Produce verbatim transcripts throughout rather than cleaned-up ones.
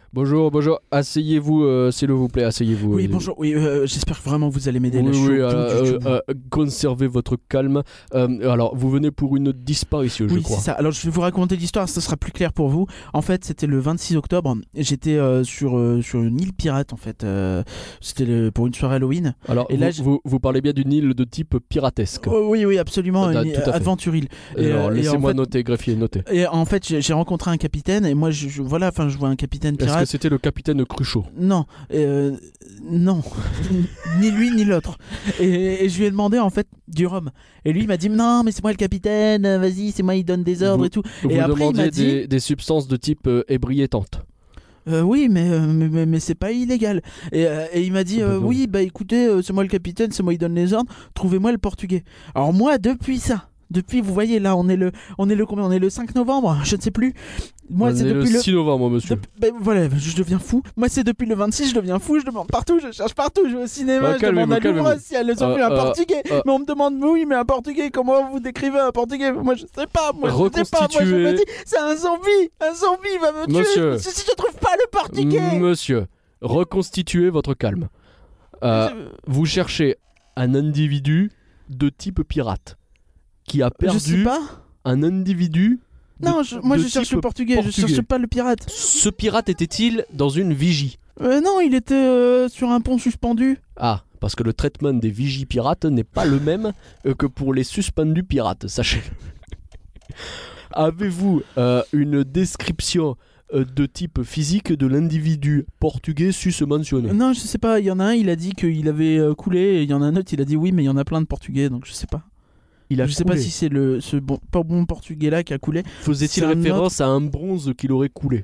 Bonjour, bonjour, asseyez-vous, euh, s'il vous plaît, asseyez-vous. Oui, euh, bonjour, oui, euh, j'espère que vraiment vous allez m'aider. Oui, là, je suis oui, au bout euh, du euh, jour. euh, conservez votre calme. Euh, alors, vous venez pour une disparition, je Oui, crois. c'est ça. Alors, je vais vous raconter l'histoire, ça sera plus clair pour vous. En fait, c'était le vingt-six octobre. J'étais euh, sur, euh, sur une île pirate, en fait. Euh, c'était le- pour une soirée Halloween. Alors, Et vous, là, je- vous, vous parlez bien d'une île de type piratesque. Oh, oui, oui, absolument. Ah, Une tout à fait. aventure île. Et, Alors, euh, et laissez-moi en fait- noter, greffier, noter. Et en fait, j'ai j'ai rencontré un capitaine, et moi, je, je- voilà, enfin, je vois un capitaine Est-ce que pirate. c'était le capitaine Cruchot? Non, euh, non, ni lui ni l'autre. Et, et je lui ai demandé en fait du rhum. Et lui il m'a dit non mais c'est moi le capitaine, vas-y c'est moi, il donne des ordres Vous- et tout. Vous Et après il demandiez m'a dit des, des substances de type euh, ébriétante. euh, oui mais, euh, mais, mais, mais c'est pas illégal. Et, euh, et il m'a dit Ah bah euh, non. oui bah écoutez euh, c'est moi le capitaine, c'est moi il donne les ordres, trouvez-moi le portugais. Alors moi depuis ça, depuis vous voyez là on est le on est le combien on est le cinq novembre, je ne sais plus. Moi On c'est est depuis le le six novembre, monsieur. Dep- ben, voilà, je deviens fou. Moi, c'est depuis le vingt-six, je deviens fou. Je demande partout, je cherche partout. Je vais au cinéma, Ah, je demande à calmez-vous, Louvre calmez-vous. si elle a Euh, vu un euh, portugais. euh. Mais on me demande, oui, mais un portugais, comment vous décrivez un portugais? Moi, je sais pas. Moi, je sais pas. Moi, je me Reconstituez- dis, c'est un zombie. Un zombie il va me tuer. Monsieur. Si si je trouve pas le portugais. Monsieur, reconstituez votre calme. Euh, Je- Vous cherchez un individu de type pirate qui a Je sais perdu pas. un individu. de- Non, je- moi, de je cherche type le portugais. Je portugais. cherche pas le pirate. Ce pirate était-il dans une vigie? Euh, non, il était euh, sur un pont suspendu. Ah, parce que le traitement des vigies pirates n'est pas le même euh, que pour les suspendus pirates, sachez. Avez-vous euh, une description euh, de type physique de l'individu portugais sus-mentionné? Non, je sais pas. Il y en a un, il a dit qu'il avait euh, coulé. Et il y en a un autre, il a dit oui, mais il y en a plein de portugais, donc je sais pas. Il a Je sais coulé. pas si c'est le ce bon, pas bon portugais là qui a coulé. Faisait-il c'est un référence à un bronze qu'il aurait coulé?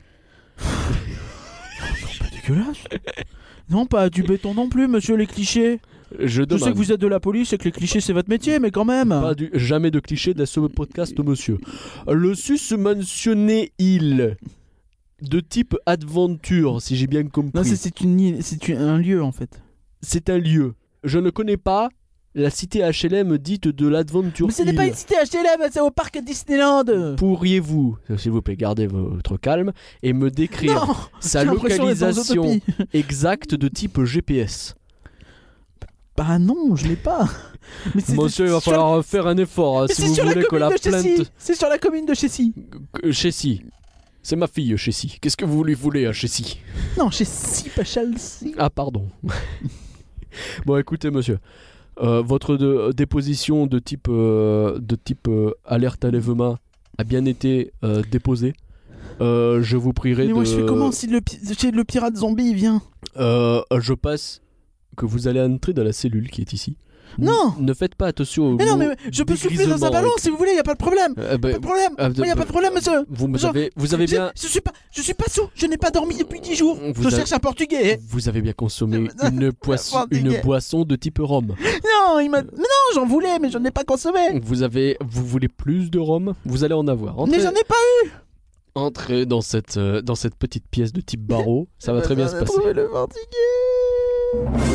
Pas dégueulasse. Non, pas du béton non plus, monsieur les clichés. Je Je demande. sais que vous êtes de la police et que les clichés c'est votre métier, mais quand même. Pas du... Jamais de cliché de ce podcast, monsieur. Le sus-mentionné île de type aventure, si j'ai bien compris. Non, c'est c'est une île- c'est une- un lieu en fait. C'est un lieu. Je ne connais pas la cité H L M dite de l'Adventure Mais ce n'est Hill. pas une cité H L M, c'est au parc Disneyland. Pourriez-vous, s'il vous plaît, garder votre calme et me décrire Non, sa j'ai l'impression d'être dans localisation Zootopie. exacte de type G P S? Bah non, je l'ai pas. Mais c'est- Monsieur, il va sur- falloir faire un effort hein, Mais si c'est vous sur la voulez que commune la de Chessy. plainte... C'est sur la commune de Chessy. Euh, Chessy. C'est ma fille, Chessy. Qu'est-ce que vous lui voulez à Chessy? Non, Chessy, pas Chelsea. Ah, pardon. Bon, écoutez, monsieur. Euh, votre de- déposition de type, euh, de type euh, alerte enlèvement a bien été euh, déposée. Euh, je vous prierai Mais de... moi je fais comment si le, pi- si le pirate zombie il vient? Euh, je passe que vous allez entrer dans la cellule qui est ici. Non. Ne faites pas attention au Mais non, mot mais je peux souffler dans un dégrisement ballon avec- si vous voulez, y a pas de problème. Euh, bah, Pas de problème. euh, Moi y a pas de problème, monsieur. vous, me Genre, avez, vous avez je, bien... Je suis pas, je suis pas sous. Je n'ai pas dormi depuis dix jours. Vous je avez- cherche un portugais. Vous avez bien consommé Non, une, poisson, portugais. une boisson de type rhum. Non, il m'a. Mais non, j'en voulais, mais je n'ai pas consommé. Vous avez, vous voulez plus de rhum? Vous allez en avoir. Entrez, Mais j'en ai pas eu. entrez dans cette, euh, dans cette petite pièce de type barreau. Ça va très bien se J'en ai passer. trouvé le portugais.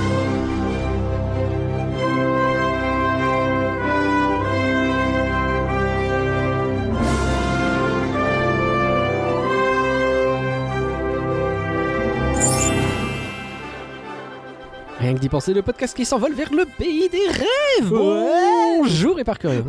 Rien que d'y penser, le podcast qui s'envole vers le pays des rêves. Ouais. Bonjour et par curieux.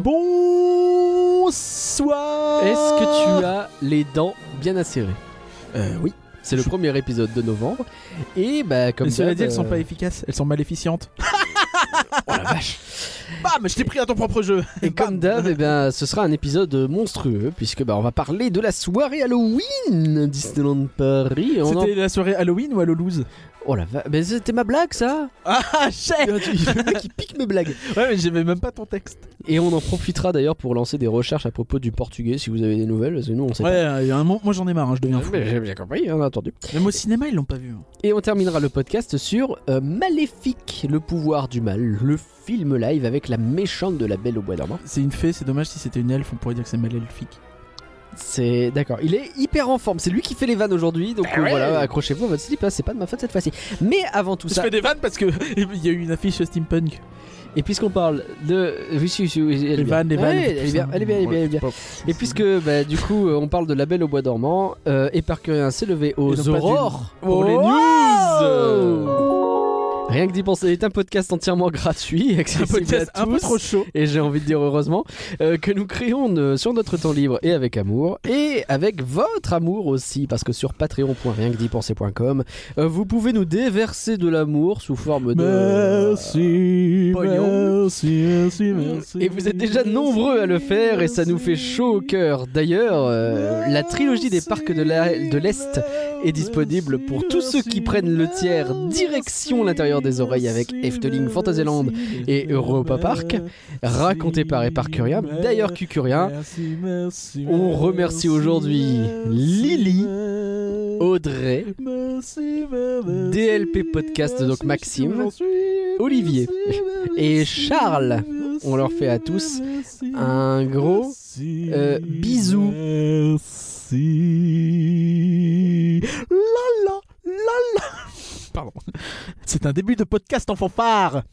Bonsoir. Est-ce que tu as les dents bien acérées? Euh, oui. C'est le Je- premier épisode de novembre. Et bah, comme Mais cela d'hab, dit, elles sont euh, pas efficaces. Elles sont maléficientes. Oh la vache. Bam, je t'ai pris à ton propre jeu. Et comme d'hab, eh ben, ce sera un épisode monstrueux puisque bah, on va parler de la soirée Halloween Disneyland Paris. On en- C'était la soirée Halloween ou Halloween? Oh la vache, mais c'était ma blague ça. Ah, chef. Le mec qui pique mes blagues. Ouais, mais j'avais même pas ton texte. Et on en profitera d'ailleurs pour lancer des recherches à propos du portugais si vous avez des nouvelles, parce que nous on sait Ouais, il y a un moment, moi j'en ai marre, hein, je deviens pas. fou. Mais j'ai bien compris, on a entendu. Même au cinéma, ils l'ont pas vu. hein. Et on terminera le podcast sur euh, Maléfique, le pouvoir du mal, le film live avec la méchante de la Belle au bois dormant. C'est une fée, c'est dommage si c'était une elfe, on pourrait dire que c'est maléfique. C'est d'accord, il est hyper en forme, c'est lui qui fait les vannes aujourd'hui, donc Ah euh, ouais. voilà, accrochez-vous à votre slip, hein, c'est pas de ma faute cette fois-ci. Mais avant tout Je ça, fais des vannes parce que il y a eu une affiche steampunk. Et puisqu'on parle de... Oui, si, si, oui, elle est bien. vannes, les vannes. Ouais, elle est bien, elle est bien, elle est bien, elle est bien. Et puisque, bah, du coup, on parle de La Belle au Bois dormant, euh, Éparcurien s'est levé aux Et non pas aurores du- pour Oh les news. Rien que d'y penser est un podcast entièrement gratuit, Un accessible podcast à un peu tous, trop chaud. et j'ai envie de dire heureusement, euh, que nous créons euh, sur notre temps libre et avec amour, et avec votre amour aussi, parce que sur patreon point rien que d'y penser point com, euh, vous pouvez nous déverser de l'amour sous forme de... Merci, pognon. merci, merci, merci. Et vous êtes déjà nombreux à le faire et ça nous fait chaud au cœur. D'ailleurs, euh, la trilogie des parcs de la- de l'Est est disponible pour tous ceux qui prennent le tiers direction l'intérieur des oreilles avec Efteling, Fantasyland et Europa Park, raconté par Éparcurien. D'ailleurs, Cucurien, on remercie aujourd'hui Lily, Audrey, D L P Podcast, donc Maxime, Olivier et Charles. On leur fait à tous un gros euh, bisou. Merci. La la la la. Pardon. C'est un début de podcast en fanfare.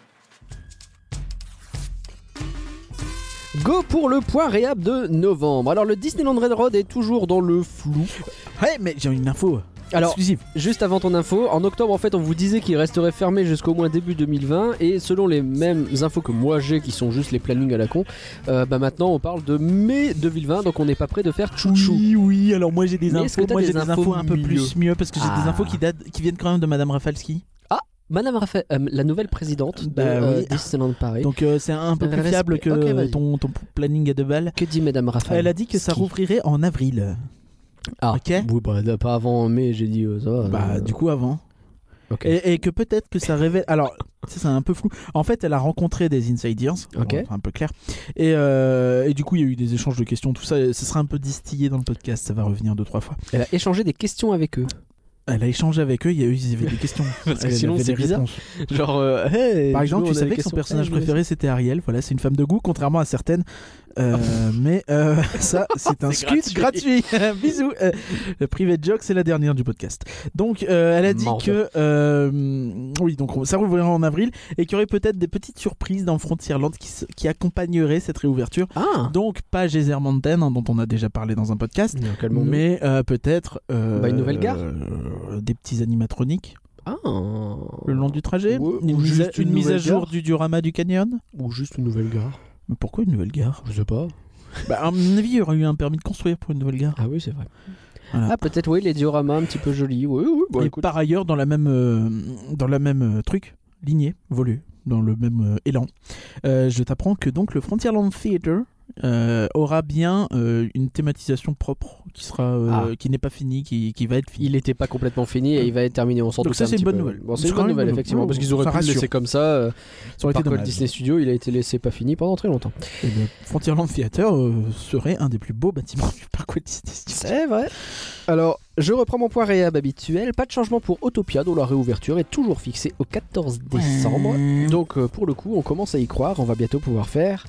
Go pour le point réhab de novembre. Alors le Disneyland Railroad est toujours dans le flou. Ouais, mais j'ai une info. Alors, exclusive. juste avant ton info, en octobre en fait on vous disait qu'il resterait fermé jusqu'au moins début deux mille vingt et selon les mêmes infos que moi j'ai qui sont juste les plannings à la con, euh, bah maintenant on parle de mai deux mille vingt donc on n'est pas prêt de faire chouchou. Oui, oui, alors moi j'ai des Mais est-ce que infos, t'as moi des j'ai des infos infos un peu mieux plus mieux parce que j'ai Ah. des infos qui datent, qui viennent quand même de Madame Rafalski. Madame Raphaël, euh, la nouvelle présidente de Bah euh, oui. Disneyland Paris. Donc euh, c'est un peu plus Respect. fiable que Ok, vas-y. ton, ton planning à deux balles. Que dit Madame Raphaël? Elle a dit que ça Ski. rouvrirait en avril. Ah, Ok. oui, bah, pas avant mai, j'ai dit euh, ça. va, Bah euh, du coup avant. ok. Et, et que peut-être que ça révèle. Alors, ça, c'est un peu flou. En fait, elle a rencontré des insiders. Ok. Bon, c'est un peu clair. Et, euh, et du coup, il y a eu des échanges de questions, tout ça. Ce sera un peu distillé dans le podcast. Ça va revenir deux, trois fois. Elle a échangé des questions avec eux. Elle a échangé avec eux. Il y a eu, ils avaient des questions. Parce que Elle sinon, avait c'est des bizarre. réponses. Genre, euh, hey, Par du exemple, coup, tu on a savais des que son questions. personnage Hey, préféré c'était Ariel. Voilà, c'est une femme de goût, contrairement à certaines. Euh, mais euh, ça, c'est un C'est scud gratuit. Bisous. Euh, le private joke, c'est la dernière du podcast. Donc, euh, elle a dit Merde. que euh, oui, donc ça rouvrirait en avril et qu'il y aurait peut-être des petites surprises dans Frontierland qui, s- qui accompagneraient cette réouverture. Ah, Donc, pas Geyser Mountain, hein, dont on a déjà parlé dans un podcast, Non, calmons-nous. mais euh, peut-être euh, Bah, une nouvelle gare euh, des petits animatroniques Ah. le long du trajet, Ouais, une, ou mise à, juste une une mise à nouvelle jour gare. du diorama du canyon. Ou juste une nouvelle gare. Mais pourquoi une nouvelle gare? Je sais pas. Bah, à mon avis, il y aurait eu un permis de construire pour une nouvelle gare. Ah oui, c'est vrai. Voilà. Ah, peut-être, oui, les dioramas un petit peu jolis. Oui, oui, bon, Et écoute. par ailleurs, dans la même, euh, dans la même euh, truc, lignée, volée, dans le même euh, élan, euh, je t'apprends que donc le Frontierland Theatre euh, aura bien euh, une thématisation propre qui sera, euh, Ah. qui n'est pas finie, qui, qui va être finie. Il n'était pas complètement fini et il va être terminé. On s'en Donc doute ça, un c'est une petit bonne peu. nouvelle. Bon, c'est C'est une quand bonne même nouvelle, une- effectivement, ouais, parce qu'ils auraient ça pu le rassure. laisser comme ça. euh, Ça aurait été Par contre, dommage. Disney Studio, il a été laissé pas fini pendant très longtemps. Et le Frontierland Theatre euh, serait un des plus beaux bâtiments du parc Walt Disney Studios. C'est vrai. Alors, je reprends mon point réhab habituel. Pas de changement pour Autopia, dont la réouverture est toujours fixée au quatorze décembre. Donc, euh, pour le coup, on commence à y croire. On va bientôt pouvoir faire.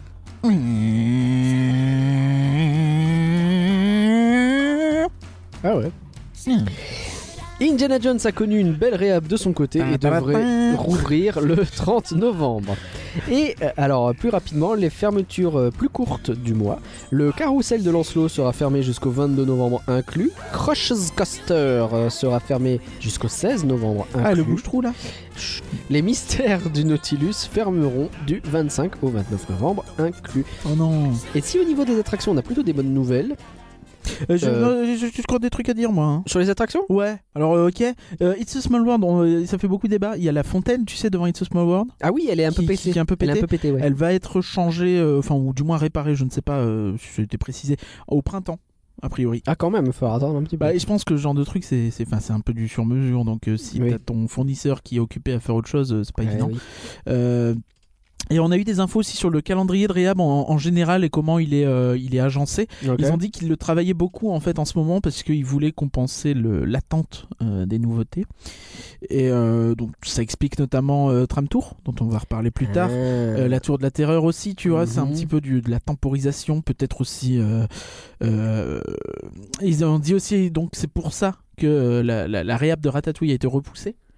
Ah ouais. Indiana Jones a connu une belle réhab de son côté et devrait rouvrir le trente novembre. Et euh, alors plus rapidement, les fermetures euh, plus courtes du mois. Le carrousel de Lancelot sera fermé jusqu'au vingt-deux novembre inclus. Crush's Coaster euh, sera fermé jusqu'au seize novembre inclus. Ah, le bouche-trou là. Chut. Les mystères du Nautilus fermeront du vingt-cinq au vingt-neuf novembre inclus. Oh non. Et si au niveau des attractions on a plutôt des bonnes nouvelles, Euh, je- Euh. non, J'ai juste encore des trucs à dire moi. hein. sur les attractions Ouais, alors euh, ok. Euh, It's a Small World, on- euh, ça fait beaucoup de débat. Il y a la fontaine, tu sais, devant It's a Small World. Ah oui, elle est un peu Qui- pétée. qui est un peu Elle est pétée. un peu pétée, ouais. Elle va être changée, euh, enfin, ou du moins réparée, je ne sais pas euh, si c'était précisé, au printemps, a priori. Ah quand même, il faut attendre un petit peu. Bah, et je pense que ce genre de truc, c'est c'est- enfin, c'est un peu du sur-mesure. Donc, euh, si Oui. t'as ton fournisseur qui est occupé à faire autre chose, euh, c'est pas Ouais, évident. oui. Euh, et on a eu des infos aussi sur le calendrier de réhab en, en général et comment il est, euh, il est agencé. Ok. Ils ont dit qu'ils le travaillaient beaucoup en fait en ce moment parce qu'ils voulaient compenser le- l'attente euh, des nouveautés. Et euh, donc ça explique notamment euh, Tram Tour, dont on va reparler plus tard. Ah. Euh, la Tour de la Terreur aussi, tu vois, c'est un Mhm. petit peu du, de la temporisation, peut-être aussi. euh, euh, ils ont dit aussi, donc c'est pour ça que euh, la, la, la réhab de Ratatouille a été repoussée.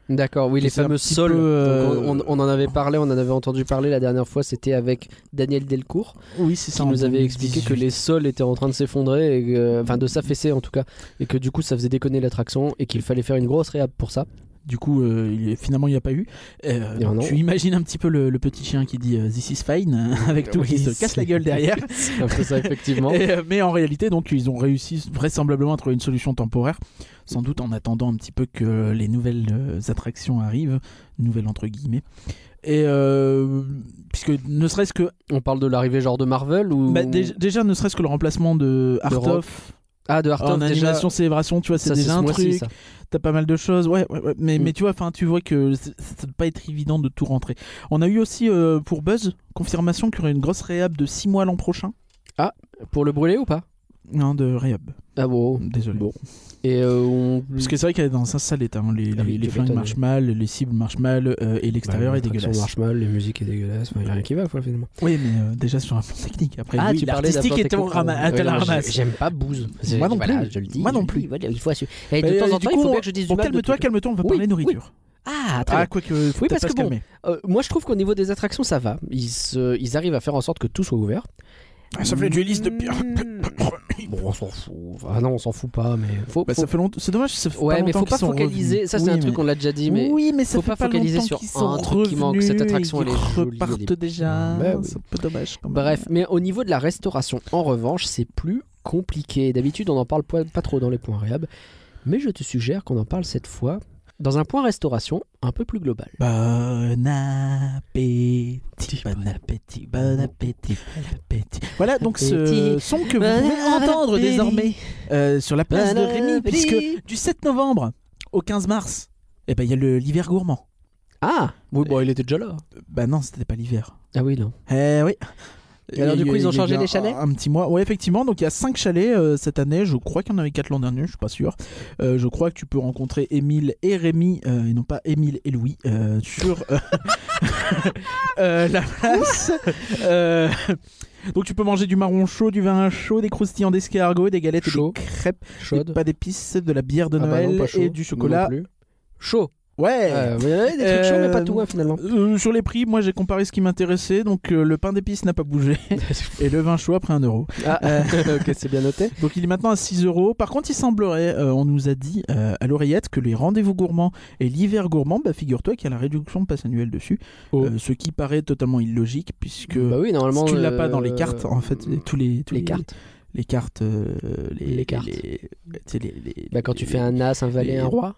D'accord, oui, les C'est un fameux petit sols. peu, euh, Donc, on, on en avait parlé, on en avait entendu parler la dernière fois, c'était avec Daniel Delcourt, Oui, c'est ça. qui en nous avait deux mille expliqué que dix-huit. les sols étaient en train de s'effondrer, et que- enfin de s'affaisser en tout cas, et que du coup ça faisait déconner l'attraction, et qu'il fallait faire une grosse réhab pour ça. Du coup, euh, il est- finalement, il n'y a pas eu. Euh, Il y en donc a. tu imagines un petit peu le, le petit chien qui dit euh, This is fine, avec tout Oui, qui se c'est- casse la gueule derrière. C'est un peu ça, effectivement. Et, euh, mais en réalité, donc, ils ont réussi vraisemblablement à trouver une solution temporaire, sans doute en attendant un petit peu que les nouvelles euh, attractions arrivent, nouvelles entre guillemets. Et euh, puisque ne serait-ce que On parle de l'arrivée genre de Marvel ou bah, dé- déjà ne serait-ce que le remplacement de Art Rock. of Ah, de Art en of déjà. animation célébration, tu vois, c'est Ça, déjà ce un mois-ci, truc. ça. T'as pas mal de choses, ouais, ouais, ouais. Mais, Mm. mais tu vois, enfin, tu vois que c'est- ça doit pas être évident de tout rentrer. On a eu aussi euh, pour Buzz confirmation qu'il y aurait une grosse réhab de six mois l'an prochain. Pour le brûler ou pas? Non, de réhab. Ah bon. Désolé. Bon. Et euh, on... Parce que c'est vrai qu'elle est dans un sale état. hein. Les, Ah les, oui, les tu flingues m'étonnes. marchent mal, les cibles marchent mal, euh, et l'extérieur Bah, est l'attraction dégueulasse. marche mal, les musiques est dégueulasse, il n'y a rien qui va quoi, finalement. Oui, mais euh, déjà sur un plan technique. Après, Ah, oui, tu parlais l'artistique d'un plan était au technique, rama- pardon. à la Ouais, non, ramasse. j'ai- J'aime pas Booz. Moi non Voilà, plus. je le dis. Moi je non le plus. dis, voilà, il faut assumer. Et de Mais, temps euh, en du temps, il coup, faut on- bien que je dise bon, du mal de calme-toi, trucs. calme-toi, on va Oui, parler oui. nourriture. Ah, très Ah, bien. quoique, faut Oui, peut-être parce pas que se bon, calmer. Euh, moi, je trouve qu'au niveau des attractions, ça va. Ils, se- ils arrivent à faire en sorte que tout soit ouvert. Ah, ça fait le dueliste de pire. Bon, on s'en fout. Ah non, on s'en fout pas, mais faut. Bah, faut- ça fait longtemps. C'est dommage, ça fait Ouais, pas mais longtemps faut qu'ils pas sont focaliser. revenus. Ça, c'est Oui, un truc mais- qu'on l'a déjà dit, mais oui, mais ça faut fait pas pas focaliser longtemps sur qu'ils sont un truc qui manque. revenus, Cette attraction, ils elle est jolie, repartent elle est- déjà. Bah oui. C'est un peu dommage. Quand même. Bref, mais au niveau de la restauration, en revanche, c'est plus compliqué. D'habitude, on n'en parle pas pas trop dans les points réhab, mais je te suggère qu'on en parle cette fois dans un point restauration un peu plus global. Bon appétit, bon appétit, bon appétit, bon appétit. Voilà donc ce Appétit. son que vous Bon pouvez entendre appétit. désormais euh, sur la place de Bon Rémy, appétit. puisque du sept novembre au quinze mars, eh ben il y a le l'hiver gourmand. Ah, oui, bon, il était déjà là. Bah non, c'était pas l'hiver. Ah oui, non. Eh oui. Et alors, du coup, Il y a- ils ont il y a changé eu les un- chalets Un petit mois. Ouais, effectivement. Donc, il y a cinq chalets euh, cette année. Je crois qu'il y en avait quatre l'an dernier. Je suis pas sûr. Euh, je crois que tu peux rencontrer Émile et Rémi, euh, et non pas Émile et Louis, euh, sur euh, euh, la place. Euh, Donc, tu peux manger du marron chaud, du vin chaud, des croustillants d'escargot, des galettes Chaud. et des crêpes, des Chaude. pas d'épices, de la bière de Ah bah Noël non, pas chaud. et du chocolat. Non plus. Chaud. Ouais. Euh, il y avait des trucs chauds, mais pas tout, hein, finalement. Euh, sur les prix, moi j'ai comparé ce qui m'intéressait. Donc euh, le pain d'épices n'a pas bougé et le vin chaud a pris un euro. Ah, Euh, ok, c'est bien noté. Donc il est maintenant à six euros. Par contre, il semblerait, euh, on nous a dit euh, à l'oreillette que les rendez-vous gourmands et l'hiver gourmand, bah, figure-toi qu'il y a la réduction de passe annuelle dessus. Oh. Euh, ce qui paraît totalement illogique puisque Bah oui, normalement. si tu l'as euh, pas dans les cartes, en fait, les- tous les, tous Les cartes. les cartes, euh, les, Les cartes. les- tu sais, les- les- Bah, quand tu les- fais un as, un valet, les- un roi.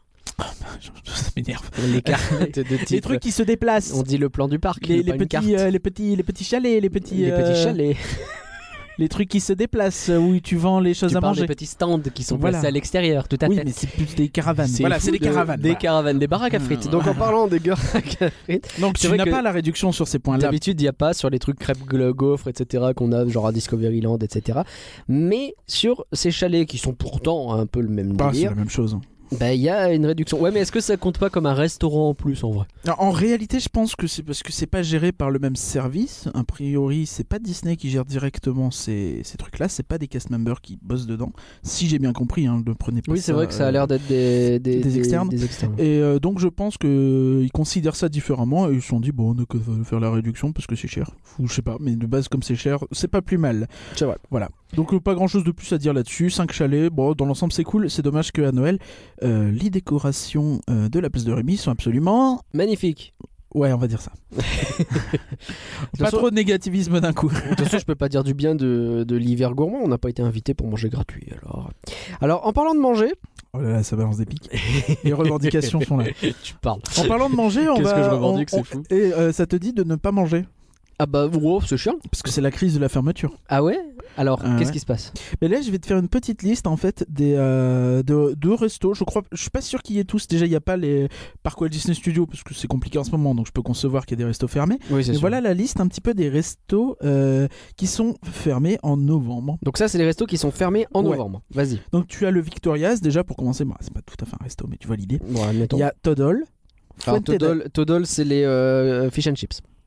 ça m'énerve. Les cartes de type. Les trucs qui se déplacent. On dit le plan du parc. Les, pas les une carte. petits, euh, les petits, les petits chalets, les petits, Les petits euh, chalets. les trucs qui se déplacent euh, où tu vends les choses Tu à parles manger. des petits stands qui sont Voilà. placés à l'extérieur, tout à Oui, fait. mais c'est plus des caravanes. C'est Voilà, fou c'est des de- caravanes. Des voilà. caravanes, des baraques à frites. Donc en parlant des baraques à frites, Donc c'est tu vrai n'as que pas la réduction sur ces points-là. d'habitude il n'y a pas sur les trucs crêpes gla- gaufres, et cetera qu'on a genre à Discoveryland, et cetera. Mais sur ces chalets qui sont pourtant un peu le même Bah, c'est délire, la même chose. bah il y a une réduction. Ouais, mais est-ce que ça compte pas comme un restaurant en plus en vrai? Alors, en réalité, je pense que c'est parce que c'est pas géré par le même service. A priori, c'est pas Disney qui gère directement ces, ces trucs-là. C'est pas des cast members qui bossent dedans. Si j'ai bien compris, hein, ne prenez pas Oui, c'est ça, vrai que ça a euh, l'air d'être des, des, des externes. des externes. Et euh, donc je pense qu'ils considèrent ça différemment et ils se sont dit bon on a qu'à faire la réduction parce que c'est cher. Ou je sais pas, mais de base comme c'est cher, c'est pas plus mal. C'est vrai. Voilà. Donc euh, pas grand chose de plus à dire là-dessus. cinq chalets, bon dans l'ensemble c'est cool. C'est dommage qu'à Noël, euh, les décorations euh, de la place de Rémy sont absolument... Magnifique. Ouais on va dire ça. De Pas façon- trop de négativisme d'un coup. De toute façon, je peux pas dire du bien de, de l'hiver gourmand. On n'a pas été invité pour manger gratuit. Alors, alors en parlant de manger, Oh là là ça balance des pics. Les revendications sont là. tu parles. En parlant de manger, on Qu'est-ce va... que je revendique, on- c'est on- fou. Et euh, ça te dit de ne pas manger Ah bah, wow, c'est chiant. parce que c'est la crise de la fermeture. Ah ouais. Alors, Ah qu'est-ce ouais. qui se passe? Mais là, je vais te faire une petite liste en fait des euh, de, de restos. Je crois, je suis pas sûr qu'il y ait tous. Déjà, il y a pas les Parc Walt Disney Studios parce que c'est compliqué en ce moment, donc je peux concevoir qu'il y a des restos fermés. Oui, c'est Mais sûr. voilà la liste un petit peu des restos euh, qui sont fermés en novembre. Donc ça, c'est les restos qui sont fermés en Ouais. novembre. Vas-y. Donc tu as le Victoria's déjà pour commencer. Bon, c'est pas tout à fait un resto, mais tu vois l'idée. Bon, admettons. Il y a Toddle. Alors, Fuente Toddle, Toddle, c'est les euh, fish and chips.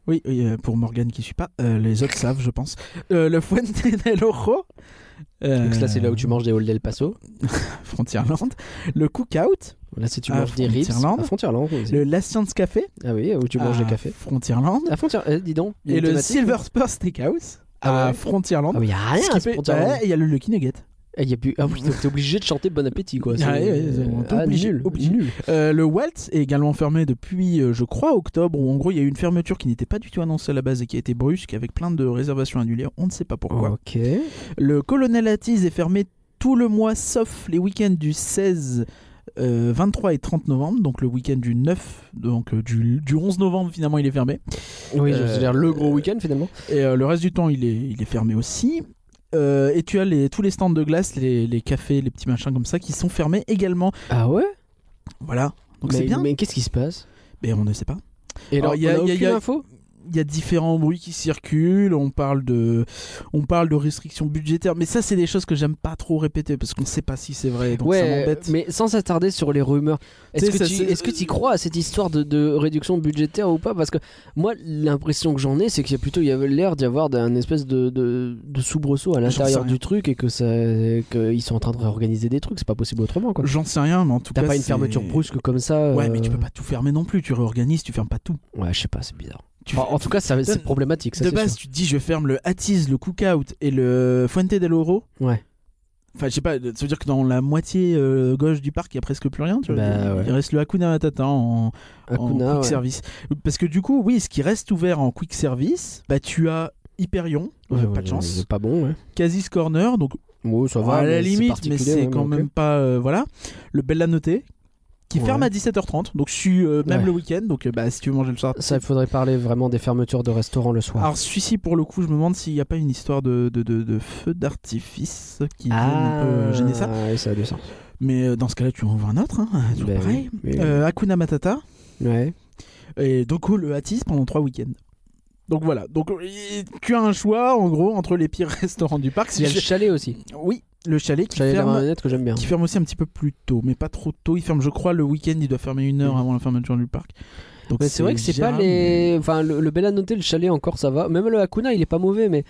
Oui, oui, euh, pour Morgane qui suit pas, euh, les autres savent, je pense. Euh, le Fuente del Oro. Euh, Donc là, c'est là où tu manges des Old El Paso. Frontierland. Le Cookout. Là, c'est tu À manges des ribs. Frontierland. À Frontierland. aussi. Le La Science Café. Ah oui, où tu manges à des cafés. Frontierland. À Frontier... eh, dis donc. il y a Et une le thématique, Silver ou- Spur Steakhouse. Ah à ouais. Frontierland. Ah, mais il y a rien Ce à qui ce fait- Frontierland. Ouais, et il y a le Lucky Nugget. Eh, y a plus... Ah oui, t'es obligé de chanter Bon Appétit, quoi. Ah ouais, ouais, c'est- ah, obligé, nul. obligé. Nul. Euh, le Waltz est également fermé depuis, euh, je crois, octobre, où en gros il y a eu une fermeture qui n'était pas du tout annoncée à la base et qui a été brusque avec plein de réservations annulées. On ne sait pas pourquoi. Ok. Le Colonel Attise est fermé tout le mois sauf les week-ends du seize, euh, vingt-trois et trente novembre, donc le week-end du neuf, donc euh, du, du onze novembre finalement il est fermé. Oui, Euh, c'est-à-dire le gros week-end finalement. Et euh, le reste du temps il est, il est fermé aussi. Euh, et tu as les, tous les stands de glace, les, les cafés, les petits machins comme ça qui sont fermés également. Ah ouais. Voilà, donc mais, c'est bien. Mais qu'est-ce qui se passe? Mais on ne sait pas. Et Alors, alors, il y a- on a il y a- aucune il y a- info? Il y a différents bruits qui circulent, on parle de, on parle de restrictions budgétaires, mais ça c'est des choses que j'aime pas trop répéter parce qu'on ne sait pas si c'est vrai, donc ça Ouais, m'embête. mais sans s'attarder sur les rumeurs, est-ce Tu que sais, tu ça, c'est- est-ce que tu crois à cette histoire de, de réduction budgétaire ou pas? Parce que moi, l'impression que j'en ai, c'est qu'il y a plutôt il y avait l'air d'y avoir un espèce de, de, de soubresaut à l'intérieur sais rien. du truc et que ça, qu'ils sont en train de réorganiser des trucs. C'est pas possible autrement, quoi. J'en sais rien, mais en tout T'as cas. pas une c'est- fermeture brusque comme ça. Ouais, euh, mais tu peux pas tout fermer non plus, tu réorganises, tu fermes pas tout. Ouais, je sais pas, c'est bizarre. Tu Enfin, en tout cas, ça- c'est De- problématique. Ça, de c'est base, sûr. tu te dis je ferme le Attise, le Cookout et le Fuente del Oro. Ouais. Enfin, je sais pas, ça veut dire que dans la moitié euh, gauche du parc, il y a presque plus rien. Tu vois. Bah, ouais. Il reste le Hakuna Matata en, en Hakuna, quick ouais. service. Parce que du coup, oui, ce qui reste ouvert en quick service, bah tu as Hyperion, Ouais, euh, ouais, pas de chance. C'est pas bon, ouais. Casis Corner, donc Bon, ça va. à la mais c'est limite, mais particulier, c'est ouais, quand mais même ok. pas. euh, voilà. Le Bella Notte, qui Ouais. ferme à dix-sept heures trente, donc je suis euh, même Ouais. le week-end, donc euh, bah, si tu veux manger le soir. Ça, il faudrait parler vraiment des fermetures de restaurants le soir. Alors celui-ci, pour le coup, je me demande s'il n'y a pas une histoire de, de, de, de feu d'artifice qui vienne un peu euh, gêner ça. oui, ça a du sens. Mais euh, dans ce cas-là, tu en ouvres un autre, hein, toujours Ben pareil. oui, mais- Euh, Hakuna Matata, Ouais. et donc oh, le Hattis pendant trois week-ends. Donc voilà, donc euh, tu as un choix en gros entre les pires restaurants du parc. Il y a Si le je- chalet aussi. Oui, le chalet qui Chalet de la ferme, marionnette que j'aime bien. qui ferme aussi un petit peu plus tôt, mais pas trop tôt. Il ferme, je crois, le week-end, il doit fermer une heure Mhm. avant la fermeture du parc. Donc Mais c'est vrai que c'est pas gérable, les. Enfin, le, le Bella Notte, le chalet encore ça va. Même le Hakuna, il est pas mauvais, mais.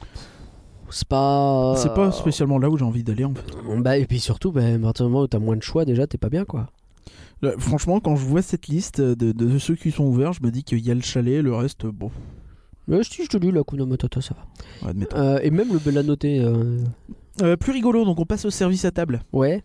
C'est pas. mais C'est pas spécialement là où j'ai envie d'aller en fait. Bah, et puis surtout, bah, à partir du moment où t'as moins de choix, déjà, t'es pas bien, quoi. Là, franchement, quand je vois cette liste de, de ceux qui sont ouverts, je me dis qu'il y a le chalet, le reste, bon, Mais si je te dis, le Hakuna Matata, ça va. admettons. Euh, et même le Bella Notte. euh, Euh, plus rigolo, donc on passe au service à table. Ouais.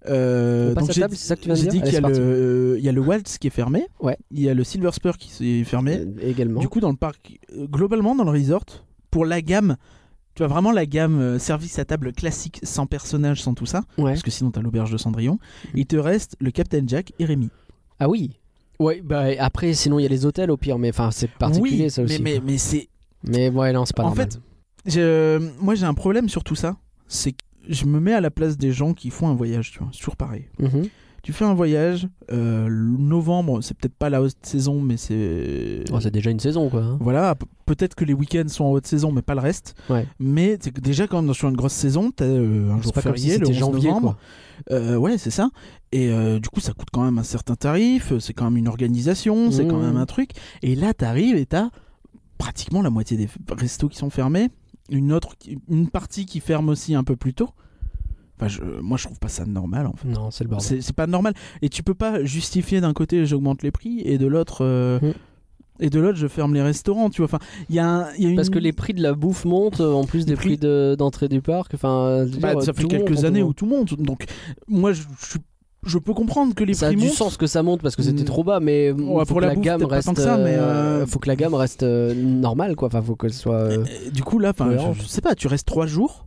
Euh, On passe donc à j'ai- table, c'est ça que tu viens de J'ai dire dit qu'il y, a Allez, c'est le- il y a le Waltz qui est fermé. Ouais. Il y a le Silver Spur qui est fermé. Euh, également. Du coup, dans le parc, euh, globalement, dans le resort, pour la gamme, tu as vraiment la gamme euh, service à table classique, sans personnage, sans tout ça, Ouais. parce que sinon, tu as l'auberge de Cendrillon. Il te reste le Captain Jack et Rémi. Ah oui. Ouais, bah après, sinon il y a les hôtels au pire, mais enfin, c'est particulier oui, ça aussi. mais, mais, mais c'est. Mais ouais, non, c'est pas En normal. fait, j'ai- moi, j'ai un problème sur tout ça. C'est que je me mets à la place des gens qui font un voyage, tu vois. C'est toujours pareil. Mhm. Tu fais un voyage, euh, novembre, c'est peut-être pas la haute saison, mais c'est. Oh, c'est déjà une saison, quoi. hein. Voilà, p- peut-être que les week-ends sont en haute saison, mais pas le reste. Ouais. Mais c'est que déjà, quand on est sur une grosse saison, t'as euh, un C'est jour pas comme si férié, le c'était onze janvier, novembre. quoi. Euh, ouais, c'est ça. Et euh, du coup, ça coûte quand même un certain tarif, c'est quand même une organisation, c'est Mmh. quand même un truc. Et là, t'arrives et t'as pratiquement la moitié des f- restos qui sont fermés, une autre, qui- une partie qui ferme aussi un peu plus tôt. Enfin, je- moi, je trouve pas ça normal en fait. Non, c'est le bordel. C'est c'est pas normal. Et tu peux pas justifier d'un côté j'augmente les prix et de l'autre euh, Mm. et de l'autre je ferme les restaurants. Tu vois. Enfin, il y a, un- il y a une. Parce que les prix de la bouffe montent euh, en plus des Les prix- prix de- d'entrée du parc. Enfin, je veux Bah, dire, ça fait tout le monde, quelques tout le années monde. où tout monte. Donc moi je, je, je peux comprendre que les Ça a prix du montent. sens que ça monte parce que c'était Mm. trop bas, mais Ouais, faut pour que la la bouffe, gamme peut-être pas reste. tant que ça, mais, euh, euh, Faut que la gamme reste euh, normale, quoi. Enfin, faut qu'elle soit. euh, Et du coup là, enfin, cohérent. je, je sais pas. Tu restes trois jours.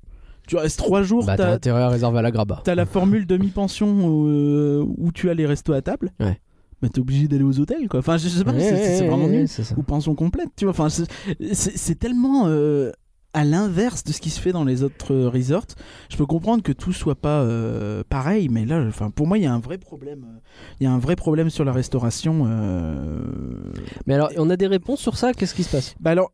Tu restes trois jours. Bah, t'as t'as intérêt à réserver à la graba. t'as la formule demi-pension où, euh, où tu as les restos à table. Ouais. Bah t'es obligé d'aller aux hôtels quoi. Enfin je sais pas. Ouais, c'est- c'est c'est ouais, vraiment ouais, nul. c'est ça. Ou pension complète, tu vois. Enfin, c'est- c'est c'est tellement euh, à l'inverse de ce qui se fait dans les autres euh, resorts. Je peux comprendre que tout soit pas euh, pareil, mais là, enfin, pour moi, il y a un vrai problème. euh, Il y a un vrai problème sur la restauration. euh. Mais alors, on a des réponses sur ça. Qu'est-ce qui se passe? Bah alors,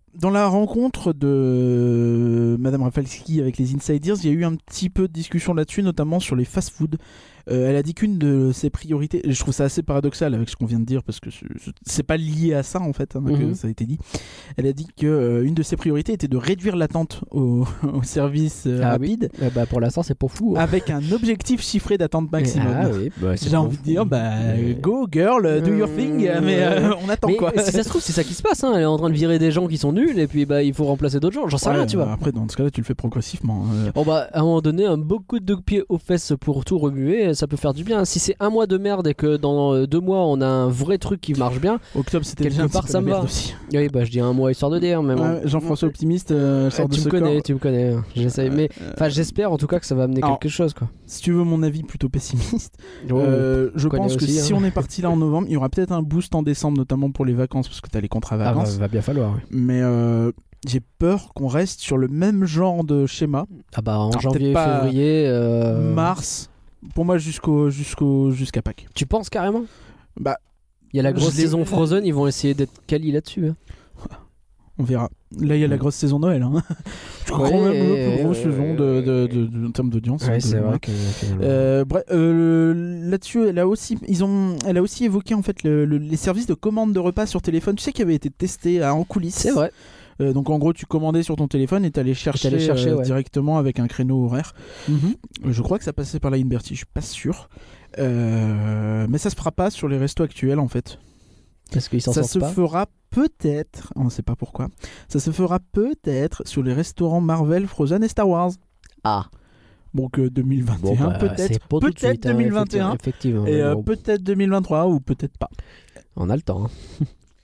dans la rencontre de Madame Rafalski avec les Insiders, il y a eu un petit peu de discussion là-dessus, notamment sur les fast-food. Euh, elle a dit qu'une de ses priorités, et je trouve ça assez paradoxal avec ce qu'on vient de dire, parce que c'est pas lié à ça en fait, hein, Mm-hmm. que ça a été dit. Elle a dit qu'une euh, de ses priorités était de réduire l'attente au, au service euh, Ah rapide, oui. Eh bah, pour l'instant, c'est pas fou. hein. avec un objectif chiffré d'attente maximum. Ah oui, bah, c'est J'ai pas envie fou. de dire, bah, Mais- go girl, do your thing, Mmh, mais euh, ouais. on attend Mais quoi. si ça se trouve, c'est ça qui se passe. Hein. Elle est en train de virer des gens qui sont nuls et puis bah, il faut remplacer d'autres gens. J'en sais Ouais, rien, tu vois. Après, dans ce cas-là, tu le fais progressivement. euh. Bon bah à un moment donné un beau coup de pied aux fesses pour tout remuer, ça peut faire du bien. Si c'est un mois de merde et que dans euh, deux mois on a un vrai truc qui marche bien, Octobre, c'était Quelque déjà un part, petit peu ça la me merde va. aussi. oui bah je dis un mois histoire de dire, mais bon. Ouais, Jean-François Optimiste euh, sort Euh, de tu ce me connais, corps. tu me connais. J'essaye, mais Euh, enfin j'espère en tout cas que ça va amener alors, quelque chose quoi. Si tu veux mon avis plutôt pessimiste, Oh, euh, je connais pense que aussi, si hein. on est parti là en novembre, il y aura peut-être un boost en décembre, notamment pour les vacances, parce que t'as les contrats ah, va, vacances. va bien falloir. oui. Mais euh, j'ai peur qu'on reste sur le même genre de schéma. Ah bah en Alors, janvier, peut-être pas février. euh, Mars, pour moi jusqu'au jusqu'au jusqu'à Pâques. Tu penses carrément? Bah, Il y a la je grosse l'ai- saison Frozen, ils vont essayer d'être quali là-dessus. hein. on verra. Là, il y a la grosse saison Noël. Hein. Je crois Ouais, quand même la plus grosse euh, saison de, de, de, de- en termes d'audience. Ouais, de- c'est vrai que. Euh, bref, euh, là-dessus, elle a aussi, ils ont, elle a aussi évoqué en fait le- le- les services de commande de repas sur téléphone. Tu sais qui avait été testé à- en coulisses. C'est vrai. Euh, donc en gros, tu commandais sur ton téléphone et t'allais chercher, t'allais chercher, euh, ouais. directement avec un créneau horaire. Mhm. Euh, Je crois que ça passait par la Inberti, je suis pas sûr. Euh, mais ça se fera pas sur les restos actuels en fait. Parce qu'ils s'en Ça sortent se pas. fera peut-être, on ne sait pas pourquoi. Ça se fera peut-être sur les restaurants Marvel, Frozen et Star Wars. Ah. Donc euh, deux mille vingt et un Bon, bah, peut-être, c'est pas tout de peut-être suite, hein, deux mille vingt et un. effectivement. Et mais euh, bon, peut-être deux mille vingt-trois ou peut-être pas. on a le temps. hein.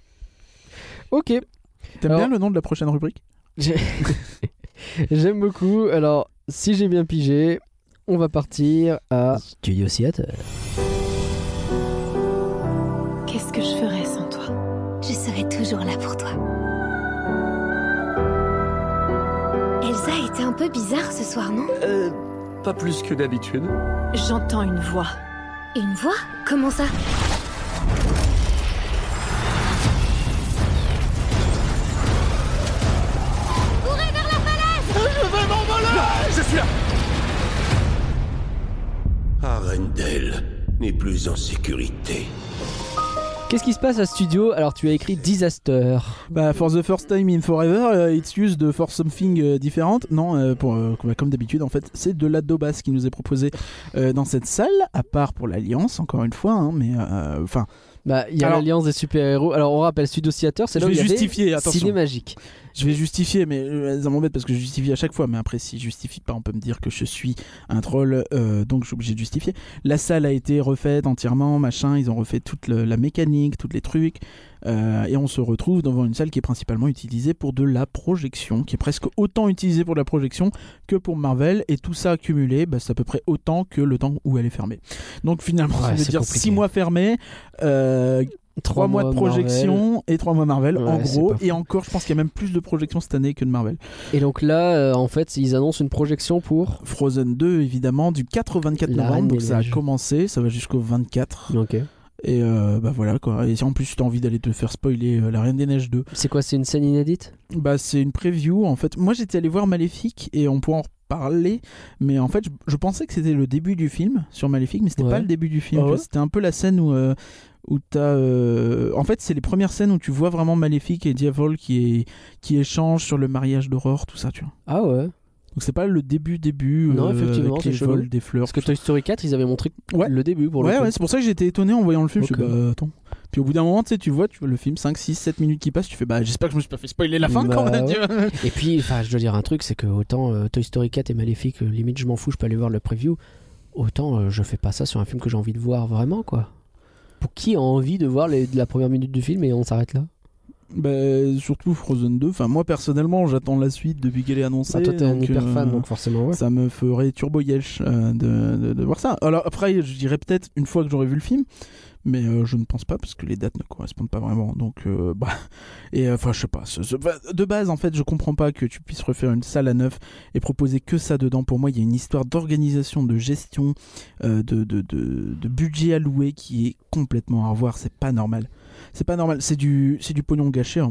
Ok. T'aimes Alors- bien le nom de la prochaine rubrique? J'ai- J'aime beaucoup. Alors, si j'ai bien pigé, on va partir à Studio Theater. Qu'est-ce que je ferais sans toi? Je serai toujours là pour toi. Elsa était un peu bizarre ce soir, non? Euh, pas plus que d'habitude. J'entends une voix. Une voix? Comment ça? Je suis là. Arendelle n'est plus en sécurité. Qu'est-ce qui se passe à Studio? Alors, tu as écrit Disaster. Bah, for the first time in forever, uh, it's used for something uh, different. Non, euh, pour, euh, comme d'habitude, en fait, c'est de l'adobas qui nous est proposé euh, dans cette salle, à part pour l'Alliance, encore une fois, hein, mais enfin. Bah, il y a Alors- l'Alliance des super-héros. Alors, on rappelle Studio Theater, c'est Je là où vais il y avait justifier, attention. Ciné Magique. Je vais justifier, mais euh, ça m'embête parce que je justifie à chaque fois. Mais après, si je justifie pas, on peut me dire que je suis un troll, euh, donc je suis obligé de justifier. La salle a été refaite entièrement, machin. Ils ont refait toute le- la mécanique, tous les trucs. Euh, et on se retrouve devant une salle qui est principalement utilisée pour de la projection, qui est presque autant utilisée pour de la projection que pour Marvel. Et tout ça accumulé, bah, c'est à peu près autant que le temps où elle est fermée. Donc finalement, Ouais, ça veut c'est dire compliqué. six mois fermés. Euh, Trois mois de projection et trois mois Marvel, en Ouais, c'est gros. pas fou. Et encore, je pense qu'il y a même plus de projections cette année que de Marvel. Et donc là, euh, en fait, ils annoncent une projection pour. Frozen deux, évidemment, du quatre au vingt-quatre La Reine novembre. Donc des ça a Neiges. commencé, ça va jusqu'au vingt-quatre. Ok. Et euh, bah voilà quoi. Et si en plus tu as envie d'aller te faire spoiler euh, La Reine des Neiges deux, C'est quoi? C'est une scène inédite? bah c'est une preview en fait. Moi j'étais allé voir Maléfique et on pourra en reparler. Mais en fait, je, je pensais que c'était le début du film sur Maléfique, mais c'était Ouais. pas le début du film. Ah Tu vois, ouais c'était un peu la scène où. euh, où t'as euh, en fait c'est les premières scènes où tu vois vraiment Maléfique et Diavol qui, est... qui échangent sur le mariage d'Aurore, tout ça, tu vois. Ah ouais. Donc c'est pas le début début Non, euh, effectivement, avec c'est les chelou. vols des fleurs. Parce que tout ça. Toy Story quatre, ils avaient montré Ouais. le début pour le Ouais, coup. ouais, c'est pour ça que j'étais étonné en voyant le film. Je Ok. suis bah attends. Puis au bout d'un moment, tu sais, tu vois, tu vois le film cinq, six, sept minutes qui passent, tu fais bah j'espère que je me suis pas fait spoiler la fin Bah, quand même. ouais. tu vois. Et puis, enfin, je dois dire un truc, c'est que autant euh, Toy Story quatre et Maléfique, euh, limite je m'en fous, je peux aller voir le preview, autant euh, je fais pas ça sur un film que j'ai envie de voir vraiment, quoi. Pour qui a envie de voir les, de la première minute du film et on s'arrête là? Bah, surtout Frozen deux. Enfin, moi personnellement, j'attends la suite depuis qu'elle est annoncée. Ah, toi t'es un donc, hyper euh, fan, donc forcément, ouais. Ça me ferait turbo yesh euh, de, de, de voir ça. Alors après, je dirais peut-être une fois que j'aurai vu le film, mais euh, je ne pense pas parce que les dates ne correspondent pas vraiment. Donc, euh, bah, et enfin, je sais pas. ce- ce- bah, de base, en fait, je comprends pas que tu puisses refaire une salle à neuf et proposer que ça dedans. Pour moi, il y a une histoire d'organisation, de gestion, euh, de, de, de, de budget alloué qui est complètement à revoir. C'est pas normal. C'est pas normal. C'est du, c'est du pognon gâché en fait.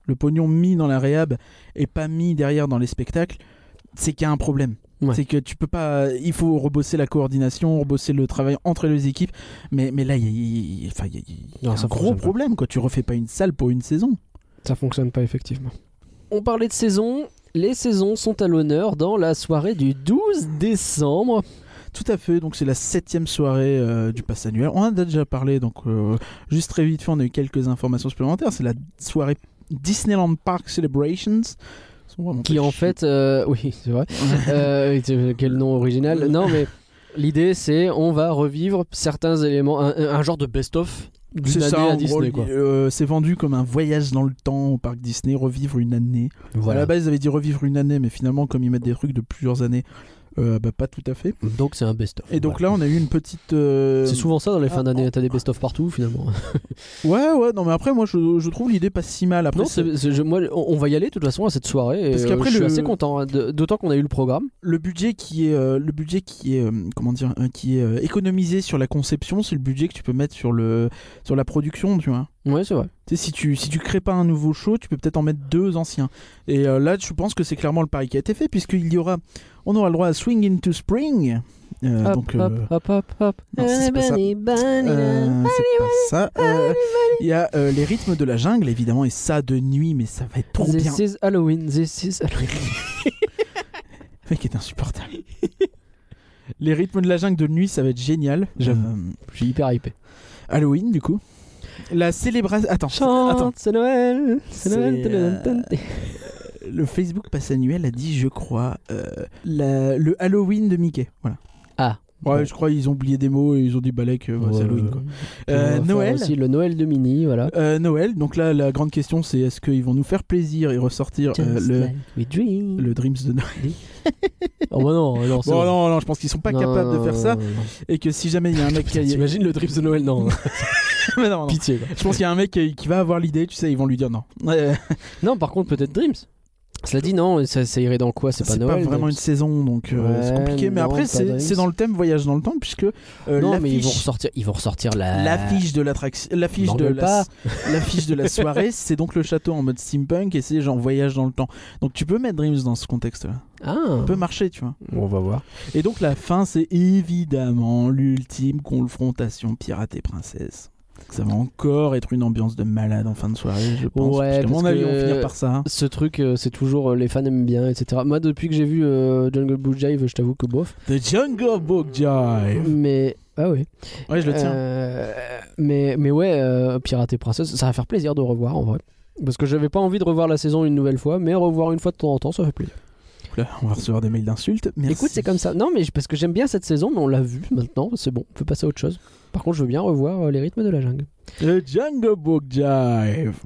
le pognon mis dans la réhab et pas mis derrière dans les spectacles, c'est qu'il y a un problème. Ouais. C'est que tu peux pas. Il faut rebosser la coordination, rebosser le travail entre les équipes. Mais, mais là, il y a, y a, enfin, y a, y a non, un gros problème. Quoi. Tu refais pas une salle pour une saison. Ça fonctionne pas, effectivement. On parlait de saison. Les saisons sont à l'honneur dans la soirée du douze décembre. Tout à fait, donc c'est la septième soirée euh, du pass annuel. On en a déjà parlé, donc euh, juste très vite fait, on a eu quelques informations supplémentaires. C'est la soirée Disneyland Park Celebrations. Qui en fait, euh, oui, c'est vrai. euh, quel nom original. Non, mais l'idée, c'est on va revivre certains éléments, un, un genre de best-of. C'est ça, en Disney, gros, euh, c'est vendu comme un voyage dans le temps au parc Disney, revivre une année. Voilà. À la base, ils avaient dit revivre une année, mais finalement, comme ils mettent des trucs de plusieurs années, euh, bah, pas tout à fait. Donc c'est un best-of. Et donc voilà. Là, on a eu une petite. Euh... C'est souvent ça dans les fins d'année, t'as des best-of partout finalement. ouais, ouais, non, mais après, moi, je, je trouve l'idée pas si mal. Après, non, c'est, c'est, je, moi, on va y aller de toute façon à cette soirée. Et parce qu'après, euh, je suis le... assez content, hein, de, d'autant qu'on a eu le programme. Le budget qui est, euh, le budget qui est, euh, comment dire, euh, qui est euh, économisé sur la conception, c'est le budget que tu peux mettre sur le, sur la production, tu vois. Ouais, c'est vrai. Tu sais, si tu si tu crées pas un nouveau show, tu peux peut-être en mettre deux anciens. Et euh, là, je pense que c'est clairement le pari qui a été fait, puisqu'il y aura, on aura le droit à Swing into Spring. Euh, hop, donc, hop, euh... hop, hop, hop. Non, c'est pas ça. Euh, c'est pas ça. Il euh, y a euh, les rythmes de la jungle, évidemment, et ça de nuit, mais ça va être trop this bien. This is Halloween. This is Halloween. Le mec est insupportable. Les rythmes de la jungle de nuit, ça va être génial. J'avoue. Euh, je suis hyper hypé. Halloween, du coup. La célébration. Attends, Chante, attends. C'est Noël. C'est, c'est Noël. Euh... Le Facebook Pass Annuel a dit, je crois, euh, la... le Halloween de Mickey. Voilà. Ah. Ouais, bon. Je crois qu'ils ont oublié des mots et ils ont dit balèque, euh, ouais, c'est Halloween quoi. Euh, Noël aussi, le Noël de Minnie, voilà. Euh, Noël, donc là la grande question c'est est-ce qu'ils vont nous faire plaisir et ressortir euh, le, like dream. le Dreams de Noël. Oh bah non, non, bon, bon. non, non, je pense qu'ils sont pas non, capables de faire ça non, non. Et que si jamais il y a un mec qui a... T'imagines le Dreams de Noël, non. Mais non, non. Pitié quoi. Je pense qu'il y a un mec qui, qui va avoir l'idée, tu sais, ils vont lui dire non. Ouais. Non, par contre peut-être Dreams. Cela dit, non, ça, ça irait dans quoi? C'est, c'est pas Noël. C'est pas vraiment donc... une saison, donc euh, ouais, c'est compliqué. Mais non, après, c'est, c'est dans le thème voyage dans le temps, puisque euh, non, l'affiche, mais ils vont ressortir, ils vont ressortir la l'affiche de l'attraction, l'affiche de la, l'affiche de la soirée, c'est donc le château en mode steampunk et c'est genre voyage dans le temps. Donc tu peux mettre Dreams dans ce contexte-là. Ah. Ça peut marcher, tu vois. On va voir. Et donc la fin, c'est évidemment l'ultime confrontation pirate et princesse. Ça va encore être une ambiance de malade en fin de soirée, je pense. Ouais, parce qu'à mon avis, on va finir par ça. Ce truc, euh, c'est toujours euh, les fans aiment bien, et cetera. Moi, depuis que j'ai vu euh, Jungle Book Jive, je t'avoue que bof. The Jungle Book Jive. Mais ah ouais. Ouais, je le tiens. Euh, mais mais ouais, euh, Pirate et Princesse, ça va faire plaisir de revoir en vrai. Parce que j'avais pas envie de revoir la saison une nouvelle fois, mais revoir une fois de temps en temps, ça fait plaisir. Là, on va recevoir des mails d'insultes. Merci. Écoute, c'est comme ça. Non, mais parce que j'aime bien cette saison, mais on l'a vu maintenant, c'est bon, on peut passer à autre chose. Par contre, je veux bien revoir euh, les rythmes de la jungle. Le Jungle Book Jive.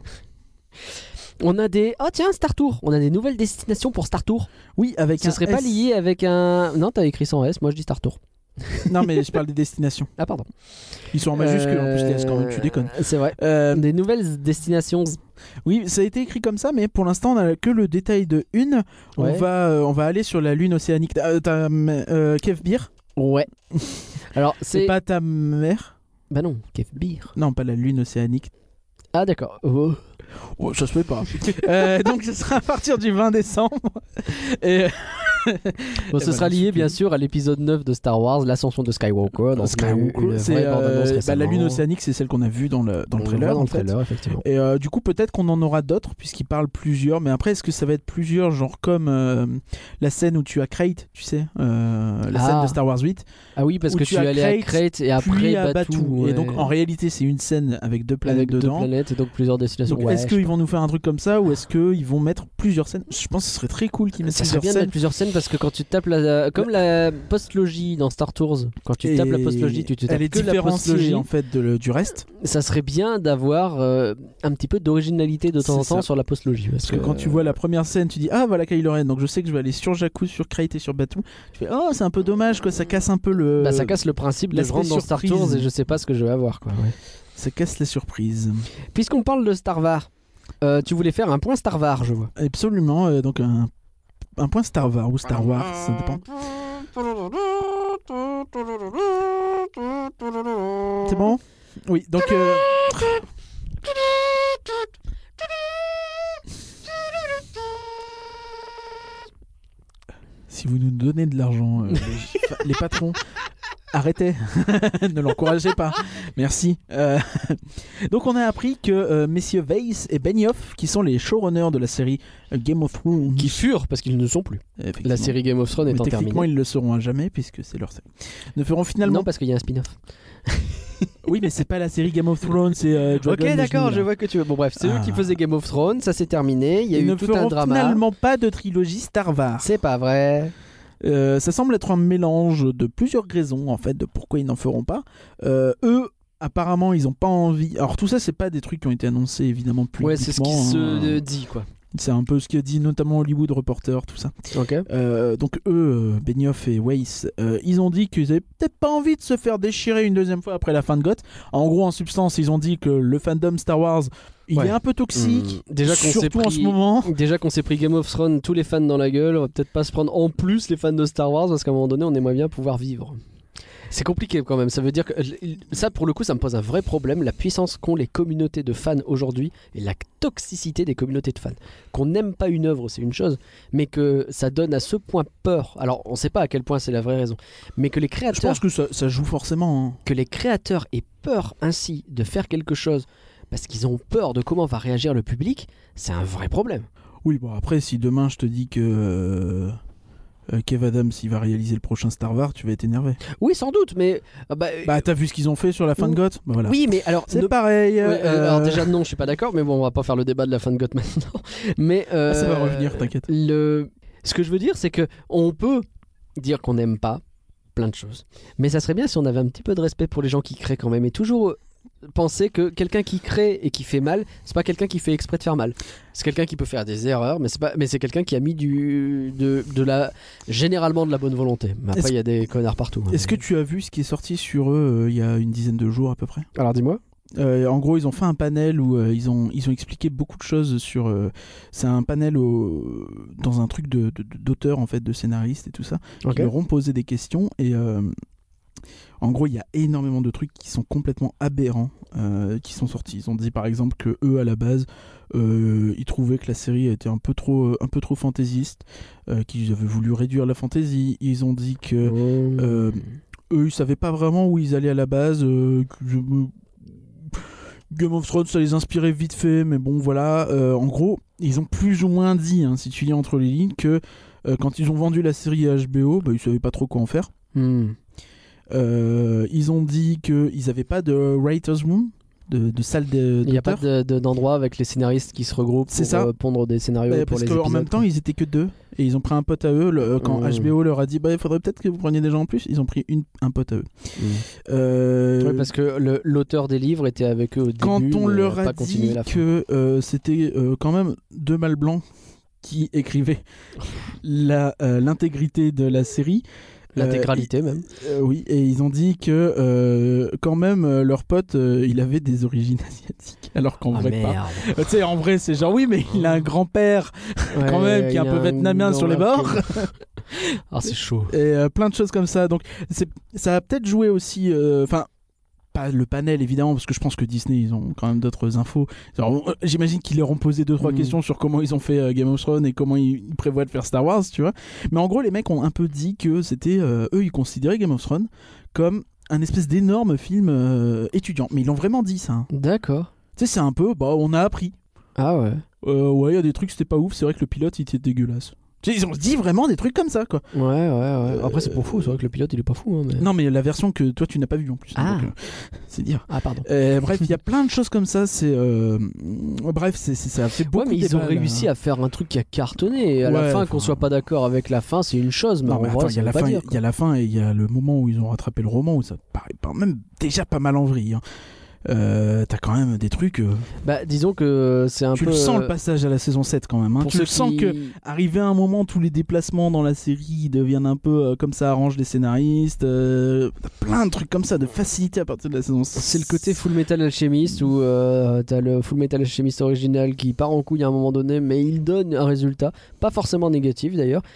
On a des... Oh tiens, Star Tour. On a des nouvelles destinations pour Star Tour. Oui, avec Ce un serait S. pas lié avec un... Non, t'as écrit sans S, moi je dis Star Tour. Non, mais je parle des destinations. Ah, pardon. Ils sont en majuscule, euh... en plus, les S quand même, tu déconnes. C'est vrai. Euh... Des nouvelles destinations. Oui, ça a été écrit comme ça, mais pour l'instant, on a que le détail de une. Ouais. On, va, euh, on va aller sur la lune océanique. Euh, t'as euh, Kev Beer. Ouais. Alors, c'est... c'est pas ta mère. Bah non, Kev Beer. Non, pas la lune océanique. Ah, d'accord. Oh. Oh, ça se fait pas. euh, donc, ce sera à partir du vingt décembre. Et... Bon, ce ben, sera lié bien sûr à l'épisode neuf de Star Wars, l'ascension de Skywalker. Donc Skywalker, une c'est vraie bande-annonce euh, bah, la lune récemment. océanique, c'est celle qu'on a vue dans le, dans le On le trailer. voit dans en le fait. trailer, effectivement. Et euh, du coup, peut-être qu'on en aura d'autres, puisqu'il parle plusieurs. Mais après, est-ce que ça va être plusieurs, genre comme euh, la scène où tu as Crate, tu sais, euh, la Ah. scène de Star Wars huit. Ah oui, parce où que tu tu as allais à Crate, Crate et après puis à Batuu. Batuu. Ouais. Et donc, en réalité, c'est une scène avec deux planètes avec dedans. deux planètes et donc plusieurs destinations. Donc, Ouais, est-ce je qu'ils vont nous faire un truc comme ça ou est-ce qu'ils vont mettre plusieurs scènes? Je pense que ce serait très cool qu'ils mettent Ça serait plusieurs bien de scènes. mettre plusieurs scènes parce que quand tu tapes la, comme la post-logie dans Star Tours, quand tu tapes la Et post-logie, tu te tapes elle est que la différenciée post-logie. en fait de le- du reste. Ça serait bien d'avoir euh, un petit peu d'originalité de temps C'est en temps ça. sur la post-logie. Parce, Parce que quand tu vois la première scène, tu dis ah voilà Kylo Ren, donc je sais que je vais aller sur Jakku, sur Crate et sur Batuu. Tu fais oh c'est un peu dommage quoi, ça casse un peu le. bah, ça casse le principe de je l'aspect rentre dans Star surprise. Tours et je sais pas ce que je vais avoir quoi. Ouais. Ça casse la surprise. Puisqu'on parle de Star Wars, euh, tu voulais faire un point Star Wars, je vois. Absolument, euh, donc un, un point Star Wars ou Star Wars, ça dépend. C'est bon? Oui, donc. Euh... si vous nous donnez de l'argent, euh, les, les patrons, arrêtez, ne l'encouragez pas. Merci. Euh, donc on a appris que euh, messieurs Weiss et Benioff, qui sont les showrunners de la série Game of Thrones, Qui furent, parce qu'ils ne sont plus. La série Game of Thrones mais étant techniquement terminée. ils le seront à jamais puisque c'est leur série, ne feront finalement. Non, parce qu'il y a un spin-off. Oui, mais c'est pas la série Game of Thrones, c'est euh, Dragon Ok, Age d'accord, New, je là. vois que tu veux. Bon, bref, c'est Ah. eux qui faisaient Game of Thrones, ça s'est terminé, il y a Ils eu ne tout feront un drama. finalement pas de trilogie Star Wars. C'est pas vrai. Euh, ça semble être un mélange de plusieurs raisons en fait de pourquoi ils n'en feront pas. Euh, eux, apparemment, ils n'ont pas envie. Alors tout ça, c'est pas des trucs qui ont été annoncés évidemment plus. Ouais, c'est ce qui se euh, dit, quoi. C'est un peu ce qu'a dit notamment Hollywood Reporter, tout ça. Ok. Euh, donc eux, euh, Benioff et Weiss, euh, ils ont dit qu'ils avaient peut-être pas envie de se faire déchirer une deuxième fois après la fin de G O T. En gros, en substance, ils ont dit que le fandom Star Wars, il Ouais. est un peu toxique. Mmh. Déjà qu'on s'est surtout en pris- ce moment. Déjà qu'on s'est pris Game of Thrones, tous les fans dans la gueule, on va peut-être pas se prendre en plus les fans de Star Wars, parce qu'à un moment donné, on aimerait bien pouvoir vivre. C'est compliqué quand même, ça veut dire que ça pour le coup ça me pose un vrai problème, la puissance qu'ont les communautés de fans aujourd'hui et la toxicité des communautés de fans. Qu'on n'aime pas une œuvre c'est une chose, mais que ça donne à ce point peur, alors on sait pas à quel point c'est la vraie raison, mais que les Je créateurs, pense que ça, ça joue forcément. Hein. Que les créateurs aient peur ainsi de faire quelque chose parce qu'ils ont peur de comment va réagir le public, c'est un vrai problème. Oui, bon après, si demain je te dis que euh, euh, Kev Adams il va réaliser le prochain Star Wars, tu vas être énervé. Oui sans doute, mais... euh, bah, Bah t'as vu ce qu'ils ont fait sur la fin de G O T, bah, voilà. Oui mais alors... C'est ne- pareil. Ouais, euh, euh, alors déjà non je suis pas d'accord, mais bon on va pas faire le débat de la fin de G O T maintenant. Mais euh, Ah, ça va revenir, t'inquiète. Le... Ce que je veux dire c'est que on peut dire qu'on n'aime pas plein de choses, mais ça serait bien si on avait un petit peu de respect pour les gens qui créent quand même, et toujours penser que quelqu'un qui crée et qui fait mal, c'est pas quelqu'un qui fait exprès de faire mal. C'est quelqu'un qui peut faire des erreurs, mais c'est pas, mais c'est quelqu'un qui a mis du, de, de la, généralement de la bonne volonté. Mais après Est-ce- il y a des connards partout. hein. Est-ce que tu as vu ce qui est sorti sur eux euh, il y a une dizaine de jours à peu près? Alors dis-moi. Euh, en gros, ils ont fait un panel où euh, ils, ont, ils ont expliqué beaucoup de choses sur. Euh, c'est un panel au- dans un truc de, de- d'auteur, en fait, de scénaristes et tout ça, Ok. qui leur ont posé des questions. Et euh, en gros, il y a énormément de trucs qui sont complètement aberrants euh, qui sont sortis. Ils ont dit par exemple que eux, à la base, euh, ils trouvaient que la série était un peu trop, un peu trop fantaisiste, euh, qu'ils avaient voulu réduire la fantaisie. Ils ont dit que. Euh, eux, ils savaient pas vraiment où ils allaient à la base. euh, que je me- Game of Thrones, ça les inspirait vite fait, mais bon, voilà. Euh, en gros, ils ont plus ou moins dit, hein, si tu lis entre les lignes, que euh, quand ils ont vendu la série à H B O, bah, ils savaient pas trop quoi en faire. Hmm. Euh, ils ont dit qu'ils avaient pas de writer's room, de, de salle de, Il n'y a pas d'auteur. de- de- d'endroit avec les scénaristes qui se regroupent C'est pour ça. euh, pondre des scénarios Ouais, pour parce les qu'en épisodes. même temps, quoi. ils étaient que deux. Et ils ont pris un pote à eux. Le, quand Mmh. H B O leur a dit, bah, il faudrait peut-être que vous preniez des gens en plus, ils ont pris une, un pote à eux. Hmm. Euh, Ouais, parce que le- l'auteur des livres était avec eux au début. quand on mais leur pas a continué dit la fin. que euh, c'était euh, quand même deux mâles blancs qui écrivaient la, euh, l'intégrité de la série. L'intégralité euh, même. euh, oui, et ils ont dit que euh, quand même euh, leur pote, euh, il avait des origines asiatiques, alors qu'en Ah vrai merde. pas. Euh, tu sais, en vrai, c'est genre oui, mais il a un grand-père quand même qui est un il y peu a vietnamien sur les bords. Ah c'est chaud. Et euh, plein de choses comme ça. Donc c'est, ça a peut-être joué aussi. Enfin, pas le panel évidemment, parce que je pense que Disney ils ont quand même d'autres infos. Alors, j'imagine qu'ils leur ont posé deux trois Mm. questions sur comment ils ont fait euh, Game of Thrones et comment ils, ils prévoient de faire Star Wars, tu vois. Mais en gros, les mecs ont un peu dit que c'était euh, eux, ils considéraient Game of Thrones comme un espèce d'énorme film euh, étudiant. Mais ils l'ont vraiment dit ça. Hein. D'accord. Tu sais, c'est un peu, bah, on a appris. Ah ouais. Euh, ouais, il y a des trucs c'était pas ouf. C'est vrai que le pilote il était dégueulasse. Tu sais, ils ont dit vraiment des trucs comme ça, quoi. Ouais, ouais, ouais. Après, c'est pas fou. C'est vrai que le pilote, il est pas fou. Hein, mais... Non, mais la version que toi tu n'as pas vue en plus. Ah. Donc, euh, c'est dire. Ah, pardon. Euh, bref, il y a plein de choses comme ça. C'est euh, bref, c'est, c'est- ça a fait beaucoup. Ouais, mais ils ont débat, là. réussi à faire un truc qui a cartonné. Et à la Ouais, fin, enfin- qu'on soit pas d'accord avec la fin, c'est une chose. Mais Non, en mais vrai, attends, il y ça a veut la pas fin, dire, il y a la fin et il y a le moment où ils ont rattrapé le roman où ça paraît pas même déjà pas mal en vrille. Hein. Euh, t'as quand même des trucs. euh, Bah, disons que c'est un tu peu. le sens euh, le passage à la saison sept quand même. Hein. pour Tu le ceux sens qui- que arrivé à un moment, tous les déplacements dans la série deviennent un peu euh, comme ça arrange les scénaristes. Euh, t'as plein de trucs comme ça de facilité à partir de la saison sept. C'est le côté Full Metal Alchemist où euh, t'as le Full Metal Alchemist original qui part en couille à un moment donné, mais il donne un résultat, pas forcément négatif d'ailleurs.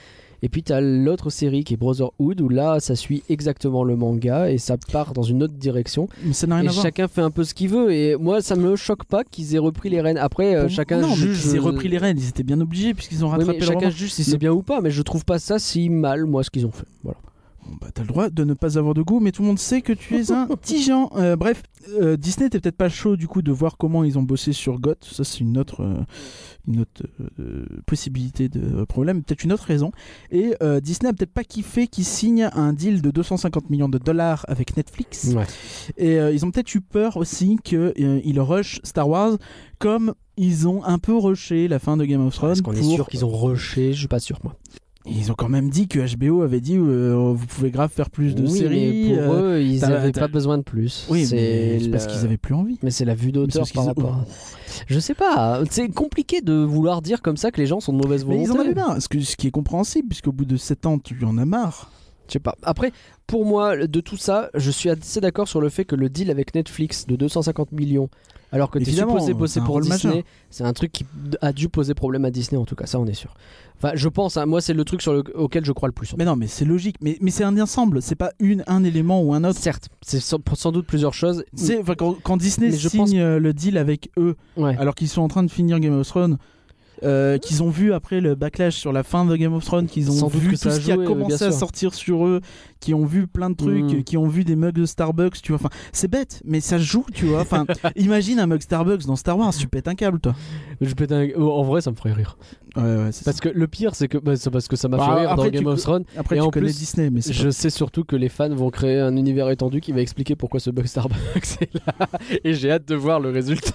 Et puis t'as l'autre série qui est Brotherhood où là ça suit exactement le manga et ça part dans une autre direction. Mais ça n'a rien Et à voir. chacun fait un peu ce qu'il veut et moi ça me choque pas qu'ils aient repris les rênes. Après euh, Pour- chacun non, juge. mais qu'ils aient repris les rênes, ils étaient bien obligés puisqu'ils ont Oui, rattrapé mais le chacun roman. juge si c'est Le- bien ou pas, mais je trouve pas ça si mal moi ce qu'ils ont fait. Voilà. Bon, bah, t'as le droit de ne pas avoir de goût, mais tout le monde sait que tu es un tigeant. Euh, bref, euh, Disney était peut-être pas chaud du coup de voir comment ils ont bossé sur G O T. Ça, c'est une autre, euh, une autre euh, possibilité de problème, peut-être une autre raison. Et euh, Disney a peut-être pas kiffé qu'ils signent un deal de deux cent cinquante millions de dollars avec Netflix. Ouais. Et euh, ils ont peut-être eu peur aussi qu'ils euh, rushent Star Wars comme ils ont un peu rushé la fin de Game of Thrones. Est-ce qu'on est pour- sûr qu'ils ont rushé? Je suis pas sûr moi. Ils ont quand même dit que H B O avait dit euh, vous pouvez grave faire plus de oui, séries. mais pour euh, eux ils t'as- avaient t'as- pas besoin de plus. Oui, c'est mais c'est la- parce qu'ils avaient plus envie. Mais c'est la vue Mais d'auteur c'est par parce qu'ils- rapport. à- Je sais pas. C'est compliqué de vouloir dire comme ça que les gens sont de mauvaise volonté. Mais ils en avaient marre, ce, que, ce qui est compréhensible, puisqu'au bout de sept ans, tu en as marre. Je sais pas. Après, pour moi, de tout ça, je suis assez d'accord sur le fait que le deal avec Netflix de deux cent cinquante millions, alors que tu es Évidemment, supposé bosser c'est un pour rôle Disney, majeur. c'est un truc qui a dû poser problème à Disney en tout cas, ça on est sûr. Enfin, je pense, hein, moi c'est le truc sur le- auquel je crois le plus. Mais non, mais c'est logique. Mais, mais c'est un ensemble, c'est pas une, un élément ou un autre. Certes, c'est sans, sans doute plusieurs choses. C'est, enfin, quand, quand Disney Mais je signe pense- euh, le deal avec eux, Ouais. alors qu'ils sont en train de finir Game of Thrones, euh, qu'ils ont vu après le backlash sur la fin de Game of Thrones, qu'ils ont Sans doute vu que tout ça a ce qui a joué, commencé bien à sûr. sortir sur eux, qui ont vu plein de trucs, Mm. qui ont vu des mugs de Starbucks, tu vois. Enfin, c'est bête, mais ça joue, tu vois. Enfin, imagine un mug Starbucks dans Star Wars, tu pètes un câble, toi. Je pète un- oh, En vrai, ça me ferait rire. Ouais, ouais, c'est Parce que le pire, c'est que bah, c'est parce que ça m'a Bah, fait rire après, dans tu Game of co- Thrones. Après, Et tu en connais plus, Disney, mais c'est Je sais surtout que les fans vont créer un univers étendu qui va expliquer pourquoi ce bug Starbucks est là. Et j'ai hâte de voir le résultat.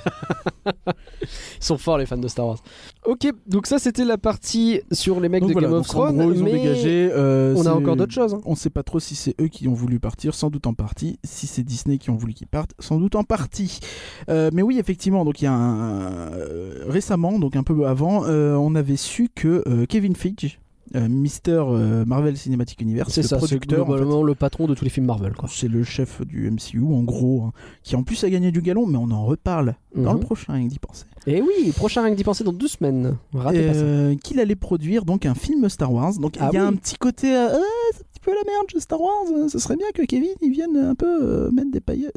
Ils sont forts les fans de Star Wars. Ok, donc ça c'était la partie sur les mecs Donc de voilà, Game of donc en Thrones. gros, ils ont mais dégagé. euh, on c'est- a encore d'autres choses. hein. On sait pas trop si c'est eux qui ont voulu partir, sans doute en partie. Si c'est Disney qui ont voulu qu'ils partent, sans doute en partie. Euh, mais oui, effectivement, donc il y a un euh, récemment, donc un peu avant, euh, on avait su que euh, Kevin Feige, euh, Mister euh, Marvel Cinematic Universe, C'est le ça, c'est producteur, en fait, globalement le patron de tous les films Marvel. Quoi. c'est le chef du M C U en gros, hein, qui en plus a gagné du galon, mais on en reparle dans Mhm. le prochain, rien que d'y penser. Et oui, prochain rien que d'y penser dans deux semaines. Ratez pas ça. Euh, qu'il allait produire donc un film Star Wars. Donc il Ah y a oui. un petit côté, euh, Ah, c'est un petit peu la merde chez Star Wars. euh, Ce serait bien que Kevin il vienne un peu euh, mettre des paillettes.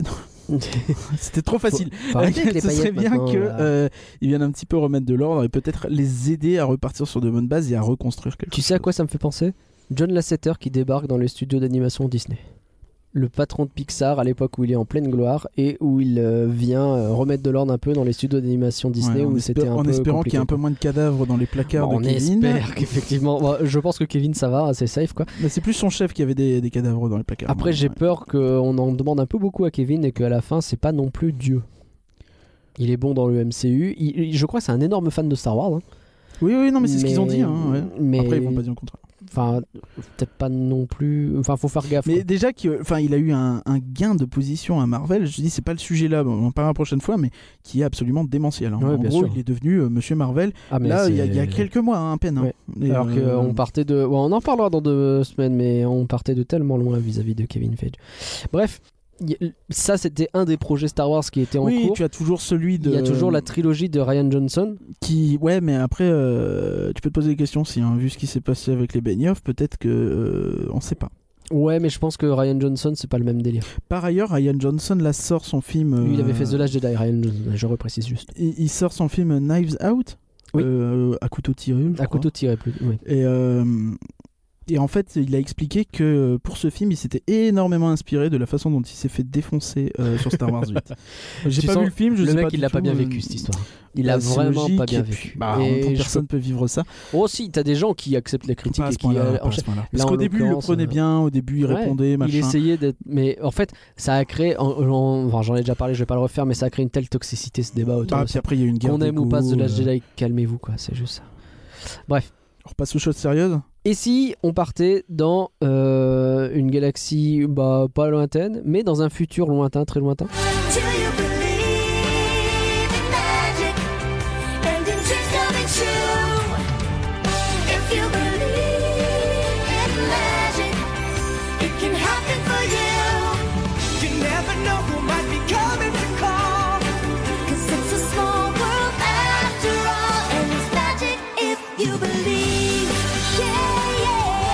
C'était trop facile. Faut arrêter avec les Ce serait paillettes bien maintenant, que là. euh, il vienne un petit peu remettre de l'ordre et peut-être les aider à repartir sur de bonnes bases et à reconstruire quelque Tu chose. sais à quoi ça me fait penser? John Lasseter qui débarque dans les studios d'animation Disney. Le patron de Pixar à l'époque où il est en pleine gloire et où il euh, vient euh, remettre de l'ordre un peu dans les studios d'animation Disney Ouais, en où espé- c'était un en peu espérant qu'il y ait un compliqué, peu moins de cadavres dans les placards quoi. de On Kevin. espère qu'effectivement. Bon, je pense que Kevin ça va, c'est safe quoi. Mais c'est plus son chef qui avait des, des cadavres dans les placards. Après Ouais. j'ai peur qu'on en demande un peu beaucoup à Kevin et qu'à la fin c'est pas non plus Dieu. Il est bon dans le M C U. Il- il- je crois que c'est un énorme fan de Star Wars. hein. Oui, oui, non, mais c'est ce Mais- qu'ils ont dit. Hein, ouais. mais- Après, ils vont pas dire le contraire. Enfin, peut-être pas non plus. Enfin, faut faire gaffe. Mais quoi. déjà qu'il enfin, il a eu un, un gain de position à Marvel, je dis c'est pas le sujet là, on en parlera la prochaine fois, mais qui est absolument démentiel. hein. Ouais, en bien gros, sûr. il est devenu euh, Monsieur Marvel. Ah, mais Là, il y, a- c'est- il y a quelques mois, hein, à peine. hein. Ouais. Et, Alors euh, qu'on partait de. Ouais, on en parlera dans deux semaines, mais on partait de tellement loin vis-à-vis de Kevin Feige. Bref, y- ça c'était un des projets Star Wars qui était en Oui, cours. tu as toujours celui de. Il y a toujours la trilogie de Ryan Johnson. qui, ouais, mais après, euh, tu peux te poser des questions si, hein, vu ce qui s'est passé avec les Benioff, peut-être que euh, on sait pas. Ouais, mais je pense que Ryan Johnson, c'est pas le même délire. Par ailleurs, Ryan Johnson là sort son film. Lui, il avait euh, fait The Last Jedi, Ryan Johnson, je reprécise juste. il, il sort son film Knives Out. Oui. euh, à couteau tiré. je À crois. couteau tiré plus. Oui. Et, euh, et en fait, il a expliqué que pour ce film, il s'était énormément inspiré de la façon dont il s'est fait défoncer euh, sur Star Wars huit. J'ai Tu pas sens- vu le film, je le sais mec, pas il du l'a pas tout, bien euh, vécu cette histoire. Il bah, a c'est vraiment logique, pas bien et puis, vécu. bah, en Et même temps, je personne peut vivre ça. Oh si, t'as des gens qui acceptent les critiques Pas à et ce qui point-là. euh, pas à ce enchaînent. point-là. Là, Parce en qu'au début, il le l'occurrence, prenait euh, bien, au début, il Ouais, répondait, machin. Il essayait d'être. Mais en fait, ça a créé. en- en- Enfin, j'en ai déjà parlé, je vais pas le refaire, mais ça a créé une telle toxicité ce débat autour Ah, de puis ça. après, il y a eu une guerre Qu'on aime ou pas The Last d'ego, euh, Jedi, calmez-vous quoi, c'est juste ça. Bref. On repasse aux choses sérieuses. Et si on partait dans euh, une galaxie bah, pas lointaine, mais dans un futur lointain, très lointain? Do you believe in magic and in dreams coming true? If you believe in magic, it can happen for you. You never know who might be coming to call. 'Cause it's a small world after all, and it's magic if you believe. Yeah, yeah.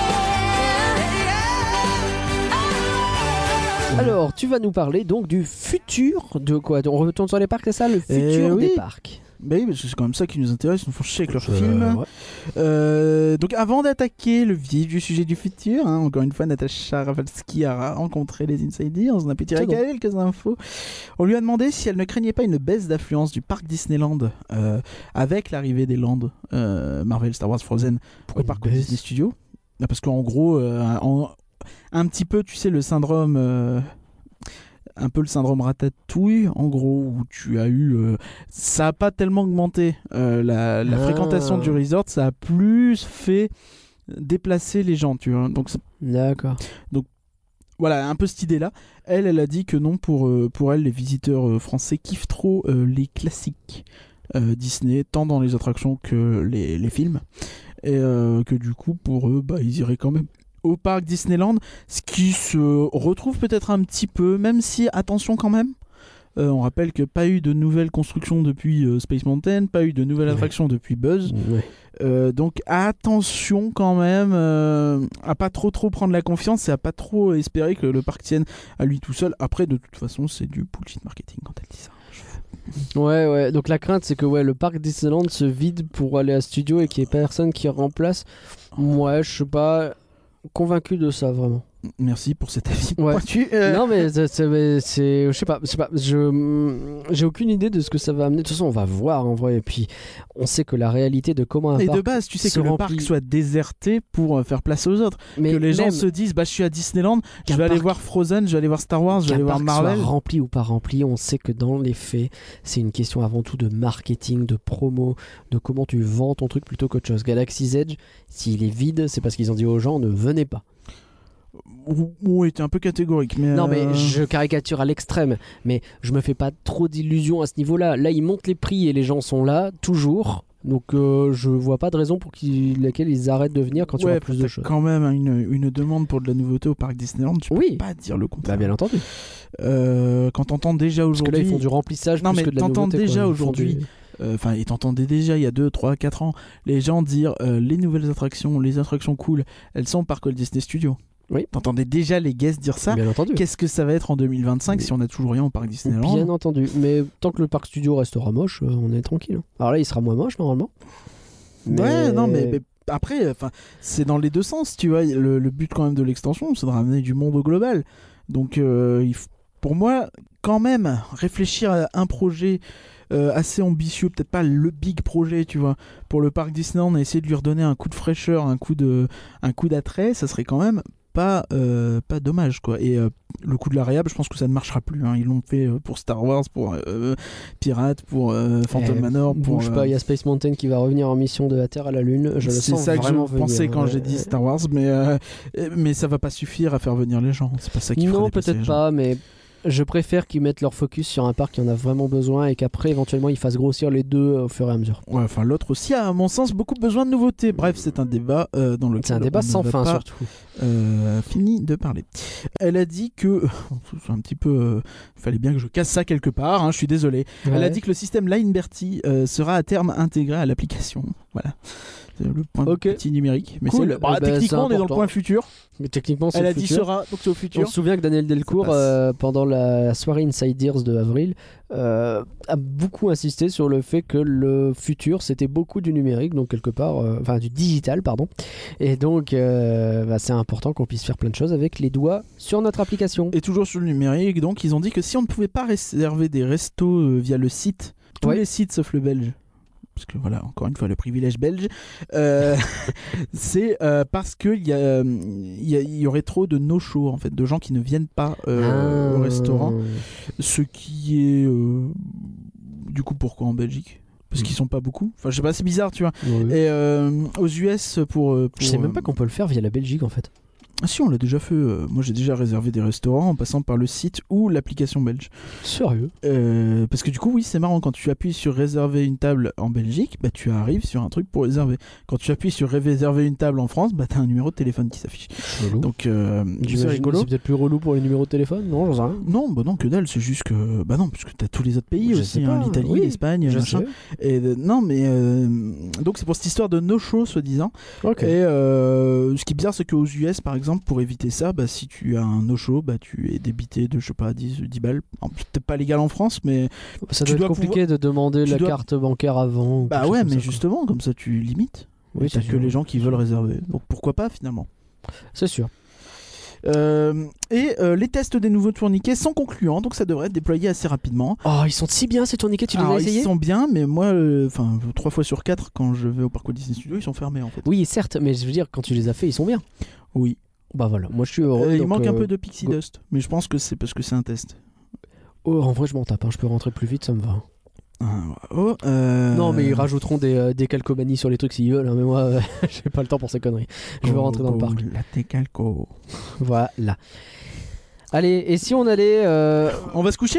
Alors, tu vas nous parler donc du futur de quoi? On retourne sur les parcs, c'est ça? Le Eh futur oui. des parcs. Bah oui, parce que c'est quand même ça qui nous intéresse, ils nous font chier avec leurs Euh, films. ouais. Euh, donc avant d'attaquer le vif du sujet du futur, hein, encore une fois, Natacha Ravalski a rencontré les Insiders, on a pu tirer C'est bon. quelques infos. On lui a demandé si elle ne craignait pas une baisse d'affluence du parc Disneyland euh, avec l'arrivée des landes euh, Marvel, Star Wars, Frozen Pourquoi au une parc baisse Disney Studios. Bah, parce qu'en gros, euh, en- un petit peu, tu sais, le syndrome... euh, un peu le syndrome ratatouille en gros, où tu as eu euh, ça a pas tellement augmenté euh, la, la Ah. fréquentation du resort, ça a plus fait déplacer les gens, tu vois. Donc c'est- D'accord. voilà, un peu cette idée là. Elle elle a dit que non, pour euh, pour elle les visiteurs euh, français kiffent trop euh, les classiques euh, Disney, tant dans les attractions que les, les films, et euh, que du coup pour eux bah ils iraient quand même au parc Disneyland, ce qui se retrouve peut-être un petit peu, même si, attention quand même, euh, on rappelle que pas eu de nouvelles constructions depuis euh, Space Mountain, pas eu de nouvelles Ouais. attractions depuis Buzz, Ouais. euh, donc attention quand même euh, à pas trop trop prendre la confiance et à pas trop espérer que le parc tienne à lui tout seul. Après, de toute façon, c'est du bullshit marketing quand elle dit ça. Ouais, ouais. Donc la crainte, c'est que ouais, le parc Disneyland se vide pour aller à studio et qu'il n'y ait personne qui remplace. Ouais, je suis pas convaincu de ça vraiment. Merci pour cet avis Ouais. pointu. Euh, Non, mais c'est, c'est, mais c'est- je sais pas, je sais pas, je, j'ai aucune idée de ce que ça va amener. De toute façon, on va voir en vrai. Et puis, on sait que la réalité de comment un Et parc de base, tu sais se que le remplit- parc soit déserté pour euh, faire place aux autres. mais que les gens même se disent bah je suis à Disneyland, je qu'un vais aller parc- voir Frozen, je vais aller voir Star Wars, je vais qu'un aller voir parc Marvel. soit rempli ou pas rempli, on sait que dans les faits, c'est une question avant tout de marketing, de promo, de comment tu vends ton truc plutôt qu'autre chose. Galaxy's Edge, s'il est vide, c'est parce qu'ils ont dit aux gens ne venez pas. Oui, t'es un peu catégorique, mais Non, euh, mais je caricature à l'extrême, mais je me fais pas trop d'illusions à ce niveau-là. Là, ils montent les prix et les gens sont là, toujours. Donc, euh, je vois pas de raison pour qu'ils, laquelle ils arrêtent de venir quand il y ouais, aura plus de t'as choses. quand même une, une demande pour de la nouveauté au parc Disneyland, tu Oui. peux pas dire le Bah, contraire. bien entendu. Euh, quand t'entends déjà Parce que là, aujourd'hui, ils font du remplissage Non, plus mais que de la t'entends nouveauté. quoi. déjà Ils font aujourd'hui, du- enfin, et t'entendais déjà il y a deux, trois, quatre ans, les gens dire euh, les nouvelles attractions, les attractions cool, elles sont au parc Walt Disney Studios. Oui. T'entendais déjà les guests dire ça. Bien entendu. Qu'est-ce que ça va être en deux mille vingt-cinq si on a toujours rien au parc Disneyland? Bien entendu. Mais tant que le parc studio restera moche, euh, on est tranquille. Alors là, il sera moins moche normalement. Ouais, non, mais, mais après, enfin, c'est dans les deux sens, tu vois. Le, le but quand même de l'extension, c'est de ramener du monde au global. Donc, euh, il f- pour moi, quand même, réfléchir à un projet euh, assez ambitieux, peut-être pas le big projet, tu vois, pour le parc Disneyland, et essayer de lui redonner un coup de fraîcheur, un coup de, un coup d'attrait, ça serait quand même pas, euh, pas dommage, quoi. Et euh, le coup de l'ariable, je pense que ça ne marchera plus. Hein. Ils l'ont fait euh, pour Star Wars, pour euh, Pirates, pour euh, Phantom Eh, Manor, pour. Bouge euh, pas, il y a Space Mountain qui va revenir en mission de la Terre à la Lune. Je le c'est sens ça que je vraiment venir. pensais quand Ouais. j'ai dit Star Wars, mais, euh, mais ça va pas suffire à faire venir les gens. C'est pas ça qui fera Non, déplacer les peut-être gens. pas, mais je préfère qu'ils mettent leur focus sur un parc qui en a vraiment besoin et qu'après, éventuellement, ils fassent grossir les deux au fur et à mesure. Ouais, enfin, l'autre aussi a, à mon sens, beaucoup besoin de nouveautés. Bref, c'est un débat euh, dans lequel C'est un débat on ne sans va fin, pas, surtout. euh, fini de parler. Elle a dit que. C'est un petit peu. euh, Il fallait bien que je casse ça quelque part, hein, je suis désolé. Elle a Ouais. dit que le système Line-Berty euh, sera à terme intégré à l'application. Voilà. C'est le point Ok. petit numérique. Mais Cool. c'est le- bah, Eh ben, techniquement, c'est on est dans le important. point futur. Mais techniquement, c'est Elle le a dit futur. sera, donc c'est au On futur. se souvient que Daniel Delcourt, Ça passe. euh, pendant la soirée Insiders de avril, euh, a beaucoup insisté sur le fait que le futur, c'était beaucoup du numérique, donc quelque part, euh, enfin du digital, pardon. Et donc, euh, bah, c'est important qu'on puisse faire plein de choses avec les doigts sur notre application. Et toujours sur le numérique, donc ils ont dit que si on ne pouvait pas réserver des restos euh, via le site, tous Ouais. les sites sauf le belge, parce que voilà, encore une fois, le privilège belge, euh, c'est euh, parce qu'il y, a, euh, il y, a- il y aurait trop de no-show, en fait, de gens qui ne viennent pas euh, Ah. au restaurant, ce qui est... euh, du coup, pourquoi en Belgique? Parce qu'ils sont pas beaucoup. Enfin, je sais pas, c'est bizarre, tu vois. Ouais. Et euh, aux U S, pour... euh, pour Je sais même euh, pas qu'on peut le faire via la Belgique en fait. Ah si, on l'a déjà fait. euh, moi, j'ai déjà réservé des restaurants en passant par le site ou l'application belge. Sérieux? Euh, parce que du coup, oui, c'est marrant. Quand tu appuies sur réserver une table en Belgique, bah, tu arrives sur un truc pour réserver. Quand tu appuies sur réserver une table en France, bah, t'as un numéro de téléphone qui s'affiche. Chelou. Donc, euh, c'est J'imagine que rigolo. c'est peut-être plus relou pour les numéros de téléphone, non? J'en sais rien. Non, bah non, que dalle. C'est juste que, bah non, parce que t'as tous les autres pays Je aussi, sais hein, pas, l'Italie, oui, l'Espagne, Je machin. sais. Et euh, non, mais euh, donc c'est pour cette histoire de no show, soi-disant. Ok. Et euh, ce qui est bizarre, c'est qu'aux U S, par exemple, exemple, pour éviter ça, bah, si tu as un no-show, bah, tu es débité de, je sais pas, dix, dix balles. Alors, peut-être pas légal en France, mais Ça tu doit dois être compliqué pouvoir- de demander tu la dois- carte bancaire avant. ou bah quelque ouais, chose comme mais ça, quoi. justement, comme ça, tu limites. Oui, Et t'as c'est que sûr. les gens qui veulent réserver. Donc pourquoi pas finalement. C'est sûr. Euh, et euh, les tests des nouveaux tourniquets sont concluants, donc ça devrait être déployé assez rapidement. Oh, ils sont si bien ces tourniquets, tu les Alors, as essayés? ils sont bien, mais moi, enfin, trois fois sur quatre, quand je vais au parc Walt Disney Studios, ils sont fermés en fait. Oui, certes, mais je veux dire, quand tu les as fait, ils sont bien. Oui. Bah voilà, moi je suis heureux. Euh, il donc, manque un euh, peu de pixie go- dust, mais je pense que c'est parce que c'est un test. Oh, en vrai, je m'en tape, hein, je peux rentrer plus vite, ça me va. Ah, oh, euh... Non, mais ils rajouteront des, euh, des calcomanies sur les trucs s'ils veulent, hein, mais moi, euh, j'ai pas le temps pour ces conneries. Je veux Go, rentrer dans le go, parc. La Técalco. Voilà. Allez, et si on allait. euh, On va se coucher?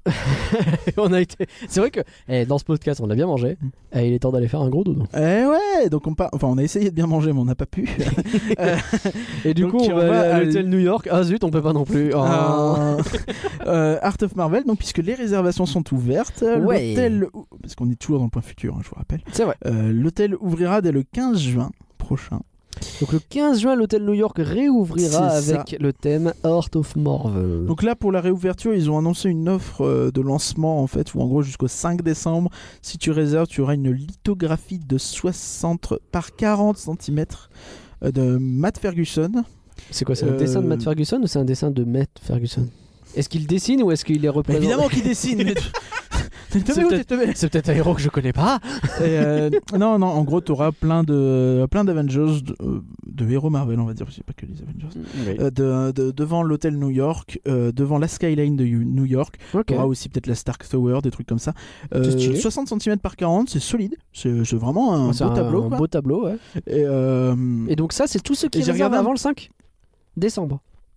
on a été. C'est vrai que eh, dans ce podcast, on a bien mangé. Et il est temps d'aller faire un gros dodo. Eh ouais, donc on part. Enfin, on a essayé de bien manger, mais on n'a pas pu. Euh, Et du Donc, coup, on on va va aller à aller- l'hôtel New York. Ah zut, on peut pas non plus. Oh. euh, euh, Art of Marvel, donc puisque les réservations sont ouvertes, Ouais. l'hôtel, parce qu'on est toujours dans le point futur, hein, je vous rappelle, C'est vrai. euh, l'hôtel ouvrira dès le quinze juin prochain. Donc le quinze juin, l'hôtel New York réouvrira C'est ça. avec le thème Art of Marvel. Donc là, pour la réouverture, ils ont annoncé une offre euh, de lancement en fait, où en gros jusqu'au cinq décembre, si tu réserves, tu auras une lithographie de soixante par quarante centimètres de Matt Ferguson. C'est quoi, c'est un Euh, dessin de Matt Ferguson ou c'est un dessin de Matt Ferguson? Est-ce qu'il dessine ou est-ce qu'il est Mais représenté? évidemment qu'il dessine. mais tu- T'es C'est teubé ou peut-être- t'es teubé C'est peut-être un héros que je connais pas. Et, euh, non, non, en gros, t'auras plein de plein d'Avengers, de, euh, de héros Marvel, on va dire, c'est pas que les Avengers, euh, de, de- devant l'hôtel New York, euh, devant la skyline de New York. Ok. T'auras aussi peut-être la Stark Tower, des trucs comme ça. Euh, C'est stylé. soixante centimètres par quarante, c'est solide. C'est c'est vraiment un C'est beau un, tableau. un quoi. beau tableau, ouais. Et, euh, Et donc ça, c'est tous ceux qui Et j'ai réservent regardé un- avant le cinq décembre.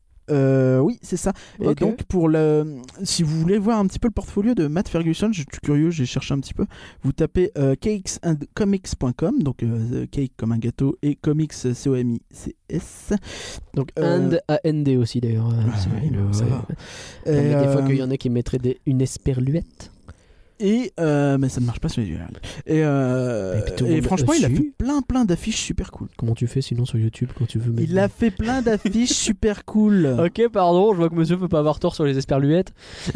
euh, oui, c'est ça. Et Ok. donc, pour le, si vous voulez voir un petit peu le portfolio de Matt Ferguson, je suis curieux, j'ai cherché un petit peu. Vous tapez euh, cakes and comics point com, donc euh, cake comme un gâteau et comics C O M I C S. Donc Euh, and A N D aussi d'ailleurs. hein, Ah, c'est- oui, le- ça ouais. va. Non, Et, mais des fois euh, qu'il y en a qui mettraient des- une esperluette. Et euh, mais ça ne marche pas sur les yeux. Et, euh, Et puis tout le et monde franchement, il a dessus. fait plein plein d'affiches super cool. Comment tu fais sinon sur YouTube quand tu veux mettre Il a fait plein d'affiches super cool. Ok, pardon, je vois que monsieur peut pas avoir tort sur les esperluettes.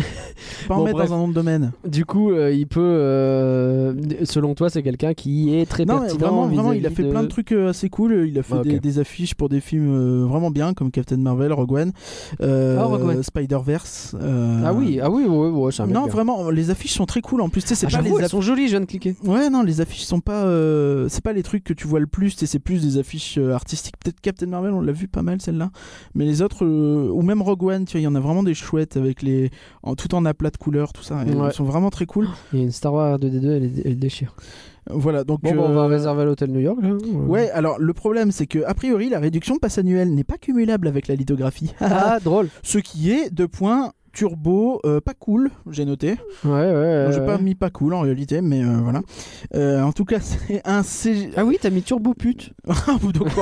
Pas en Bon, mettre bref. dans un nom de domaine. Du coup, euh, il peut. euh, selon toi, c'est quelqu'un qui est très Non, mais pertinent. vraiment, vraiment, il a vis-à-vis fait de- plein de trucs euh, assez cool. Il a fait Ah, ok. des, des affiches pour des films euh, vraiment bien, comme Captain Marvel, Rogue One, euh, Ah, Rogue One. Spider-Verse. euh, Ah oui, ah oui, ouais, ouais, c'est un mec Non, bien. vraiment, les affiches sont très cool. En plus, tu sais, c'est Ah, pas j'avoue, les elles sont jolies, je viens de cliquer. Ouais, non, les affiches sont pas. euh, C'est pas les trucs que tu vois le plus. tu sais, C'est plus des affiches euh, artistiques. Peut-être Captain Marvel, on l'a vu pas mal celle-là. Mais les autres, euh, ou même Rogue One, tu vois, il y en a vraiment des chouettes avec les, en, tout en aplat de couleurs, tout ça. Et Ouais. Ils sont vraiment très cool. Il y a une Star Wars deux D deux, elle, elle déchire. Voilà, donc. Bon, bah, on va euh, réserver à l'hôtel New York. Là. Ouais, alors le problème c'est que a priori la réduction de passe annuelle n'est pas cumulable avec la lithographie. Ah, drôle. Ce qui est deux points turbo euh, pas cool, j'ai noté. Ouais, ouais. Donc, j'ai ouais. pas mis pas cool en réalité, mais euh, voilà. Euh, en tout cas, c'est un C. Ah oui, t'as mis turbo pute. Ah, vous d'accord.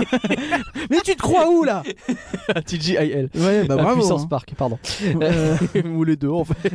Mais tu te crois où là? T G I L. Ouais, bah Ah, bravo. Puissance hein. Park, pardon. Euh, Ou les deux en fait.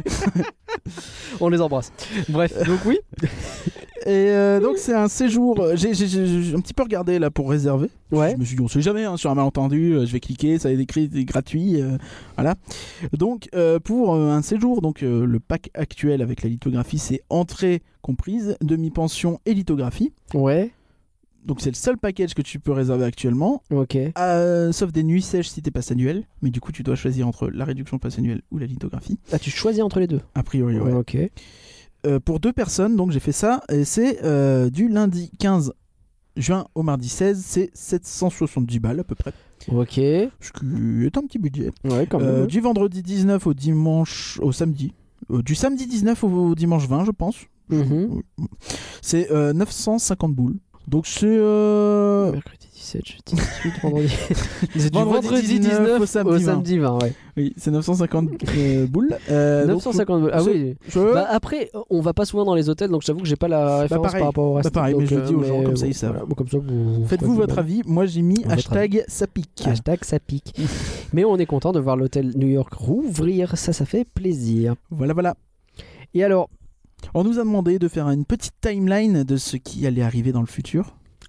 On les embrasse. Bref, donc oui. Et euh, donc c'est un séjour. euh, J'ai j'ai- j'ai- j'ai un petit peu regardé là pour réserver. Ouais. Je me suis dit on sait jamais hein, sur un malentendu, euh, je vais cliquer, ça est écrit c'est gratuit, euh, voilà. Donc euh, pour euh, un séjour, donc euh, le pack actuel avec la lithographie c'est entrée comprise, demi-pension et lithographie. Ouais. Donc c'est le seul package que tu peux réserver actuellement, Ok. euh, sauf des nuits sèches si t'es passe annuel. Mais du coup tu dois choisir entre la réduction passe annuelle ou la lithographie. Ah, tu choisis entre les deux. A priori ouais. Ok. Euh, pour deux personnes, donc j'ai fait ça, et c'est euh, du lundi quinze juin au mardi seize, c'est sept cent soixante-dix balles à peu près, Ok. ce qui est un petit budget. Ouais, quand même. Euh, ouais. du vendredi dix-neuf au dimanche, au samedi, Euh, du samedi dix-neuf au, au dimanche vingt, je pense. Mhm. C'est euh, neuf cent cinquante boules. Donc c'est euh, Mercredi dix-sept, jeudi dix-huit, vendredi. C'est du Vendredi vendredi dix-neuf dix-neuf au au samedi samedi, vingt, ouais. oui, c'est neuf cent cinquante euh, boules. Euh, donc, neuf cent cinquante boules. Ah je- oui. je- Bah après, on va pas souvent dans les hôtels, donc j'avoue que j'ai pas la référence pareil. par rapport au reste. Bah, pareil, mais Donc, je le dis aux euh, gens, mais comme ça, bon, ils savent. voilà. Bon, comme ça, vous Faites-vous ferez votre vous-même. avis. Moi j'ai mis Votre hashtag ça pique. Hashtag ça pique. Mais on est content de voir l'hôtel New York rouvrir, ça, ça fait plaisir. Voilà, voilà. Et alors, On nous a demandé de faire une petite timeline de ce qui allait arriver dans le futur.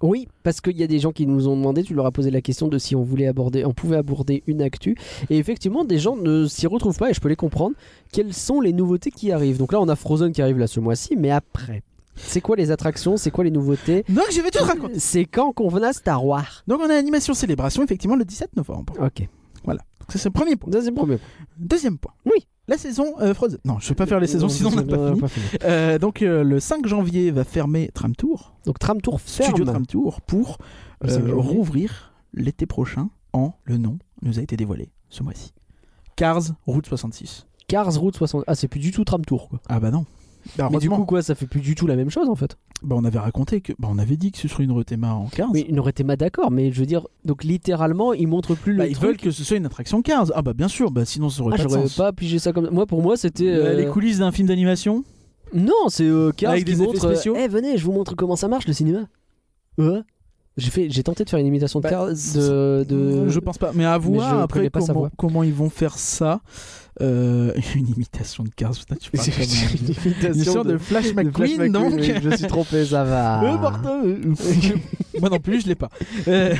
Oui, parce qu'il y a des gens qui nous ont demandé, tu leur as posé la question de si on voulait aborder, on pouvait aborder une actu. Et effectivement, des gens ne s'y retrouvent pas et je peux les comprendre. Quelles sont les nouveautés qui arrivent? Donc là, on a Frozen qui arrive là ce mois-ci, mais après, c'est quoi les attractions? C'est quoi les nouveautés? Donc je vais tout raconter. C'est quand qu'on venait à Star Wars? Donc on a Animation Célébration, effectivement, le dix-sept novembre. Ok. Voilà. Donc ça, c'est le premier point. Deuxième premier. Deuxième point. Oui. La saison euh, Frozen. Non, je vais pas faire les saisons, sinon on n'a pas fini. fini. Euh, donc euh, le cinq janvier va fermer Tram Tour, Donc Tram Tour ferme. Studio Tram Tour, pour Le cinq euh, janvier. rouvrir l'été prochain en, le nom nous a été dévoilé ce mois-ci. Cars Route soixante-six. Cars Route soixante. Ah, c'est plus du tout Tram Tour quoi. Ah bah non. Bah, Mais du heureusement. coup quoi, ça fait plus du tout la même chose en fait. Bah, on avait raconté que, bah, on avait dit que ce serait une Rotema en Cars. Oui, il n'aurait été mal d'accord, mais je veux dire, donc littéralement, ils montrent plus Bah, le ils truc. veulent que ce soit une attraction Cars. Ah bah bien sûr, bah sinon ça aurait Ah, pas de j'aurais sens. pas pigé ça comme moi. Pour moi, c'était Euh, euh, Les coulisses d'un film d'animation. non, c'est euh, Cars Avec qui des effets montre. euh, spéciaux. Eh, venez, je vous montre comment ça marche le cinéma. Ouais. J'ai fait, j'ai tenté de faire une imitation de Bah, Cars de, de... Je pense pas, mais à Mais je voir après connais pas sa comment, voix. comment ils vont faire ça. Euh, une imitation de Cars, putain, tu parles comme un- une Une imitation imitation de, Flash McQueen, donc. oui, je suis trompé, ça va. Euh, Martin, euh, Moi non plus, je l'ai pas. Euh,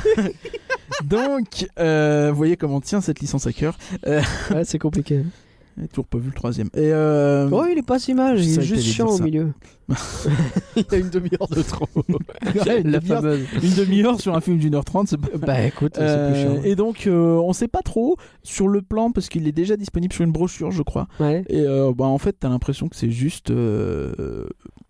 donc, euh, vous voyez comment tient cette licence à cœur. Euh, Ouais, c'est compliqué. j'ai toujours pas vu le troisième. Et euh, Oh, il est pas si mal, il ça est a été juste de chiant dire au ça. milieu. il y a une demi-heure de trop. une La demi-heure- fameuse. une demi-heure sur un film d'une heure trente, c'est pas. Bah écoute, c'est Euh, plus chiant. et donc, euh, on sait pas trop sur le plan parce qu'il est déjà disponible sur une brochure, je crois. Ouais. Et euh, bah, en fait, t'as l'impression que c'est juste euh,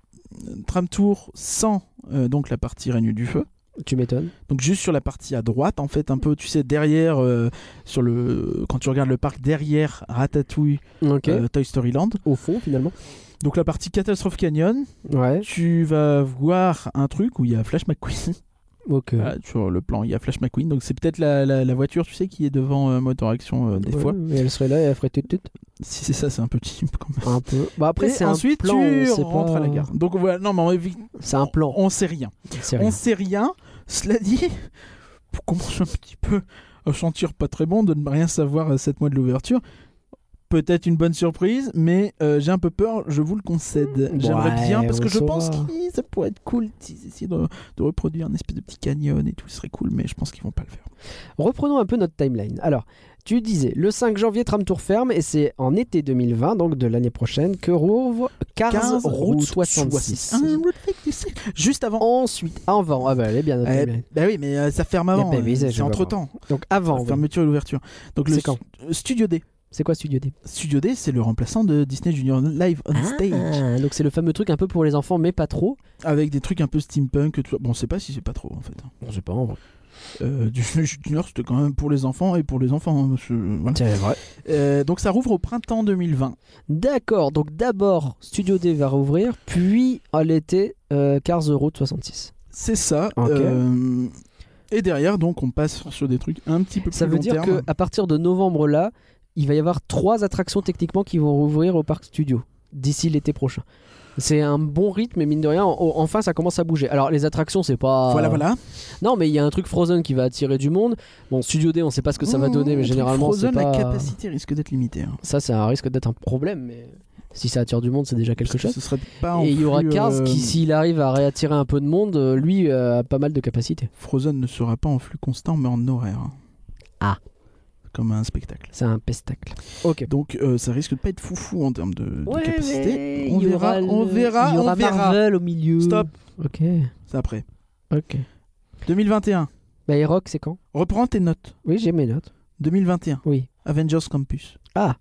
Tram Tour sans euh, donc la partie Règne du Feu. Tu m'étonnes. Donc juste sur la partie à droite, en fait, un peu, tu sais, derrière, euh, sur le, quand tu regardes le parc derrière Ratatouille, Ok. euh, Toy Story Land. Au fond, finalement. Donc la partie Catastrophe Canyon, Ouais. tu vas voir un truc où il y a Flash McQueen. Ok. Voilà, sur le plan, il y a Flash McQueen. Donc c'est peut-être la, la, la voiture, tu sais, qui est devant euh, Motor Action euh, des Ouais, fois. Et elle serait là et elle ferait tut tut. Si c'est ça, c'est un peu cheap quand même. Un peu. Bah après, Et c'est ensuite, un plan. tu on sait rentres pas... à la gare. Donc voilà, non, mais on, C'est un plan. on sait rien. C'est On rien. sait rien. Cela dit, pour commencer un petit peu à sentir pas très bon de ne rien savoir à sept mois de l'ouverture, peut-être une bonne surprise, mais euh, j'ai un peu peur, je vous le concède. J'aimerais Ouais, bien, parce on que je saura. pense que ça pourrait être cool s'ils essayaient de, de reproduire un espèce de petit canyon et tout, ce serait cool, mais je pense qu'ils vont pas le faire. Reprenons un peu notre timeline. Alors, tu disais, le cinq janvier, Tram Tour ferme et c'est en été deux mille vingt, donc de l'année prochaine, que rouvre Cars quinze Route soixante-six. Ah, Route soixante-six. Juste avant. Ensuite, avant. Ah bah, elle est bien notre Eh, timeline. bah oui, mais euh, ça ferme avant. Eh ben oui, euh, ça, je c'est vois entre temps. Donc avant. oui. Fermeture et l'ouverture. Donc le C'est quand stu- Studio D. C'est quoi Studio D? Studio D, c'est le remplaçant de Disney Junior Live on Stage. Ah, donc c'est le fameux truc un peu pour les enfants, mais pas trop. Avec des trucs un peu steampunk. Tout ça. Bon, on sait pas si c'est pas trop en fait. On sait pas en vrai. Euh, Disney Junior, c'était quand même pour les enfants et pour les enfants. hein, ce- voilà. C'est vrai. Euh, donc ça rouvre au printemps deux mille vingt. D'accord, donc d'abord Studio D va rouvrir, puis à l'été euh, Cars Route soixante-six. C'est ça. Ok. Euh, et derrière, donc, on passe sur des trucs un petit peu plus Ça veut long dire terme. qu'à partir de novembre là, il va y avoir trois attractions techniquement qui vont rouvrir au parc Studio d'ici l'été prochain. C'est un bon rythme et mine de rien, en- enfin ça commence à bouger. Alors les attractions c'est pas... Voilà, voilà. Non mais il y a un truc Frozen qui va attirer du monde. Bon Studio D on sait pas ce que ça va Mmh, donner mais le truc généralement c'est Frozen, pas... la capacité risque d'être limitée. hein. Ça c'est un risque d'être un problème mais si ça attire du monde c'est déjà quelque Parce que chose. ce serait pas en Et il y aura flux, Cars euh, qui s'il arrive à réattirer un peu de monde, euh, lui euh, a pas mal de capacité. Frozen ne sera pas en flux constant, mais en horaire. Ah. Comme un spectacle. C'est un pestacle. Ok. Donc euh, ça risque de pas être foufou en termes de, de Ouais, capacité. mais On il y verra, aura le- on verra, il y aura on verra. Marvel au milieu. Stop. Ok. C'est après. Ok. deux mille vingt et un. Bah et Rock c'est quand? Reprends tes notes. Oui j'ai mes notes. deux mille vingt et un. Oui. Avengers Campus. Ah.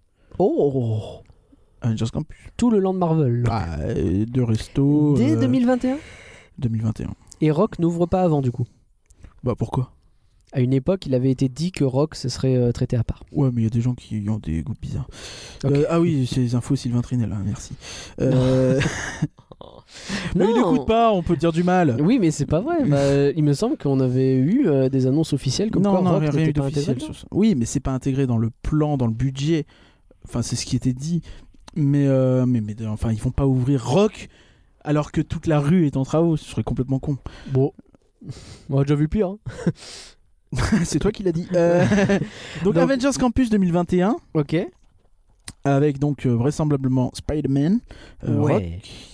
Oh. Avengers Campus. Tout le land Marvel. Ah, euh, de resto. Dès euh, deux mille vingt et un. deux mille vingt et un. Et Rock n'ouvre pas avant du coup. Bah pourquoi? À une époque, il avait été dit que Rock ce serait euh, traité à part. Ouais, mais il y a des gens qui ont des goûts bizarres. Ok. Euh, ah oui, c'est les infos Sylvain Trinel, hein, merci. Euh... mais il n'écoute pas, on peut dire du mal. Oui, mais c'est pas vrai. Bah, il me semble qu'on avait eu euh, des annonces officielles comme non, quoi non, Rock rien n'était eu pas d'officiel intégré. sur ça. Oui, mais c'est pas intégré dans le plan, dans le budget. Enfin, c'est ce qui était dit. Mais, euh, mais, mais enfin, ils vont pas ouvrir Rock alors que toute la rue est en travaux. Ce serait complètement con. Bon. On a déjà vu pire. Hein. C'est toi qui l'as dit. Euh, donc, Donc- Avengers Campus deux mille vingt et un Ok. avec donc euh, vraisemblablement Spider-Man, euh, Ouais. Rock,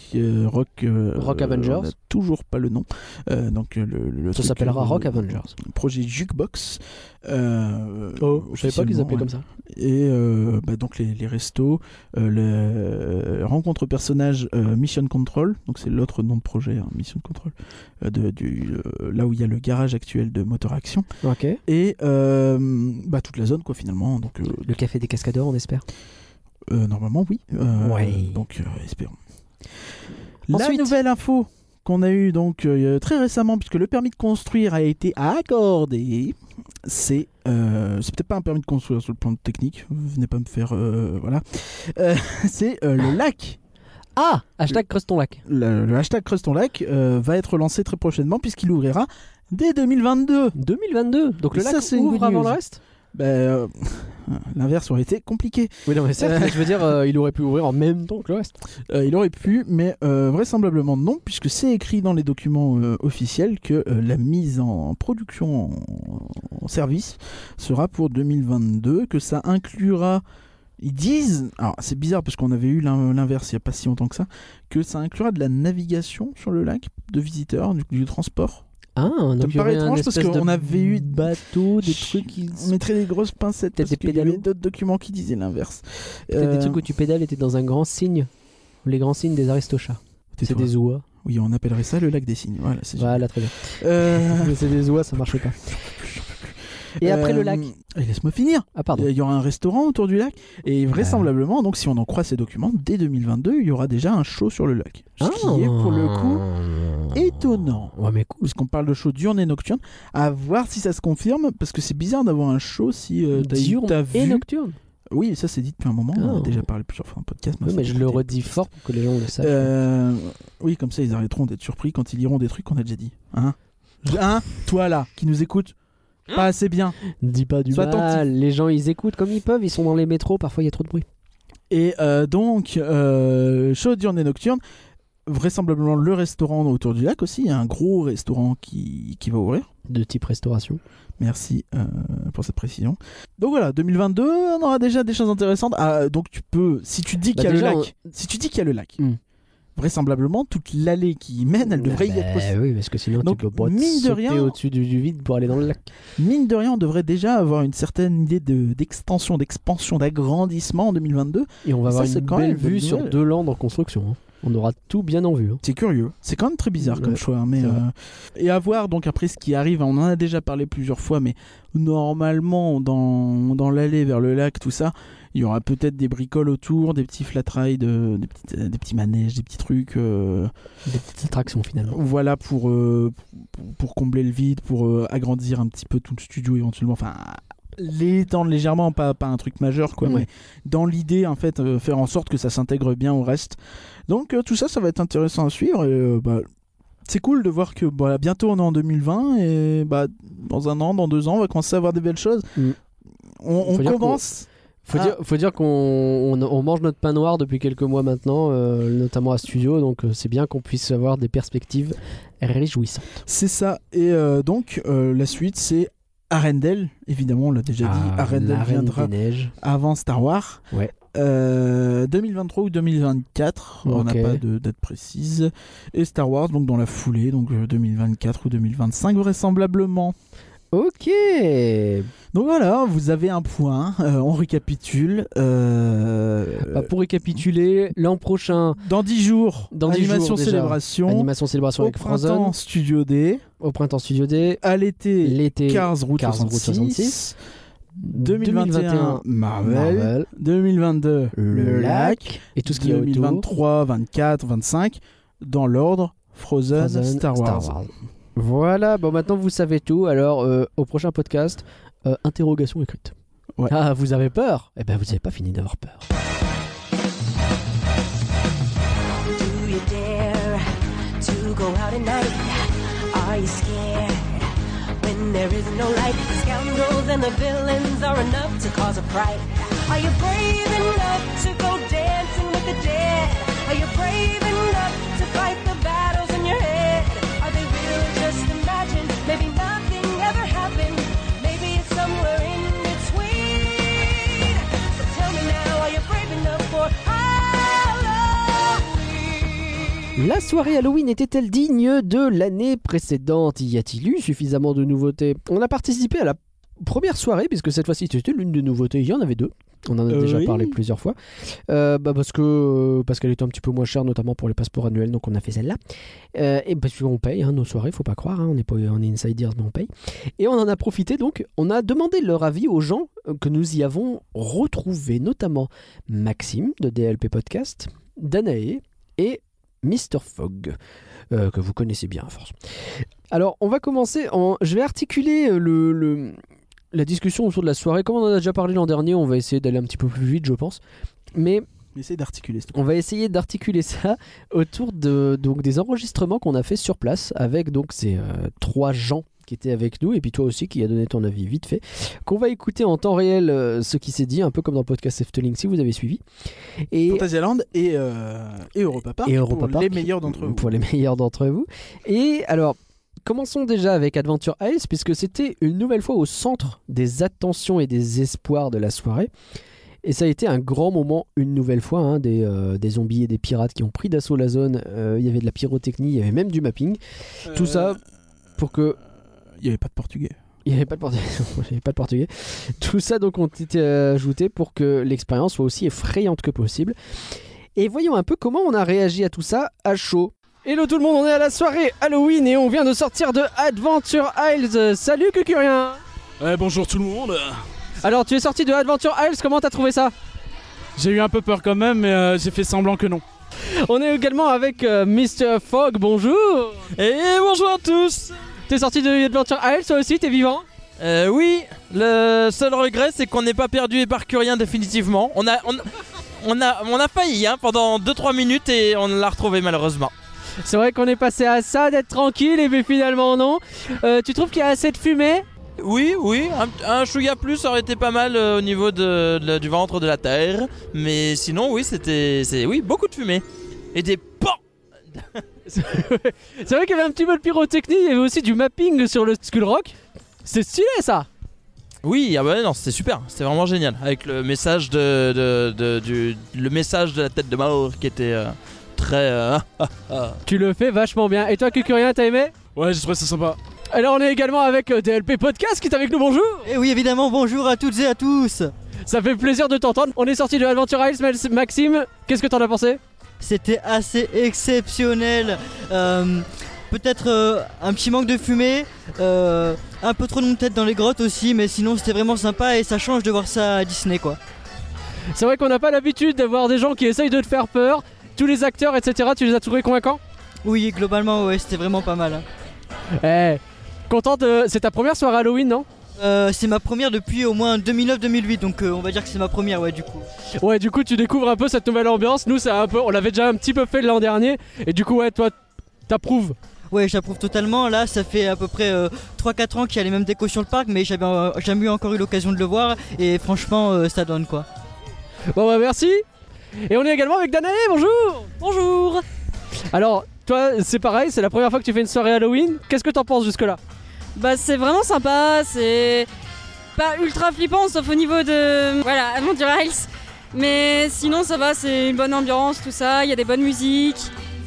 euh, Rock, euh, Rock Avengers. On n'a toujours pas le nom. Euh, donc, euh, le, le Ça truc, s'appellera euh, Rock Avengers. Projet Jukebox. Euh, Oh, je savais pas qu'ils officiellement, appelaient ouais. comme ça. Et euh, bah, donc les, les restos, euh, le rencontre personnage euh, Mission Control, donc c'est l'autre nom de projet, hein, Mission Control, euh, de, du, euh, là où il y a le garage actuel de Motor Action, Ok. et euh, bah, toute la zone quoi finalement. Donc euh, Le café des cascadeurs, on espère. euh, normalement oui. Euh, Ouais. Donc euh, espérons. La Ensuite. nouvelle info qu'on a eue donc euh, très récemment, puisque le permis de construire a été accordé, c'est euh, c'est peut-être pas un permis de construire sur le plan technique, venez pas me faire euh, voilà, Euh, c'est euh, le lac. Ah, hashtag creuse ton lac. Le, le hashtag Creuse ton lac euh, va être lancé très prochainement puisqu'il ouvrira dès deux mille vingt-deux. deux mille vingt-deux. Donc le Ça, lac c'est une ouvre good avant news. le reste. Ben, euh, l'inverse aurait été compliqué. Oui, non, mais certes, mais je veux dire, euh, il aurait pu ouvrir en même temps que le reste. Euh, il aurait pu, mais euh, vraisemblablement non, puisque c'est écrit dans les documents euh, officiels que euh, la mise en production en, en service sera pour deux mille vingt-deux, que ça inclura, ils disent, alors c'est bizarre parce qu'on avait eu l'in- l'inverse il n'y a pas si longtemps que ça, que ça inclura de la navigation sur le lac, de visiteurs, du, du transport. Ah, donc me il y paraît aurait un étrange parce espèce de qu'on avait eu- bateau, des trucs qui... On mettrait des grosses pincettes Peut-être parce des qu'il y avait pédalos. d'autres documents qui disaient l'inverse. Peut-être Euh, des trucs où tu pédales et t'es dans un grand signe. Les grands signes des aristochats. C'est tais-toi. des oies. Oui, on appellerait ça le lac des cygnes. Voilà, c'est Voilà, très bien. Euh, Mais c'est des oies, ça marche pas. Et après le euh, lac. et Laisse-moi finir. Ah, pardon. Il y aura un restaurant autour du lac et vraisemblablement, donc si on en croit ces documents, dès deux mille vingt-deux, il y aura déjà un show sur le lac. Ce qui est pour le coup étonnant. Ouais, mais cool. Puisqu'on parle de show diurne et nocturne, à voir si ça se confirme, parce que c'est bizarre d'avoir un show si euh, t'as, Diurne t'as et vu. nocturne. Oui, ça c'est dit depuis un moment, on en a Ah. déjà parlé plusieurs fois dans le podcast. Oui, ça mais fait je le écouter. redis fort pour que les gens le sachent. Euh, oui, comme ça ils arrêteront d'être surpris quand ils liront des trucs qu'on a déjà dit. Hein, hein Toi là, qui nous écoute, pas assez bien. Dis pas du Sois mal. attentif. Les gens, ils écoutent comme ils peuvent. Ils sont dans les métros. Parfois, il y a trop de bruit. Et euh, donc, euh, show diurne et nocturne, vraisemblablement le restaurant autour du lac aussi. Il y a un gros restaurant qui, qui va ouvrir. De type restauration. Merci euh, pour cette précision. Donc voilà, deux mille vingt-deux, on aura déjà des choses intéressantes. Ah, donc tu peux, si tu dis Bah qu'il y a déjà, le lac, si tu dis qu'il y a le lac, Hmm. vraisemblablement toute l'allée qui y mène, elle devrait y Bah être possible. oui, parce que sinon, Donc, tu peux pas mine de sauter rien- au-dessus du, du vide pour aller dans le lac. Mine de rien, on devrait déjà avoir une certaine idée de, d'extension, d'expansion, d'agrandissement en deux mille vingt-deux. Et on va Ça, avoir c'est une quand même belle une bonne vue sur nouvelle. deux landes en construction. hein. On aura tout bien en vue. hein. C'est curieux. C'est quand même très bizarre comme Ouais, choix. Mais, c'est vrai. euh, et à voir donc après ce qui arrive, on en a déjà parlé plusieurs fois, mais normalement dans, dans l'allée vers le lac, tout ça, il y aura peut-être des bricoles autour, des petits flat rides, euh, des, petites- euh, des petits manèges, des petits trucs. euh, Des petites attractions finalement. voilà pour, euh, pour, pour combler le vide, pour euh, agrandir un petit peu tout le studio éventuellement. Enfin, l'étendre légèrement, pas, pas un truc majeur, quoi. Ouais. Mais dans l'idée, en fait, euh, faire en sorte que ça s'intègre bien au reste. Donc euh, tout ça, ça va être intéressant à suivre. Et, euh, bah, c'est cool de voir que bah, bientôt on est en deux mille vingt et bah, dans un an, dans deux ans, on va commencer à avoir des belles choses. Mm. On, on Faut dire commence. Faut, Ah. dire, faut dire qu'on on, on mange notre pain noir depuis quelques mois maintenant, euh, notamment à Studio, donc euh, c'est bien qu'on puisse avoir des perspectives réjouissantes. C'est ça. Et euh, donc euh, la suite, c'est Arendelle. Évidemment, on l'a déjà dit. Ah, Arendelle la Reine viendra des Neiges. avant Star Wars. Ouais. Euh, deux mille vingt-trois ou deux mille vingt-quatre, on n'a Ok. pas de date précise. Et Star Wars, donc dans la foulée, donc euh, deux mille vingt-quatre ou deux mille vingt-cinq vraisemblablement. Ok. Donc voilà, vous avez un point, euh, on récapitule. Euh, Bah, pour récapituler, l'an prochain, dans dix jours, Dans dix animation jours déjà. célébration. animation célébration Au avec printemps, Frozen, Studio D. au printemps Studio D, À l'été, l'été Cars Route Cars Route soixante-six. soixante-six, deux mille vingt et un, Marvel. Marvel, deux mille vingt-deux, le lac, et tout ce qu'il y a deux mille autour. vingt-trois, vingt-quatre, vingt-cinq, dans l'ordre Frozen, Frozen, Star Wars. Voilà, bon maintenant vous savez tout. Alors euh, au prochain podcast, euh, interrogation écrite. Ouais. Ah, vous avez peur? Eh ben vous n'avez pas fini d'avoir peur. Do you dare to go out at night? Are you scared when there is no light? The scoundrels and the villains are enough to cause a fright. Are you brave enough to go dancing with the dead? Are you brave enough to fight the battles in your head? Are they real or just imagined? Maybe nothing ever happened. Maybe it's somewhere in between. But tell me now, are you brave enough for Halloween? La soirée Halloween était-elle digne de l'année précédente? Y a-t-il eu suffisamment de nouveautés? On a participé à la première soirée, puisque cette fois-ci c'était l'une des nouveautés, il y en avait deux. On en a Euh, déjà oui. parlé plusieurs fois. Euh, bah parce que parce qu'elle était un petit peu moins chère, notamment pour les passeports annuels, donc on a fait celle-là. Euh, et parce qu'on paye hein, nos soirées, faut pas croire, hein, on est pas on est insiders, mais on paye. Et on en a profité donc, on a demandé leur avis aux gens que nous y avons retrouvés, notamment Maxime de D L P Podcast, Danae et mister Fogg, euh, que vous connaissez bien à force. Alors, on va commencer. En... Je vais articuler le, le, la discussion autour de la soirée. Comme on en a déjà parlé l'an dernier, on va essayer d'aller un petit peu plus vite, je pense. Mais Essaye d'articuler. s'il te plaît. on va essayer d'articuler ça autour de, donc, des enregistrements qu'on a fait sur place avec donc, ces euh, trois gens qui étaient avec nous, et puis toi aussi qui a donné ton avis vite fait, qu'on va écouter en temps réel euh, ce qui s'est dit, un peu comme dans le podcast Efteling, si vous avez suivi. Et Fantasyland et, euh, et Europa Park. Et Europa pour Park, les meilleurs d'entre vous. Pour les meilleurs d'entre vous. Et alors, commençons déjà avec Adventure Isles, puisque c'était une nouvelle fois au centre des attentions et des espoirs de la soirée. Et ça a été un grand moment, une nouvelle fois, hein, des, euh, des zombies et des pirates qui ont pris d'assaut la zone. Euh, Il y avait de la pyrotechnie, il y avait même du mapping. Tout ça pour que... Il n'y avait pas de portugais. Il n'y avait pas de portugais. Il y avait pas de portugais. Tout ça donc ont été ajoutés pour que l'expérience soit aussi effrayante que possible. Et voyons un peu comment on a réagi à tout ça à chaud. Hello tout le monde, on est à la soirée Halloween et on vient de sortir de Adventure Isles. Salut Cucurien. Ouais, bonjour tout le monde. Alors tu es sorti de Adventure Isles, comment t'as trouvé ça? J'ai eu un peu peur quand même, mais euh, j'ai fait semblant que non. On est également avec euh, mister Fogg, bonjour. Et bonjour à tous. T'es sorti de Adventure Isles, toi aussi, t'es vivant? Euh, oui, le seul regret c'est qu'on n'ait pas perdu Éparcurien définitivement. On a, on, on a, on a failli hein, pendant deux trois minutes et on l'a retrouvé malheureusement. C'est vrai qu'on est passé à ça, d'être tranquille, et puis finalement non. Euh, tu trouves qu'il y a assez de fumée? Oui, oui, un, un chouïa plus aurait été pas mal euh, au niveau de, de- du ventre de la terre. Mais sinon, oui, c'était. c'est- Oui, beaucoup de fumée. Et des pans. C'est vrai qu'il y avait un petit peu de pyrotechnie, il y avait aussi du mapping sur le Skull Rock. C'est stylé ça. Oui, ah bah non, c'était super, c'était vraiment génial. Avec le message de, de, de- du, le message de la tête de mort qui était euh, très. euh, Tu le fais vachement bien. Et toi Cucurien, t'as aimé? Ouais, j'ai trouvé ça sympa. Alors on est également avec euh, D L P Podcast qui est avec nous, bonjour. Et oui, évidemment, bonjour à toutes et à tous. Ça fait plaisir de t'entendre. On est sorti de Adventure Isles, Mal- Maxime, qu'est-ce que t'en as pensé? C'était assez exceptionnel. Euh, Peut-être euh, un petit manque de fumée, euh, un peu trop de tête dans les grottes aussi, mais sinon c'était vraiment sympa et ça change de voir ça à Disney quoi. C'est vrai qu'on n'a pas l'habitude d'avoir des gens qui essayent de te faire peur. Tous les acteurs, et cetera, tu les as trouvés convaincants? Oui, globalement, ouais, c'était vraiment pas mal. hein. Eh, contente, euh, c'est ta première soirée Halloween, non? Euh, c'est ma première depuis au moins deux mille neuf deux mille huit, donc euh, on va dire que c'est ma première, ouais, du coup. Ouais, du coup, tu découvres un peu cette nouvelle ambiance. Nous, c'est un peu, on l'avait déjà un petit peu fait l'an dernier. Et du coup, ouais, toi, t'approuves? Ouais, j'approuve totalement. Là, ça fait à peu près euh, trois quatre ans qu'il y a les mêmes décos sur le parc, mais j'avais euh, jamais eu encore eu l'occasion de le voir, et franchement, euh, ça donne quoi. Bon, bah, merci. Et on est également avec Danae, bonjour. Bonjour. Alors, toi, c'est pareil, c'est la première fois que tu fais une soirée Halloween. Qu'est-ce que t'en penses jusque-là? Bah c'est vraiment sympa, c'est pas ultra flippant sauf au niveau de voilà, Adventure Isles. Mais sinon ça va, c'est une bonne ambiance, tout ça, il y a des bonnes musiques.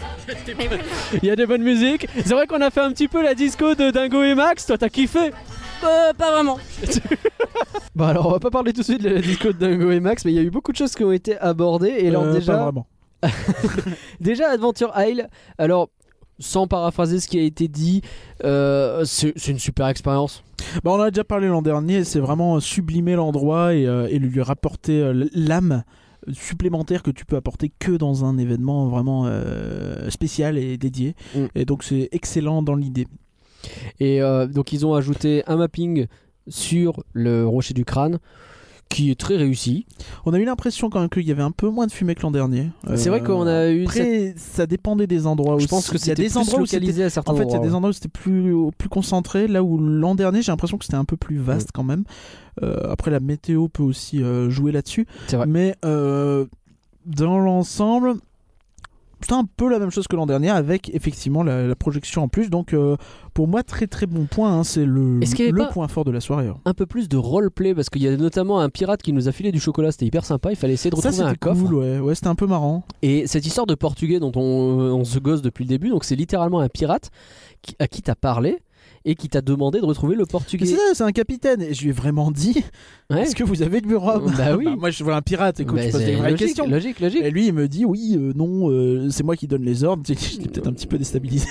Il y a des bonnes musiques. C'est vrai qu'on a fait un petit peu la disco de Dingo et Max. Toi, t'as kiffé? Euh, pas vraiment. Bon, alors on va pas parler tout de suite de la disco de Dingo et Max, mais il y a eu beaucoup de choses qui ont été abordées. Et alors Euh, déjà, pas vraiment. déjà Adventure Isle. Alors, sans paraphraser ce qui a été dit, euh, c'est c'est une super expérience. Bah, on en a déjà parlé l'an dernier, c'est vraiment sublimer l'endroit et, euh, et lui rapporter euh, l'âme supplémentaire que tu peux apporter que dans un événement vraiment euh, spécial et dédié. Mm. Et donc c'est excellent dans l'idée. Et euh, donc ils ont ajouté un mapping sur le rocher du crâne qui est très réussi. On a eu l'impression quand même qu'il y avait un peu moins de fumée que l'an dernier. C'est vrai qu'on a eu Après, ça dépendait des endroits. Je aussi. pense que Il y a c'était des plus endroits où localisé c'était- à certains En fait, il y a endroits, des ouais. endroits où c'était plus, plus concentré. Là où l'an dernier, j'ai l'impression que c'était un peu plus vaste Mm. quand même. Euh, après, la météo peut aussi euh, jouer là-dessus. C'est vrai. Mais euh, dans l'ensemble, c'était un peu la même chose que l'an dernier avec effectivement la, la projection en plus. Donc euh, pour moi très très bon point, hein, c'est le, le point fort de la soirée. Un peu plus de roleplay parce qu'il y a notamment un pirate qui nous a filé du chocolat, c'était hyper sympa, il fallait essayer de retrouver Ça, un c'était coffre. cool, ouais. ouais, c'était un peu marrant. Et cette histoire de portugais dont on, on se gosse depuis le début, donc c'est littéralement un pirate qui, à qui t'as parlé et qui t'a demandé de retrouver le portugais. C'est ça, c'est un capitaine. Et je lui ai vraiment dit ouais. Est-ce que vous avez du rhum? Bah oui. Bah, moi je vois un pirate, écoute, bah, je pose des vraies logique, questions. Logique, logique. Et lui il me dit oui, euh, non, euh, c'est moi qui donne les ordres. J'étais peut-être un petit peu déstabilisé.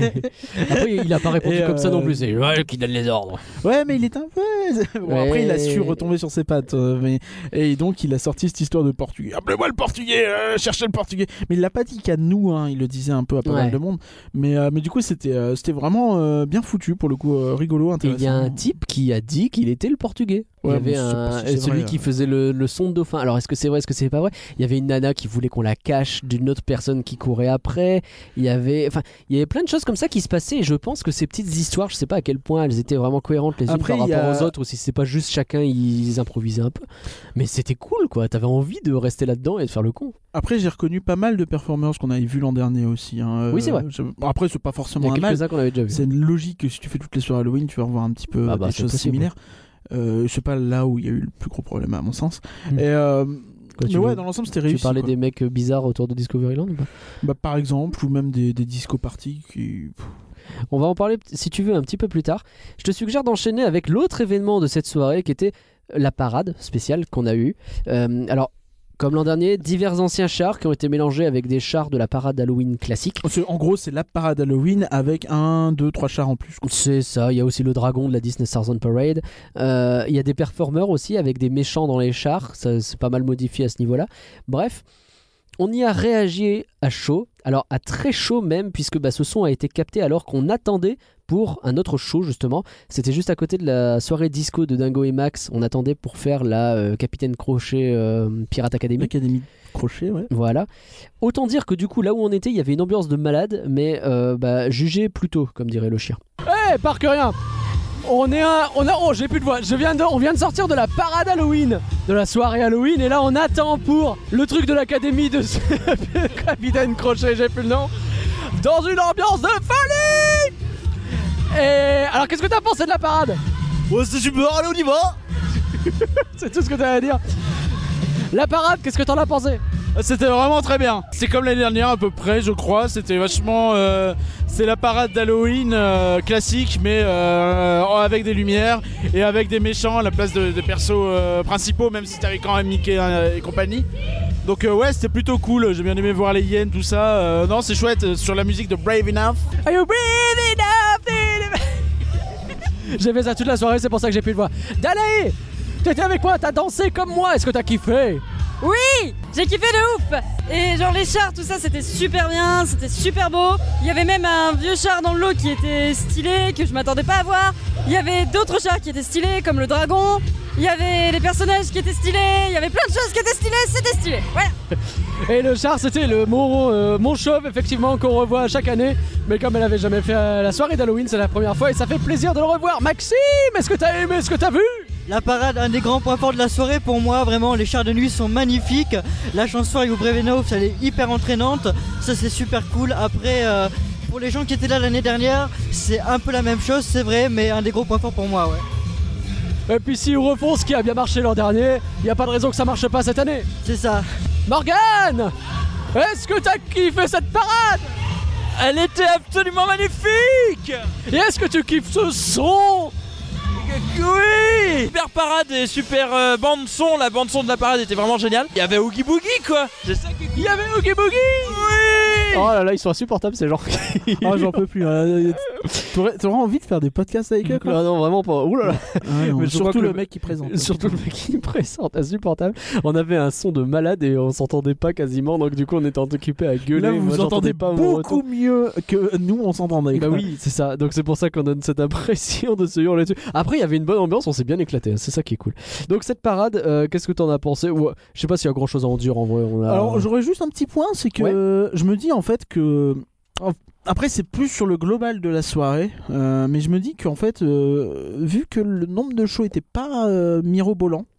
Après il a pas répondu Et comme euh... ça non plus, c'est moi qui donne les ordres. Ouais, mais il est un peu. Bon, ouais. Après il a su retomber sur ses pattes. Euh, mais... Et donc il a sorti cette histoire de portugais. Appelez-moi le portugais, euh, cherchez le portugais. Mais il l'a pas dit qu'à nous, hein, il le disait un peu à pas ouais. mal de monde. Mais, euh, mais du coup c'était euh, c'était vraiment euh, bien foutu pour le coup, euh, rigolo, intéressant. Et il y a un type qui a dit qu'il était le portugais. Ouais, il y avait bon, un... si celui vrai, qui euh... faisait le, le son de dauphin. Alors est-ce que c'est vrai, est-ce que c'est pas vrai? Il y avait une nana qui voulait qu'on la cache d'une autre personne qui courait après. Il y avait, enfin, il y avait plein de choses comme ça qui se passaient. Et je pense que ces petites histoires, je sais pas à quel point elles étaient vraiment cohérentes les unes après, par rapport a... aux autres, ou si c'est pas juste chacun ils improvisaient un peu. Mais c'était cool, quoi. T'avais envie de rester là-dedans et de faire le con. Après, j'ai reconnu pas mal de performers qu'on avait vu l'an dernier aussi. Hein. Oui, c'est vrai. Je... Après, c'est pas forcément il y a un mal. quelques-uns qu'on avait déjà vu. C'est logique que si tu fais toutes les soirées Halloween, tu vas revoir un petit peu ah bah, des choses possible. similaires. Euh, c'est pas là où il y a eu le plus gros problème à mon sens. Mmh. Et euh, Quoi, mais ouais, dans l'ensemble c'était réussi. Tu parlais quoi. des mecs bizarres autour de Discoveryland ou pas? Bah par exemple, ou même des, des disco parties qui... On va en parler si tu veux un petit peu plus tard. Je te suggère d'enchaîner avec l'autre événement de cette soirée qui était la parade spéciale qu'on a eue. Euh, alors comme l'an dernier, divers anciens chars qui ont été mélangés avec des chars de la parade Halloween classique. En gros, c'est la parade Halloween avec un, deux, trois chars en plus. C'est ça, il y a aussi le dragon de la Disney Stars on Parade. Euh, il y a des performeurs aussi avec des méchants dans les chars, ça, c'est pas mal modifié à ce niveau-là. Bref, on y a réagi à chaud, alors à très chaud même, puisque bah, ce son a été capté alors qu'on attendait pour un autre show justement. C'était juste à côté de la soirée disco de Dingo et Max. On attendait pour faire la euh, Capitaine Crochet euh, Pirate Academy. Académie Crochet, ouais. Voilà. Autant dire que du coup, là où on était, il y avait une ambiance de malade, mais euh, bah, jugez plutôt, comme dirait le chien. Eh, hey, parque rien. On est un, on a, oh, j'ai plus de voix. Je viens de, on vient de sortir de la parade Halloween, de la soirée Halloween, et là on attend pour le truc de l'académie de Capitaine Crochet, j'ai plus le nom, dans une ambiance de folie. Et alors, qu'est-ce que t'as pensé de la parade? Ouais, c'est super, allez, on y va. C'est tout ce que t'as à dire. La parade, qu'est-ce que t'en as pensé? C'était vraiment très bien. C'est comme l'année dernière à peu près, je crois. C'était vachement. Euh, c'est la parade d'Halloween euh, classique, mais euh, avec des lumières et avec des méchants à la place de, des persos euh, principaux, même si t'avais quand même Mickey euh, et compagnie. Donc euh, ouais, c'était plutôt cool. J'ai bien aimé voir les hyènes, tout ça. Euh, non, c'est chouette. Euh, sur la musique de Brave Enough. Are you brave enough? J'ai fait ça toute la soirée, c'est pour ça que j'ai plus de voix. Danae, t'étais avec moi, t'as dansé comme moi. Est-ce que t'as kiffé? Oui, j'ai kiffé de ouf. Et genre les chars, tout ça, c'était super bien, c'était super beau. Il y avait même un vieux char dans le lot qui était stylé, que je m'attendais pas à voir. Il y avait d'autres chars qui étaient stylés, comme le dragon. Il y avait les personnages qui étaient stylés. Il y avait plein de choses qui étaient stylées, c'était stylé. Voilà. Et le char, c'était le mon, euh, mon chauve, effectivement, qu'on revoit chaque année. Mais comme elle avait jamais fait euh, la soirée d'Halloween, c'est la première fois et ça fait plaisir de le revoir. Maxime, est-ce que t'as aimé ce que t'as vu? La parade, un des grands points forts de la soirée pour moi, vraiment les chars de nuit sont magnifiques. La chanson avec Brave Enough, elle est hyper entraînante, ça c'est super cool. Après, euh, pour les gens qui étaient là l'année dernière, c'est un peu la même chose, c'est vrai, mais un des gros points forts pour moi, ouais. Et puis s'ils refont ce qui a bien marché l'an dernier, il n'y a pas de raison que ça marche pas cette année. C'est ça. Morgane, est-ce que t'as kiffé cette parade? Elle était absolument magnifique. Et est-ce que tu kiffes ce son? Oui. Super parade et super euh, bande son. La bande son de la parade était vraiment géniale. Il y avait Oogie Boogie quoi. C'est ça qui... Il y avait Oogie Boogie. Oui. Oh là là, ils sont insupportables ces gens. Oh, j'en peux plus. Hein. T'aurais, t'aurais envie de faire des podcasts avec eux quoi? Non, non, vraiment pas. Ouh là là. Ah, non, Mais surtout le le mec qui présente. Surtout le mec qui présente, insupportable. On avait un son de malade et on s'entendait pas quasiment, donc du coup on était occupé à gueuler. Là vous Moi, vous entendez pas beaucoup mieux que nous on s'entendait. Bah oui, c'est ça. Donc c'est pour ça qu'on donne cette impression de se hurler dessus. Après il y avait une bonne ambiance, on s'est bien éclaté. Hein. C'est ça qui est cool. Donc cette parade, euh, qu'est-ce que t'en as pensé? Ouais, je sais pas s'il y a grand chose à en dire en vrai. On a... Alors j'aurais juste un petit point, c'est que ouais. je me dis en fait que après c'est plus sur le global de la soirée, euh, mais je me dis qu'en fait euh, vu que le nombre de shows était pas euh, mirobolant,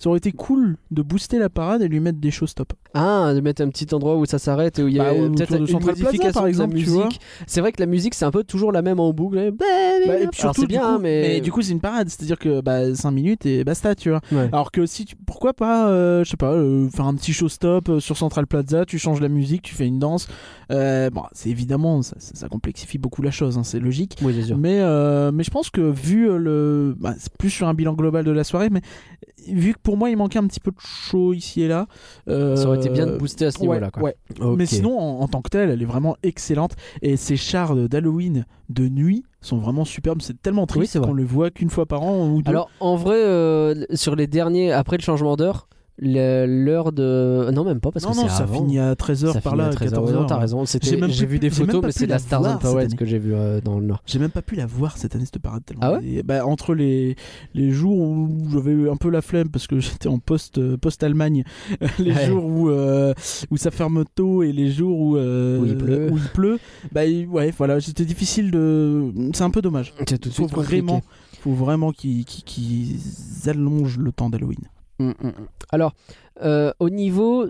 ça aurait été cool de booster la parade et lui mettre des showstops. Ah, de mettre un petit endroit où ça s'arrête et où il y a Bah, euh, autour peut-être de une Central Plaza, modification par de la exemple, tu vois. musique. C'est vrai que la musique c'est un peu toujours la même en boucle. Bah, et puis Alors, surtout, c'est bien, du coup, hein, mais... du coup c'est une parade, c'est-à-dire que bah, cinq minutes et basta, tu vois. Ouais. Alors que si tu... pourquoi pas, euh, je sais pas, euh, faire un petit showstop euh, sur Central Plaza, tu changes la musique, tu fais une danse. Euh, bon, c'est évidemment, ça, ça, ça complexifie beaucoup la chose, hein, c'est logique. Oui, c'est sûr. Mais, euh, mais je pense que vu euh, le. Bah, c'est plus sur un bilan global de la soirée, mais vu que pour moi il manquait un petit peu de show ici et là. euh, Ça aurait été bien de booster à ce ouais, niveau-là, quoi. Ouais. Ok. Mais sinon, en, en tant que telle, elle est vraiment excellente. Et ces chars de- d'Halloween de nuit sont vraiment superbes. C'est tellement Oui, triste c'est vrai. qu'on le voit qu'une fois par an ou deux. Alors en vrai, euh, sur les derniers, après le changement d'heure, le- l'heure de. Non, même pas parce non, que non, c'est ça avant. finit à treize heures Ça par finit là, à treize heures. quatorze Ouais, non, heures. t'as raison. C'était- J'ai même J'ai pas vu pu- des j'ai même photos, pas mais pu c'est de la la Stars voir and cette Powers année. que j'ai vu euh, dans le Nord. J'ai même pas pu la voir cette année, cette parade tellement. Ah ouais elle est- bah, entre les, les jours où j'avais un peu la flemme parce que j'étais en post, euh, post-Allemagne, les Ouais. jours où, euh, où ça ferme tôt et les jours où, euh, Où il pleut. où il pleut, bah il- ouais, voilà, c'était difficile de. C'est un peu dommage. C'est tout de Faut suite compliqué. vraiment, faut vraiment qu'ils qu'ils- qu'ils allongent le temps d'Halloween. Mm, mm, mm. Alors, euh, au niveau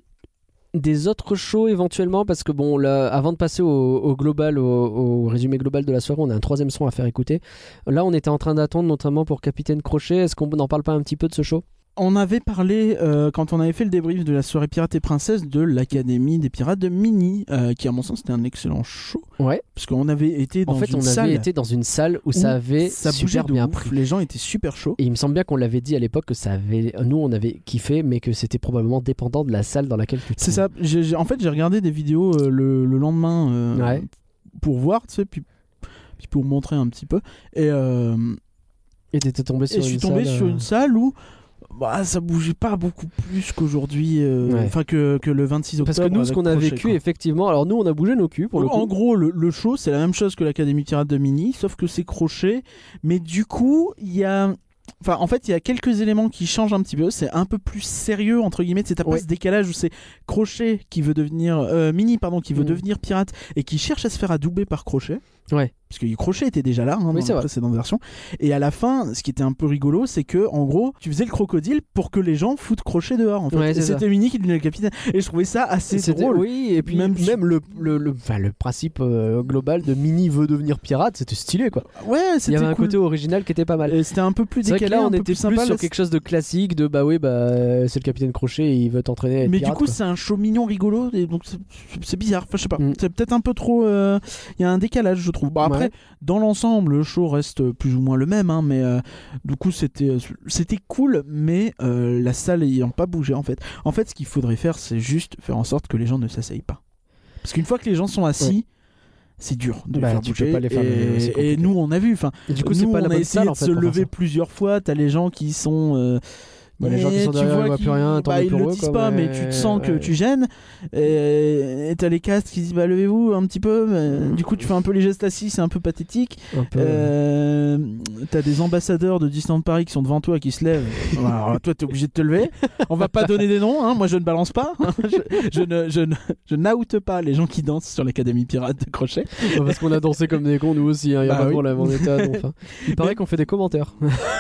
des autres shows éventuellement, parce que bon, là, avant de passer au, au global, au, au résumé global de la soirée, on a un troisième son à faire écouter. Là, on était en train d'attendre notamment pour Capitaine Crochet. Est-ce qu'on n'en parle pas un petit peu de ce show ? On avait parlé, euh, quand on avait fait le débrief de la soirée Pirates et Princesses, de l'Académie des Pirates de Mini, euh, qui à mon sens c'était un excellent show. Ouais. Parce qu'on avait été dans En fait, une on salle avait été dans une salle où, ça avait ça bougeait super de bien ouf, pris. les gens étaient super chauds. Et il me semble bien qu'on l'avait dit à l'époque que ça avait. Nous, on avait kiffé, mais que c'était probablement dépendant de la salle dans laquelle tu te C'est ça. J'ai- j'ai- en fait, j'ai regardé des vidéos euh, le, le lendemain euh, Ouais. pour voir, tu sais, puis, puis pour montrer un petit peu. Et, euh, Et t'étais tombé sur et je suis une tombé salle, sur euh, une salle où bah, ça bougeait pas beaucoup plus qu'aujourd'hui, euh, Ouais. enfin que, que le vingt-six octobre. Parce que nous, ce avec qu'on a Crochet, vécu, quoi. effectivement, alors nous, on a bougé nos culs pour le coup. En gros, le, le show, c'est la même chose que l'Académie Pirate de Mini, sauf que c'est Crochet. Mais du coup, il y a. Enfin, en fait, il y a quelques éléments qui changent un petit peu. C'est un peu plus sérieux, entre guillemets. C'est t'as pas Ouais. ce décalage où c'est Crochet qui veut devenir. euh, Mini, pardon, qui veut Mm. devenir pirate et qui cherche à se faire adouber par Crochet. Ouais. Parce que Crochet était déjà là hein, Oui, dans c'est la vrai. précédente version. Et à la fin, ce qui était un peu rigolo, c'est que en gros, tu faisais le crocodile pour que les gens foutent Crochet dehors. En fait. Ouais, Et c'est ça. c'était Mini qui devenait le capitaine. Et je trouvais ça assez C'était- drôle. Oui, et puis Même même, le, le, le, enfin, le principe euh, global de Mini veut devenir pirate, c'était stylé quoi. Ouais, Il y c'était avait un cool. côté original qui était pas mal. Et c'était un peu plus C'est vrai que décalé, là, un on peu était plus plus sympa. sur Là, quelque chose de classique, de bah oui, bah c'est le capitaine Crochet et il veut t'entraîner à être mais pirate, du coup, quoi. c'est un show mignon, rigolo, et donc c'est- c'est bizarre. Enfin, je sais pas. Mm. C'est peut-être un peu trop. euh, Il y a un décalage, je trouve. Bon, après, Ouais. dans l'ensemble, le show reste plus ou moins le même, hein, mais euh, du coup, c'était euh, c'était cool, mais euh, la salle n'ayant pas bougé, en fait. En fait, ce qu'il faudrait faire, c'est juste faire en sorte que les gens ne s'asseyent pas. Parce qu'une fois que les gens sont assis. Ouais. C'est dur de Bah, faire tu bouger. peux pas les faire et, lever, c'est et compliqué. nous, on a vu. Enfin, Et du coup, nous, c'est pas la on a bonne essayé salle, de en fait, se pour faire lever ça. plusieurs fois. T'as les gens qui sont. euh, Bah, les gens qui mais sont tu derrière, vois ils voient qu'ils- plus rien, tant bah, mieux ils pour le eux, disent quoi, pas, mais mais- tu te sens que ouais. tu gênes. Et et t'as les castes qui disent bah levez-vous un petit peu. Mais du coup, tu fais un peu les gestes assis, c'est un peu pathétique. Un peu, Euh, T'as des ambassadeurs de Disneyland Paris qui sont devant toi qui se lèvent. Alors, toi, t'es obligé de te lever. On va pas donner des noms. Hein. Moi, je ne balance pas. je, je ne, je ne, je n'oute pas les gens qui dansent sur l'Académie Pirate de Crochet. Bah, parce qu'on a dansé comme des cons nous aussi, hein, y a Bah pas de oui. problème, on était à donf, hein. Il paraît qu'on fait des commentaires.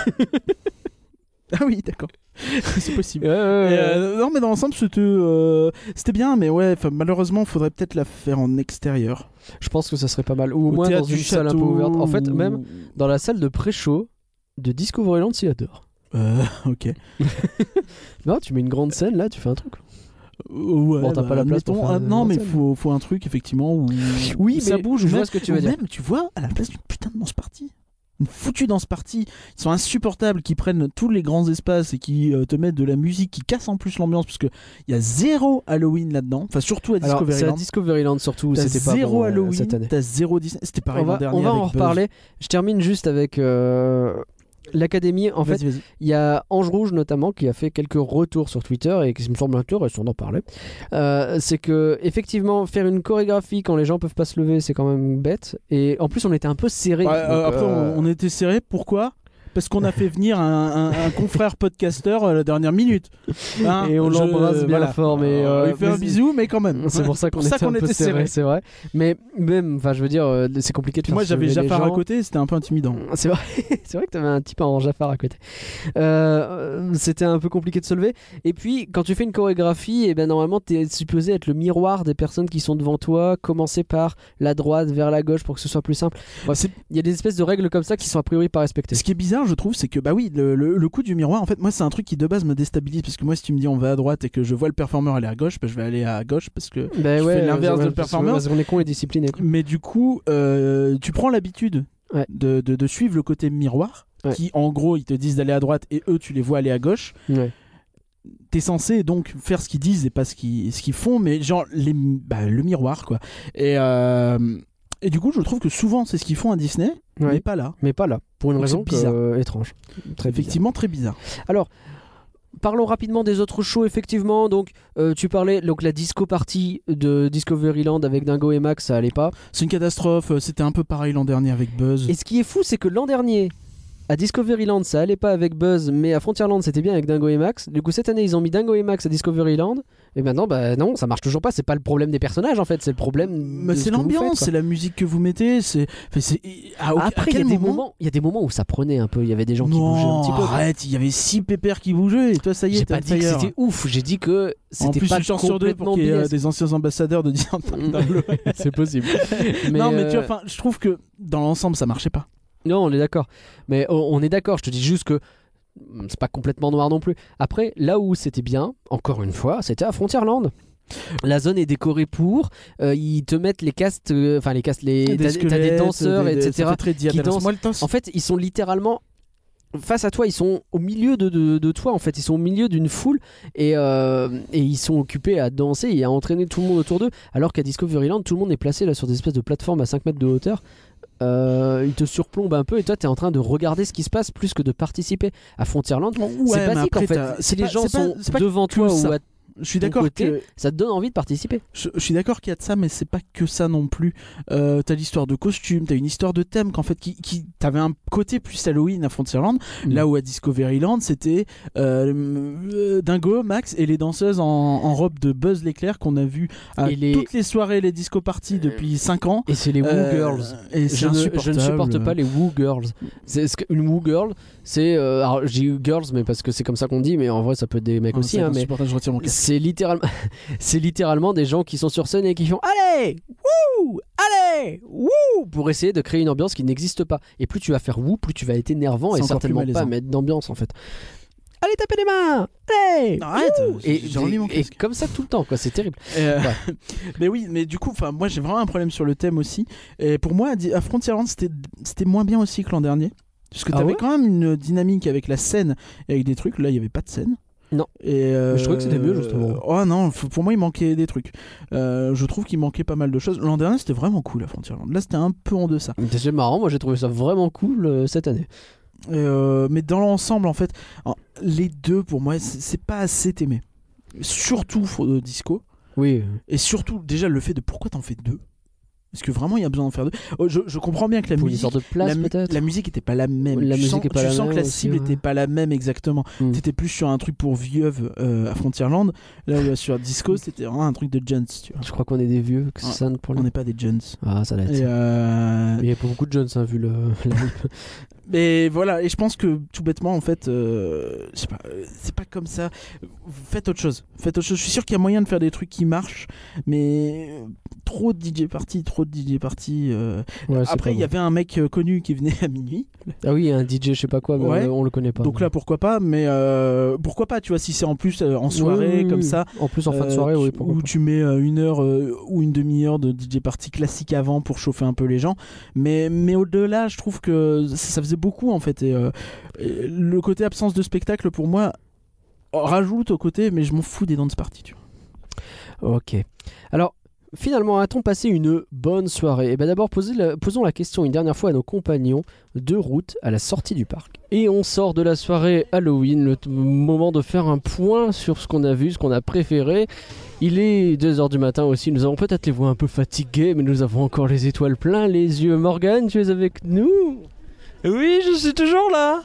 Ah oui, d'accord. C'est possible. Ouais, ouais, ouais. Et, euh, non, mais dans l'ensemble, c'était euh, c'était bien, mais ouais, 'fin, malheureusement, il faudrait peut-être la faire en extérieur. Je pense que ça serait pas mal. Ou au, Au moins dans théâtre une du salle un peu château, ouverte. En fait, ou- même dans la salle de pré-show de Discoveryland, s'il adore. Euh, ok. Non, tu mets une grande scène là, tu fais un truc. Ouais, Bon, t'as bah, pas la place pour admettons, faire ah, une non, grande mais scène. faut, faut un truc, effectivement, où, Oui, où ça mais bouge. je ou vois même- ce que tu veux ou dire. Même, tu vois, à la place d'une putain de danse party. Une foutue danse party. Ils sont insupportables, qui prennent tous les grands espaces et qui euh, te mettent de la musique qui casse en plus l'ambiance, parce qu'il y a zéro Halloween là-dedans. Enfin, surtout à Alors, c'est à Discoveryland. Discoveryland surtout, T'as c'était pas zéro bon, euh, Halloween, cette année. t'as zéro Disney. C'était pareil On va, l'an dernier on va avec en Buzz. reparler. Je termine juste avec euh, l'Académie. En fait, Vas-y, vas-y. il y a Ange Rouge notamment qui a fait quelques retours sur Twitter et qui me semble intéressant d'en parler. Euh, c'est que effectivement faire une chorégraphie quand les gens peuvent pas se lever, c'est quand même bête. Et en plus, on était un peu serré. Ouais, euh, donc, après, euh, on, on était serré. Pourquoi parce qu'on a fait venir un, un, un confrère podcasteur à la dernière minute. Hein, et on je- l'embrasse bien voilà. fort, mais Euh, euh, il fait un mais- bisou, mais quand même. C'est pour ça qu'on était, un peu serré, c'est vrai. Mais même, enfin, je veux dire, euh, c'est compliqué de Puis faire moi, j'avais se lever les Jafar à gens. côté, c'était un peu intimidant. C'est vrai, c'est vrai que t'avais un type en Jafar à côté. Euh, c'était un peu compliqué de se lever. Et puis, quand tu fais une chorégraphie, et ben normalement, t'es supposé être le miroir des personnes qui sont devant toi. Commencer par la droite vers la gauche pour que ce soit plus simple. Bref, il y a des espèces de règles comme ça qui sont a priori pas respectées. Ce qui est bizarre, je trouve, c'est que bah oui, le, le, le coup du miroir, en fait, moi, c'est un truc qui de base me déstabilise parce que moi, si tu me dis on va à droite et que je vois le performeur aller à gauche, bah, je vais aller à gauche parce que Ben je ouais, fais l'inverse ouais, de le parce que- performeur. parce qu'on est con et discipliné. quoi. Mais du coup, euh, tu prends l'habitude Ouais. de, de, de suivre le côté miroir, Ouais. qui en gros, ils te disent d'aller à droite et eux, tu les vois aller à gauche. Ouais. T'es censé donc faire ce qu'ils disent et pas ce qu'ils, ce qu'ils font, mais genre les, bah, le miroir, quoi. Et, euh, et du coup, je trouve que souvent, c'est ce qu'ils font à Disney, Ouais. mais pas là. Mais pas là, pour une Donc, raison c'est bizarre. que- euh, étrange. Très bizarre. Effectivement, très bizarre. Alors, parlons rapidement des autres shows, effectivement. Donc, euh, tu parlais, donc la disco party de Discoveryland avec Dingo et Max, ça allait pas. C'est une catastrophe, euh, c'était un peu pareil l'an dernier avec Buzz. Et ce qui est fou, c'est que l'an dernier, à Discoveryland, ça allait pas avec Buzz, mais à Frontierland, c'était bien avec Dingo et Max. Du coup, cette année, ils ont mis Dingo et Max à Discoveryland. Et maintenant, bah non, ça marche toujours pas. C'est pas le problème des personnages, en fait, c'est le problème. Mais de c'est ce que vous l'ambiance, faites, quoi. c'est la musique que vous mettez, c'est... enfin, c'est- à, aucun- Après, à il y a quel des moment... moments, il y a des moments où ça prenait un peu. Il y avait des gens qui bougeaient un Non, petit peu. quoi. arrête, il y avait six pépères qui bougeaient et toi ça y est, J'ai t'es pas on dit que fire. c'était ouf. J'ai dit que En c'était plus, pas une chance sur deux pour complètement qu'il y ait euh, biaisé. des anciens ambassadeurs de dire C'est possible. non, mais euh, tu vois, enfin, je trouve que dans l'ensemble, ça marchait pas. Non, on est d'accord. Mais on on est d'accord. Je te dis juste que mm, c'est pas complètement noir non plus. Après, là où c'était bien, encore une fois, c'était à Frontierland. La zone est décorée pour. euh, ils te mettent les castes, euh, enfin les castes, les Des t'as, t'as des squelettes, danseurs, des- des- et cetera. ça fait très qui Dia de los dansent. Muertos. En fait, ils sont littéralement face à toi. Ils sont au milieu de, de, de toi. En fait, ils sont au milieu d'une foule et, euh, et ils sont occupés à danser et à entraîner tout le monde autour d'eux. Alors qu'à Discoveryland, tout le monde est placé là sur des espèces de plateformes à cinq mètres de hauteur. Euh, il te surplombe un peu et toi t'es en train de regarder ce qui se passe plus que de participer. À Frontierland, Ouais, c'est mais basique après, en fait. t'as- Si c'est les pas- gens c'est pas- sont c'est pas devant que toi ça. ou à Je suis ton d'accord côté, que ça te donne envie de participer. je, je suis d'accord qu'il y a de ça, mais c'est pas que ça non plus. Euh, t'as l'histoire de costumes, t'as une histoire de thème qu'en fait qui, qui t'avais un côté plus Halloween à Frontierland, Mm. là où à Discoveryland c'était euh, euh, Dingo, Max et les danseuses en, en robe de Buzz l'éclair qu'on a vu à Et les- toutes les soirées, les disco parties depuis cinq ans. Et c'est les Woo Euh, Girls. et c'est je, ne, je ne insupportable. supporte pas les Woo Girls. C'est, ce que- une Woo Girl, c'est. euh, alors, j'ai eu Girls, mais parce que c'est comme ça qu'on dit, mais en vrai, ça peut être des mecs Ah, aussi. c'est hein, mais insupportable, je retire mon casque. c'est littéralement, c'est littéralement des gens qui sont sur scène et qui font Allez Wouh Allez Wouh pour essayer de créer une ambiance qui n'existe pas. Et plus tu vas faire Wouh, plus tu vas être énervant C'est et encore certainement plus pas malaisant. mettre d'ambiance en fait. Allez, tapez les mains Allez Non, arrête, Wouh j'ai- Et, j'ai remis mon et casque. comme ça tout le temps, quoi, c'est terrible. Euh, Ouais. mais oui, mais du coup, enfin, moi j'ai vraiment un problème sur le thème aussi. Et pour moi, à Di- à Frontierland, c'était c'était moins bien aussi que l'an dernier. Parce que Ah t'avais ouais quand même une dynamique avec la scène et avec des trucs. Là, il y avait pas de scène. Non. Et euh, Mais je trouvais que c'était mieux, justement. Oh non, f- pour moi, il manquait des trucs. Euh, je trouve qu'il manquait pas mal de choses. L'an dernier, c'était vraiment cool à Frontierland. Là, c'était un peu en deçà. C'est marrant, moi j'ai trouvé ça vraiment cool euh, cette année. Et, euh, mais dans l'ensemble, en fait, en- les deux, pour moi, c'est c'est pas assez aimé. Surtout euh, Disco. Oui. Et surtout, déjà, le fait de pourquoi t'en fais deux. Est-ce que vraiment il y a besoin d'en faire deux? Oh, je, je comprends bien que la Pour une musique, sorte de place, la, mu- peut-être. la musique était pas la même. La tu musique sens, est pas tu la sens même que la aussi, cible ouais. était pas la même exactement. Mm. T'étais plus sur un truc pour vieux euh, à Frontierland. Là où sur Disco, c'était vraiment un truc de Jones. Tu vois. Je crois qu'on est des vieux, que c'est Ah, ça pour On le... n'est pas des Jones. Ah, ça doit être Et, ça. euh, Il y a pas beaucoup de jeunes, hein, vu le. la- Mais voilà, et je pense que tout bêtement, en fait, euh, je sais pas, euh, c'est pas comme ça. Faites autre chose. Faites autre chose. Je suis sûr qu'il y a moyen de faire des trucs qui marchent, mais euh, trop de D J party, trop de D J party. euh. Ouais, c'est Après, pas il y avait un mec euh, connu qui venait à minuit. Ah oui, un D J, je sais pas quoi, mais Ouais. on, on le connaît pas. Donc là, pourquoi pas, mais euh, pourquoi pas, tu vois, si c'est en plus euh, en soirée, Oui, oui, comme oui. ça. En plus, en fin de euh, soirée, tu- oui, pourquoi Où pas. tu mets euh, une heure euh, ou une demi-heure de D J party classique avant pour chauffer un peu les gens. Mais, mais au-delà, je trouve que ça, ça faisait beaucoup, en fait. Et, euh, et le côté absence de spectacle, pour moi, rajoute au côté, mais je m'en fous des dance parties, tu vois. Ok. Alors, finalement, a-t-on passé une bonne soirée? Eh bien, d'abord, posez la- posons la question une dernière fois à nos compagnons de route à la sortie du parc. Et on sort de la soirée Halloween, le t- moment de faire un point sur ce qu'on a vu, ce qu'on a préféré. Il est deux heures du matin aussi, nous avons peut-être les voix un peu fatiguées, mais nous avons encore les étoiles plein les yeux. Morgane, tu es avec nous? Oui, je suis toujours là.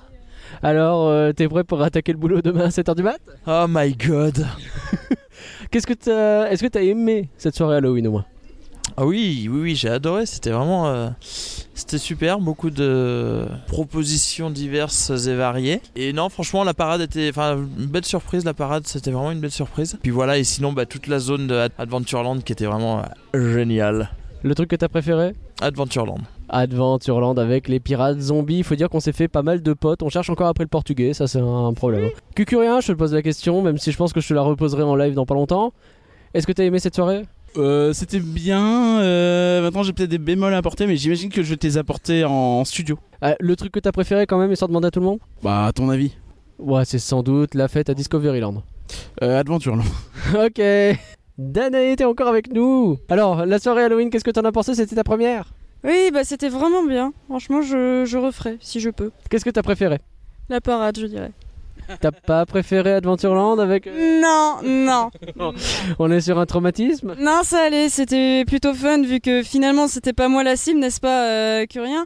Alors, euh, t'es prêt pour attaquer le boulot demain à sept heures du mat? Oh my god. Qu'est-ce que t'as... Est-ce que t'as aimé cette soirée Halloween au moins? Ah oui, oui, oui, j'ai adoré. C'était vraiment, euh, c'était super. Beaucoup de propositions diverses et variées. Et non, franchement, la parade était, enfin, une belle surprise. La parade, c'était vraiment une belle surprise. Puis voilà, et sinon, bah, toute la zone de Adventureland qui était vraiment euh, géniale. Le truc que t'as préféré? Adventureland. Adventureland avec les pirates zombies. Il faut dire qu'on s'est fait pas mal de potes. On cherche encore après le portugais, ça c'est un problème. Oui. Cucurien, je te pose la question, même si je pense que je te la reposerai en live dans pas longtemps. Est-ce que t'as aimé cette soirée? Euh, c'était bien. Euh, maintenant, j'ai peut-être des bémols à apporter, mais j'imagine que je vais te les apporter en, en studio. Ah, le truc que t'as préféré quand même, histoire de demander à tout le monde? Bah, à ton avis? Ouais, c'est sans doute la fête à Discoveryland. Euh, Adventureland. Ok. Danae était encore avec nous. Alors, la soirée Halloween, qu'est-ce que t'en as pensé? C'était ta première? Oui, bah c'était vraiment bien. Franchement, je, je referai si je peux. Qu'est-ce que t'as préféré? La parade, je dirais. T'as pas préféré Adventureland avec... Non, non. On est sur un traumatisme? Non, ça allait, c'était plutôt fun vu que finalement c'était pas moi la cible, n'est-ce pas, euh, Curien?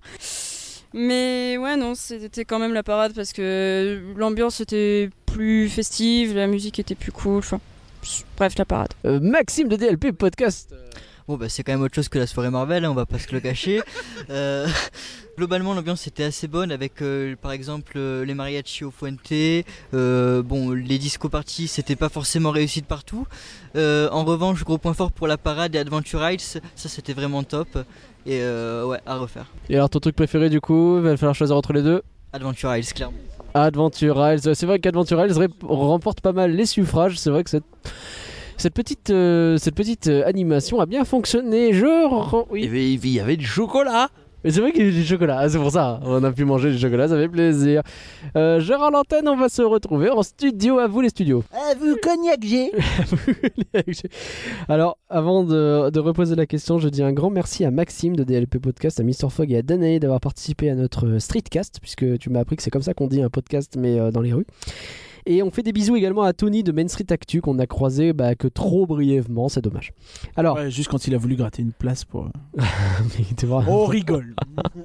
Mais ouais, non, c'était quand même la parade parce que l'ambiance était plus festive, la musique était plus cool, enfin... Bref, la parade. Euh, Maxime de D L P Podcast. Bon bah c'est quand même autre chose que la soirée Marvel, hein, on va pas se le cacher. euh, globalement l'ambiance était assez bonne avec euh, par exemple euh, les mariachis au Fuente. Euh, bon les disco parties c'était pas forcément réussi de partout. Euh, en revanche gros point fort pour la parade et Adventure Isles, ça c'était vraiment top. Et euh, ouais à refaire. Et alors ton truc préféré du coup, il va falloir choisir entre les deux? Adventure Isles clairement. Adventure Isles, c'est vrai qu'Adventure Isles remporte pas mal les suffrages, c'est vrai que cette... Cette petite, euh, cette petite euh, animation a bien fonctionné. Je... Oui. Il y avait, il y avait du chocolat. Mais c'est vrai qu'il y avait du chocolat, ah, c'est pour ça. On a pu manger du chocolat, ça fait plaisir. Euh, je rends l'antenne, on va se retrouver en studio. À vous les studios. À vous cognac j'ai. Alors, avant de, de reposer la question, je dis un grand merci à Maxime de D L P Podcast, à Mister Fogg et à Danae d'avoir participé à notre Streetcast, puisque tu m'as appris que c'est comme ça qu'on dit un podcast, mais euh, dans les rues. Et on fait des bisous également à Tony de Main Street Actu qu'on a croisé bah, que trop brièvement, c'est dommage. Alors, ouais, juste quand il a voulu gratter une place pour. Mais t'es vrai. On rigole.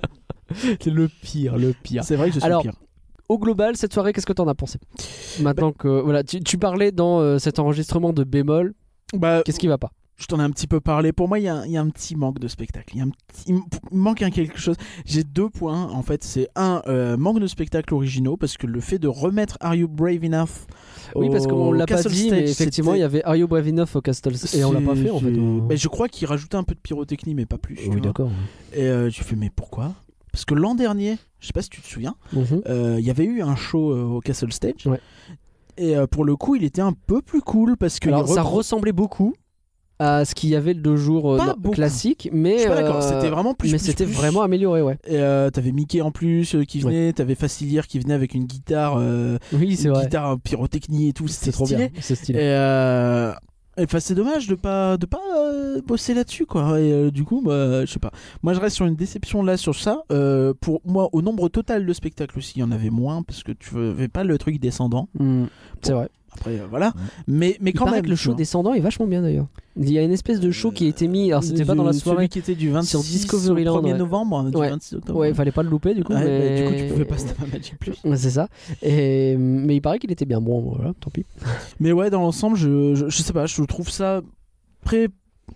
C'est le pire, le pire. C'est vrai que je suis Alors, le pire. Au global, cette soirée, qu'est-ce que t'en as pensé? Maintenant bah, que voilà, tu, tu parlais dans euh, cet enregistrement de bémol. Bah, qu'est-ce qui va pas? Je t'en ai un petit peu parlé. Pour moi, il y, y a un petit manque de spectacle. Il, y a un petit, il manque un quelque chose. J'ai deux points. En fait, c'est un euh, manque de spectacle originaux parce que le fait de remettre Are You Brave Enough Oui, parce qu'on l'a pas dit, mais effectivement, il y avait Are You Brave Enough au Castle et on l'a pas fait en fait. Mais je crois qu'il rajoutait un peu de pyrotechnie, mais pas plus. Oui, d'accord. Et euh, tu fais, mais pourquoi? Parce que l'an dernier, je sais pas si tu te souviens, il mm-hmm. euh, y avait eu un show euh, au Castle Stage. Ouais. Et euh, pour le coup, il était un peu plus cool parce que. Alors, ça repre... ressemblait beaucoup à ce qu'il y avait le deux jours euh, non, classique, mais je suis pas d'accord, euh, c'était vraiment plus. Mais plus, c'était plus. vraiment amélioré, ouais. Et euh, t'avais Mickey en plus euh, qui venait, ouais. T'avais Facilier qui venait avec une guitare, euh, oui, c'est une vrai. guitare pyrotechnie et tout, c'était trop stylé. bien, c'est stylé. Et euh, enfin, c'est dommage de pas de pas euh, bosser là-dessus, quoi. Et euh, du coup, bah, je sais pas. Moi, je reste sur une déception là sur ça. Euh, pour moi, au nombre total de spectacles aussi, il y en avait moins parce que tu fais pas le truc descendant. Mmh, bon. C'est vrai. Après, euh, voilà. Mais, mais il quand paraît même. Que le show descendant est vachement bien d'ailleurs. Il y a une espèce de show qui a été mis. Alors, c'était pas dans la soirée. Celui qui était du vingt-six sur Discoveryland, au premier ouais. novembre. Du ouais. vingt-six octobre. Ouais, il fallait pas le louper du coup. Ouais, mais... bah, du coup, tu pouvais pas Star Magic Plus. C'est ça. Et... Mais il paraît qu'il était bien bon. Voilà, tant pis. Mais ouais, dans l'ensemble, je, je, je sais pas, je trouve ça très.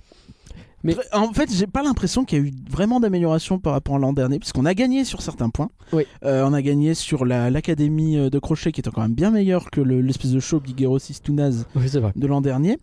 Mais en fait, j'ai pas l'impression qu'il y a eu vraiment d'amélioration par rapport à l'an dernier, puisqu'on a gagné sur certains points. Oui. Euh, on a gagné sur la, l'académie de crochet, qui était quand même bien meilleure que le, l'espèce de show Bigero six to Naz oui, c'est vrai. de l'an dernier.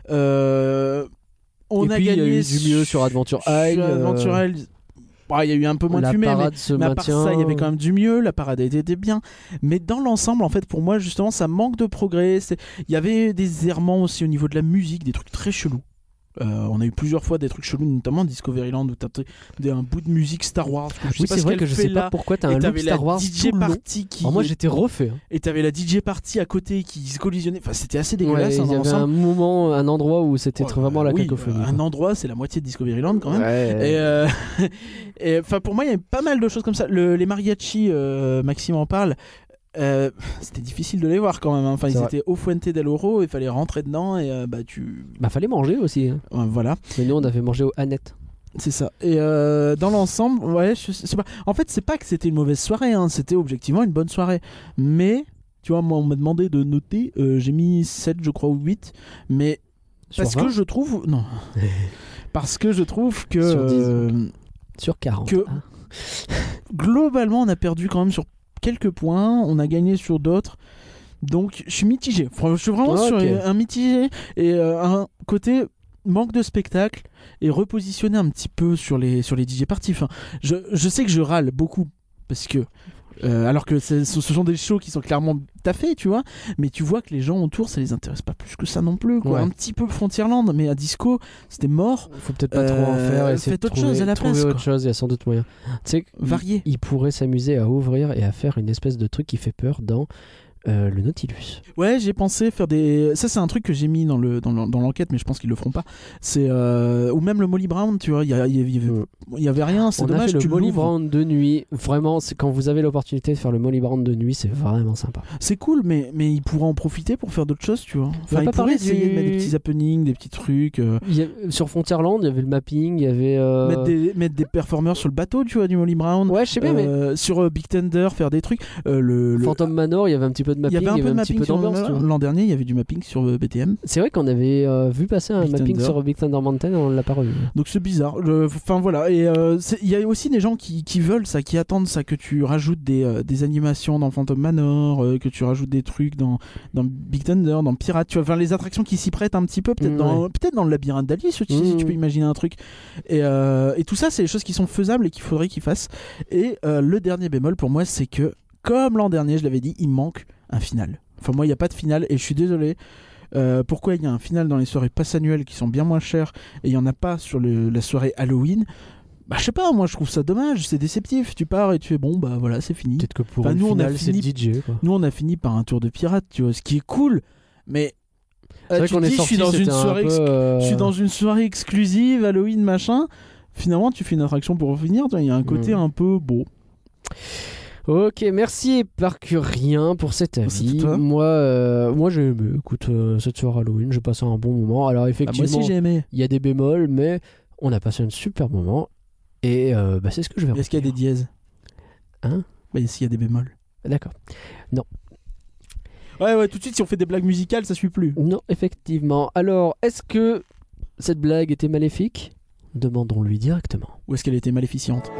Euh, on Et a puis, gagné il y a eu du mieux sur Adventure Isle. Adventure euh... Isle. Bah, il y a eu un peu moins la de fumée, parade mais, se mais à maintient... part ça, il y avait quand même du mieux. La parade a été bien. Mais dans l'ensemble, en fait, pour moi, justement, ça manque de progrès. C'est... Il y avait des errements aussi au niveau de la musique, des trucs très chelous. Euh, on a eu plusieurs fois des trucs chelous, notamment Discoveryland où t'as un bout de musique Star Wars. Que je oui, sais pas c'est ce vrai que je sais là. pas pourquoi t'as un loop Star Wars D J tout le long. Party qui... Alors moi j'étais refait. Hein. Et t'avais la D J party à côté qui se collisionnait. Enfin, c'était assez dégueulasse. Ouais, hein, il y avait ensemble. un moment, un endroit où c'était oh, vraiment la oui, cacophonie. Un endroit, c'est la moitié de Discoveryland quand même. Ouais. Et, euh... et enfin, pour moi, il y avait pas mal de choses comme ça. Le, les mariachis, euh, Maxime en parle. Euh, c'était difficile de les voir quand même. Hein. Enfin, c'est ils vrai. étaient au Fuente del Oro, il fallait rentrer dedans et euh, bah tu. Bah fallait manger aussi. Hein. Ouais, voilà. Mais nous on avait mangé au Annette. C'est ça. Et euh, dans l'ensemble, ouais, je sais pas. En fait, c'est pas que c'était une mauvaise soirée, hein, c'était objectivement une bonne soirée. Mais, tu vois, moi, on m'a demandé de noter, euh, j'ai mis sept, je crois, ou huit. Mais Sur parce vingt? que je trouve. Non. Parce que je trouve que. Sur dix. euh, Sur quarante. que hein. globalement, on a perdu quand même sur quelques points, on a gagné sur d'autres. Donc, je suis mitigé. Enfin, je suis vraiment Ah, sur ok. un mitigé et euh, un côté manque de spectacle et repositionner un petit peu sur les, sur les D J parties. Enfin, je, je sais que je râle beaucoup parce que. euh, alors que c'est- ce ce sont des shows qui sont clairement taffés, tu vois, mais tu vois que les gens autour ça les intéresse pas plus que ça non plus, quoi. Ouais. Un petit peu Frontierland, mais à Disco c'était mort. Faut peut-être pas trop en Euh, faire et essayer faites de autre trouver, chose à la trouver place, autre quoi. chose, il y a sans doute moyen. Tu sais, Varié. il, il pourrait s'amuser à ouvrir et à faire une espèce de truc qui fait peur dans euh, le Nautilus. Ouais, j'ai pensé faire des. Ça, c'est un truc que j'ai mis dans le dans le- dans l'enquête, mais je pense qu'ils le feront pas. C'est euh, ou même le Molly Brown, tu vois, il y, a- il y avait il y avait rien. C'est On a dommage. fait le tu Molly l'ouvres. Brown de nuit. Vraiment, c'est quand vous avez l'opportunité de faire le Molly Brown de nuit, c'est vraiment sympa. C'est cool, mais mais ils pourraient en profiter pour faire d'autres choses, tu vois. On Enfin, va ils pas pourraient parler essayer du- de mettre des petits happenings, des petits trucs. euh, Il y a- sur Frontierland, il y avait le mapping, il y avait. euh, Mettre des, mettre des performeurs sur le bateau, tu vois, du Molly Brown. Ouais, je sais bien, Euh, Sur euh, Big Thunder, faire des trucs. Euh, le, le- Phantom Manor, il y avait un petit peu de Il mapping, y avait un peu de petit mapping peu sur d'ambiance. tu vois. l'an dernier, il y avait du mapping sur euh, B T M. C'est vrai qu'on avait euh, vu passer un Big mapping Thunder. sur Big Thunder Mountain, on l'a pas revu. Donc c'est bizarre. Le- Enfin voilà. Et euh, c'est- il y a aussi des gens qui, qui veulent ça, qui attendent ça, que tu rajoutes des, euh, des animations dans Phantom Manor, euh, que tu rajoutes des trucs dans, dans Big Thunder, dans Pirate. Tu vois, enfin les attractions qui s'y prêtent un petit peu, peut-être Mm, dans, ouais. peut-être dans le labyrinthe d'Alice, si tu- si Mm. tu peux imaginer un truc. Et, euh, et tout ça, c'est des choses qui sont faisables et qu'il faudrait qu'ils fassent. Et euh, le dernier bémol pour moi, c'est que comme l'an dernier, je l'avais dit, il manque un final. Enfin moi, il n'y a pas de final et je suis désolé. Euh, pourquoi il y a un final dans les soirées pass annuelles qui sont bien moins chères et il n'y en a pas sur le- la soirée Halloween? Bah je sais pas, moi je trouve ça dommage, c'est déceptif. Tu pars et tu fais bon bah voilà, c'est fini. Peut-être que pour Enfin, une nous, on a finale, c'est fini- D J. Quoi. Nous on a fini par un tour de pirate, tu vois, ce qui est cool, mais C'est euh, vrai tu qu'on te est dis, je suis sorti, dans une c'était un soirée, peu, ex- euh, je suis dans une soirée exclusive Halloween machin. Finalement, tu fais une attraction pour finir, tu vois, il y a un côté Mm. un peu beau. Ok, merci Parcurien pour cet avis. tout toi. Moi, euh, moi j'ai aimé. Écoute, euh, cette soirée Halloween, j'ai passé un bon moment. Alors Bah, moi effectivement, aussi j'ai aimé. il y a des bémols, mais on a passé un super moment. Et euh, bah, c'est ce que je vais. Est-ce qu'il y a des dièses? Hein? Bah s'il y a des bémols. D'accord. Non. Ouais ouais, tout de suite si on fait des blagues musicales, ça suit plus. Non, effectivement. Alors, est-ce que cette blague était maléfique? Demandons-lui directement. Ou est-ce qu'elle était maléficiente?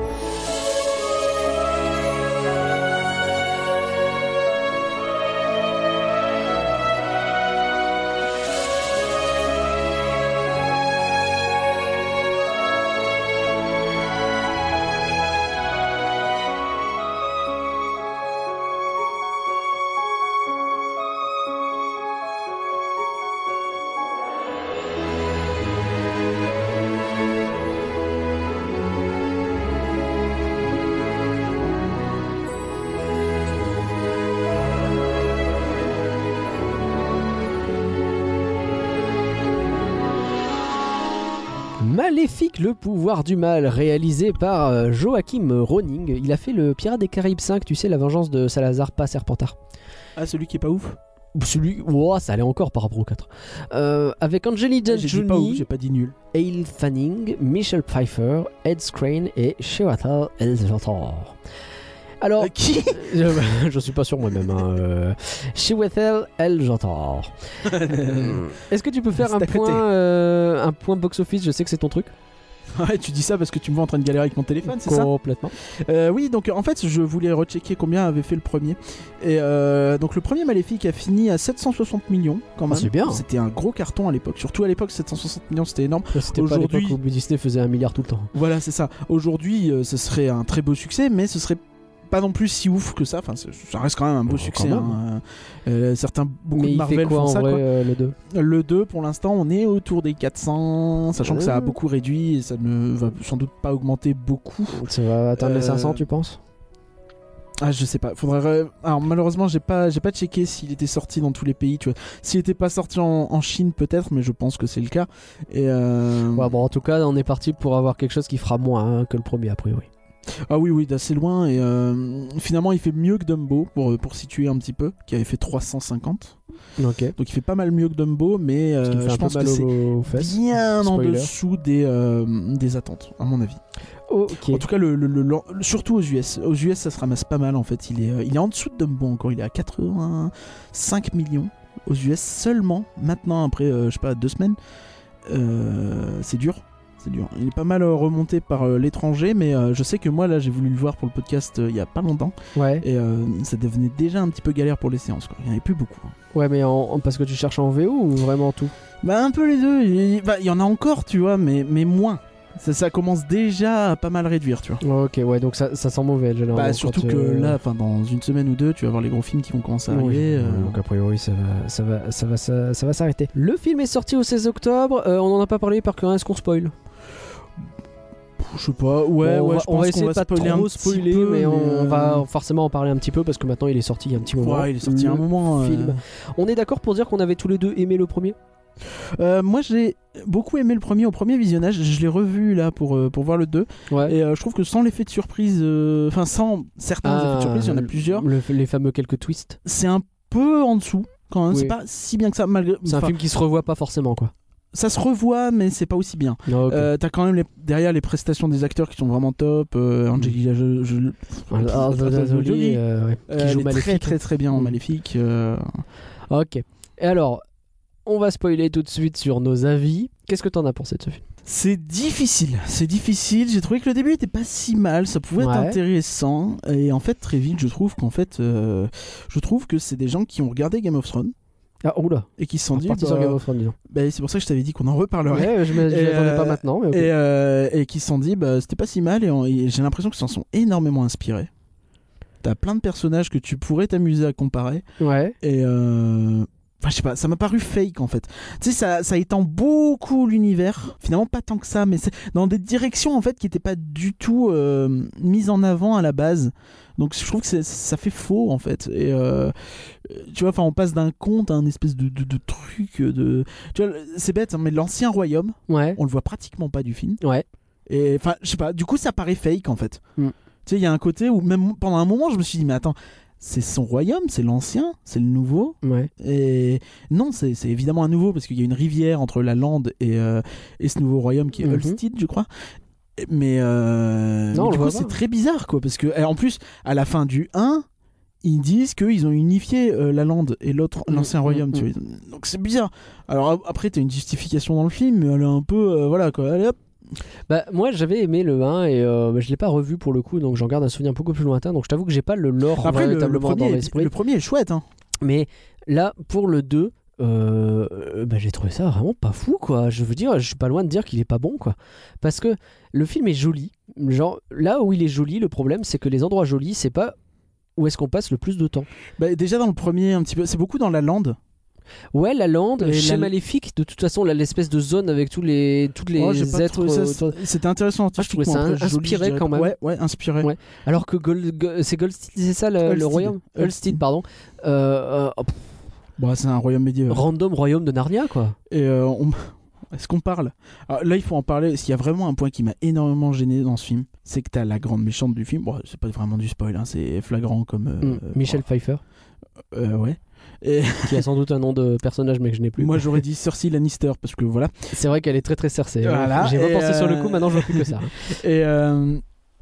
Maléfique, le pouvoir du mal, réalisé par euh, Joachim Ronning. Il a fait le Pirates des Caraïbes cinq, tu sais, la vengeance de Salazar, pas Serpentard. Ah, celui qui est pas ouf? Celui, wow, ça allait encore par rapport au quatre. Euh, avec Angelina J'ai dit pas ouf, Jolie, j'ai pas dit nul. Elle Fanning, Michelle Pfeiffer, Ed Skrein et Chiwetel Ejiofor. Alors, qui je, je suis pas sûr moi-même. Hein, euh, Chiwetel Ejiofor. Euh, Est-ce que tu peux faire C'est un à côté. point, euh, un point box-office? Je sais que c'est ton truc. Ouais, tu dis ça parce que tu me vois en train de galérer avec mon téléphone, c'est ça? Complètement. Euh, oui, donc en fait, je voulais rechecker combien avait fait le premier. Et euh, donc le premier Maléfique a fini à sept cent soixante millions quand même. Ah, c'est bien. C'était un gros carton à l'époque. Surtout à l'époque, sept cent soixante millions, c'était énorme. C'était pas l'époque où Disney faisait un milliard tout le temps. Voilà, c'est ça. Aujourd'hui, euh, ce serait un très beau succès, mais ce serait pas non plus si ouf que ça. Enfin, c'est- ça reste quand même un beau Oh, succès. quand hein. Euh, certains, beaucoup Mais de il Marvel fait quoi font en ça. vrai, quoi. euh, le deux? Le deux, pour l'instant, on est autour des quatre cents, sachant que ça a Euh. beaucoup réduit et ça ne va sans doute pas augmenter beaucoup. Ça va atteindre les Euh, cinq cents, tu penses? Ah, je sais pas. Faudrait. re- Alors malheureusement, j'ai pas, j'ai pas checké s'il était sorti dans tous les pays. Tu vois, s'il était pas sorti en, en Chine, peut-être, mais je pense que c'est le cas. Et euh... Ouais, bon, en tout cas, on est parti pour avoir quelque chose qui fera moins hein, que le premier, a priori. Ah oui, oui, d'assez loin. Et euh, finalement, il fait mieux que Dumbo pour pour situer un petit peu, qui avait fait trois cent cinquante. Donc il fait pas mal mieux que Dumbo, mais euh, fait je un pense peu que mal c'est aux fesses. bien en Spoiler. dessous des, euh, des attentes, à mon avis. Ok. En tout cas, le, le- le- le- surtout aux U S. Aux U S, ça se ramasse pas mal en fait. Il est, euh, il est en dessous de Dumbo encore. Il est à quatre-vingt-cinq millions aux U S seulement. Maintenant, après, euh, je sais pas, deux semaines. Euh, c'est dur. C'est dur. Il est pas mal euh, remonté par euh, l'étranger, mais euh, je sais que moi, là, j'ai voulu le voir pour le podcast euh, il y a pas longtemps. Ouais. Et euh, ça devenait déjà un petit peu galère pour les séances, quoi. Il y en avait plus beaucoup. Ouais, mais en, en- parce que tu cherches en V O ou vraiment tout? Bah, un peu les deux. Il, bah, il y en a encore, tu vois, mais, mais moins. Ça, ça commence déjà à pas mal réduire, tu vois. Ok, ouais, donc ça, ça sent mauvais généralement. Bah, quand, surtout que euh, là, enfin, dans une semaine ou deux, tu vas voir les gros films qui vont commencer à Oui, arriver. euh. donc a priori ça va, ça va, ça va, ça, ça va s'arrêter. Le film est sorti au seize octobre. euh, on en a pas parlé par contre. Est-ce qu'on spoil? Je sais pas. Ouais, Bon, on ouais. va, je on pense va essayer qu'on de pas spoiler un trop petit spoiler, peu, mais, on euh, va forcément en parler un petit peu parce que maintenant il est sorti il y a un petit moment. Ouais, il est sorti Le un moment. euh. Film. On est d'accord pour dire qu'on avait tous les deux aimé le premier. Euh, moi, j'ai beaucoup aimé le premier au premier visionnage. Je l'ai revu là pour, euh, pour voir le deux. Ouais. Et euh, je trouve que sans l'effet de surprise, euh, enfin, sans certains effets de surprise, il y en a plusieurs. Le- les fameux quelques twists. C'est un peu en dessous quand même. Oui. C'est pas si bien que ça, malgré. C'est un enfin, film qui se revoit pas forcément quoi. Ça se revoit, mais c'est pas aussi bien. Ah, ok. Euh, T'as quand même les- derrière les prestations des acteurs qui sont vraiment top. Euh, Angelina Jo- Jo- Ah, Jolie, euh, ouais, qui Euh, joue elle est Maléfique. très très très bien en Mm. Maléfique. euh. Ok. Et alors, on va spoiler tout de suite sur nos avis. Qu'est-ce que t'en as pensé de ce film? C'est difficile, c'est difficile. J'ai trouvé que le début était pas si mal, ça pouvait être Ouais. intéressant. Et en fait, très vite, je trouve qu'en fait, euh, je trouve que c'est des gens qui ont regardé Game of Thrones. Ah, oula. Et qui se sont On dit. repartit sur Game of Thrones, disons. bah, c'est pour ça que je t'avais dit qu'on en reparlerait. Ouais, je m'y- je m'y Et, attendais pas euh, maintenant, mais ok. Et, euh, et qui se sont dit, bah, c'était pas si mal. Et, on- et j'ai l'impression qu'ils s'en sont énormément inspirés. T'as plein de personnages que tu pourrais t'amuser à comparer. Ouais. Et. Euh... Enfin, je sais pas, ça m'a paru fake en fait. Tu sais, ça, ça étend beaucoup l'univers. Finalement, pas tant que ça, mais c'est dans des directions en fait qui n'étaient pas du tout euh, mises en avant à la base. Donc je trouve que c'est- ça fait faux en fait. Et euh, tu vois, enfin, on passe d'un conte à un espèce de, de, de truc. De... Tu vois, c'est bête, hein, mais l'ancien royaume, Ouais. on le voit pratiquement pas du film. Ouais. Et enfin, je sais pas, du coup, ça paraît fake en fait. Mm. Tu sais, il y a un côté où même pendant un moment, je me suis dit, mais attends. C'est son royaume, c'est l'ancien, c'est le nouveau. Ouais. Et non, c'est c'est évidemment un nouveau parce qu'il y a une rivière entre la lande et, euh, et ce nouveau royaume qui est Mhm. Ulstead, je crois. Mais, euh, Non, on mais le du coup, voit c'est pas. très bizarre quoi. Parce que, et en plus, à la fin du un, ils disent qu'ils ont unifié euh, la lande et l'autre, Mhm, l'ancien royaume. Tu mhm. vois. Donc c'est bizarre. Alors ap- après, t'as une justification dans le film, mais elle est un peu. euh, voilà quoi. Allez hop. Bah, moi j'avais aimé le un et euh, bah, je l'ai pas revu pour le coup, donc j'en garde un souvenir beaucoup plus lointain. Donc je t'avoue que j'ai pas le lore Après, le, le véritablement dans premier, est- l'esprit. le premier est chouette. Hein. Mais là, pour le deux, euh, euh, bah, j'ai trouvé ça vraiment pas fou quoi. Je veux dire, je suis pas loin de dire qu'il est pas bon quoi. Parce que le film est joli. Genre, là où il est joli, le problème c'est que les endroits jolis, c'est pas où est-ce qu'on passe le plus de temps. Bah, déjà dans le premier, un petit peu, c'est beaucoup dans la lande. Ouais, la lande, Et chez la- Maléfique, de toute façon, là, l'espèce de zone avec tous les, toutes les Oh, j'ai pas êtres. trouvé ça- euh, C'était intéressant Moi, je trouvais artistiquement. ça Après, joli, inspiré je dirais quand pas. même. Ouais, ouais, inspiré. Ouais. Alors que Gold- Go- c'est Goldstead, c'est ça le, le Ulstead. royaume Ulstead. Ulstead, pardon. Euh, euh, oh, pff, Bon, c'est un royaume médiéval. random royaume de Narnia, quoi. Et euh, on- est-ce qu'on parle Alors, là, il faut en parler. S'il y a vraiment un point qui m'a énormément gêné dans ce film, c'est que t'as la grande méchante du film. Bon, c'est pas vraiment du spoil, hein, c'est flagrant comme. euh, Mm, Michel Pfeiffer, euh, ouais. Et qui a sans doute un nom de personnage, mais que je n'ai plus. moi, j'aurais dit Cersei Lannister parce que voilà. C'est vrai qu'elle est très très cercée. Voilà, J'ai et repensé sur le euh, coup, maintenant je vois plus que ça. Et euh,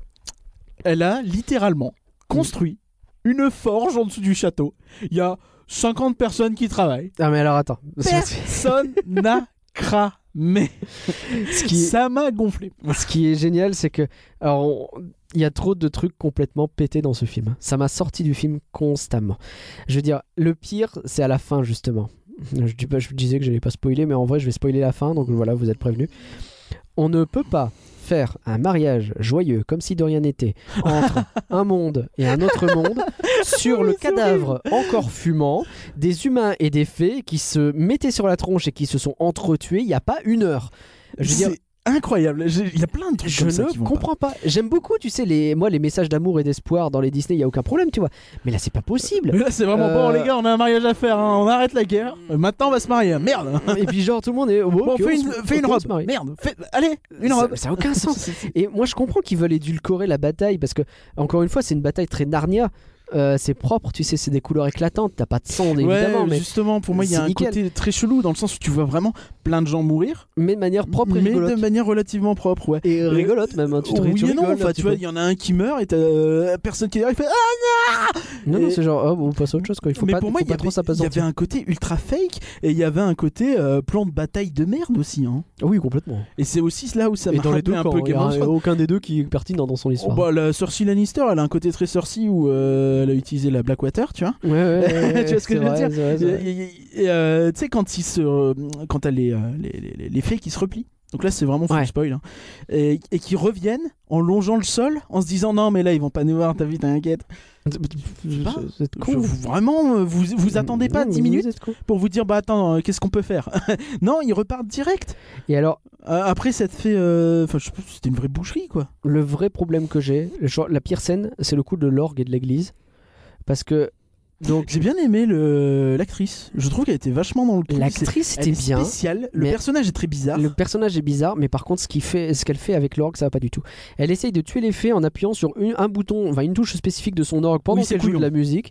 elle a littéralement construit une forge en dessous du château. Il y a cinquante personnes qui travaillent. Ah, mais alors attends. Personne n'a cramé. Ce qui est- Ça m'a gonflé. Ce qui est génial, c'est que alors on- il y a trop de trucs complètement pétés dans ce film. Ça m'a sorti du film constamment. Je veux dire, le pire, c'est à la fin justement. Je, dis pas, je disais que j'allais pas spoiler, mais en vrai, je vais spoiler la fin, donc voilà, vous êtes prévenus. On ne peut pas faire un mariage joyeux, comme si de rien n'était, entre un monde et un autre monde, sur le cadavre encore fumant, des humains et des fées qui se mettaient sur la tronche et qui se sont entretués il n'y a pas une heure. Je veux dire, C'est incroyable. J'ai- Il y a plein de trucs je comme ça ne qui vont comprends pas. J'aime beaucoup, tu sais, les, moi, les messages d'amour et d'espoir dans les Disney, il n'y a aucun problème, tu vois. Mais là, c'est pas possible. Mais là, c'est vraiment Euh, bon, les gars, on a un mariage à faire, hein. On arrête la guerre. Euh, Maintenant, on va se marier. Merde. Et puis, genre, tout le monde est. Oh, Bon, ok, fais on une, se- fais une ok, on robe. se marie. Merde. Fais- Allez, une Ça- robe. Ça n'a aucun sens. Et moi, je comprends qu'ils veulent édulcorer la bataille parce que, encore une fois, c'est une bataille très Narnia. euh, c'est propre, tu sais, c'est des couleurs éclatantes, t'as pas de sang évidemment, ouais, mais justement, pour moi, il y a un nickel. côté très chelou dans le sens où tu vois vraiment plein de gens mourir, mais de manière propre et mais rigolote. de manière relativement propre, ouais. Et rigolote même, hein, tu te oui tu et non, rigoles, enfin, un tu petit vois, peu. il y en a un qui meurt et t'as euh, personne qui est derrière, il fait ah non. Non, non, Et- c'est genre, oh, bon, on passe à autre chose quoi. Il faut mais pas, pour moi, faut il y pas avait, trop ça passe il y avait un côté ultra fake et il y avait un côté euh, plan de bataille de merde aussi. Hein. Oui, complètement. Et c'est aussi là où ça Et m'a dans les rappelé deux un camps, peu il y Game a of Thrones. aucun des deux qui est pertinent dans son Oh, histoire. bah, la Cersei Lannister, elle a un côté très Cersei où euh, elle a utilisé la Blackwater, tu vois. Ouais, ouais, ouais, tu vois ce que c'est je veux vrai, dire c'est vrai, c'est vrai. Et- et- et, euh, tu sais, quand, ils se, euh, quand t'as les, euh, les, les, les fées qui se replient, donc là c'est vraiment full Ouais. spoil, hein, et, et qui reviennent en longeant le sol en se disant non, mais là ils vont pas nous voir, t'as vu, t'inquiète. Vous pas. êtes con. Je- vous- vraiment, euh, vous, vous attendez pas Non, dix vous minutes êtes con. pour vous dire bah attends, euh, qu'est-ce qu'on peut faire. Non, ils repartent direct. Et alors, Euh, après, ça te fait. euh, Enfin, je sais pas, c'était une vraie boucherie quoi. le vrai problème que j'ai, le genre- la pire scène, c'est le coup de l'orgue et de l'église. Parce que. Donc, J'ai bien aimé le l'actrice. Je trouve qu'elle était vachement dans le truc. l'actrice C'est- elle était est bien. spéciale. Le mais- personnage est très bizarre. Le personnage est bizarre, mais par contre, ce qu'il fait, ce qu'elle fait avec l'orgue, ça va pas du tout. Elle essaye de tuer les fées en appuyant sur une- un bouton, enfin une touche spécifique de son orgue pendant Oui, c'est qu'elle joue de couillon. la musique.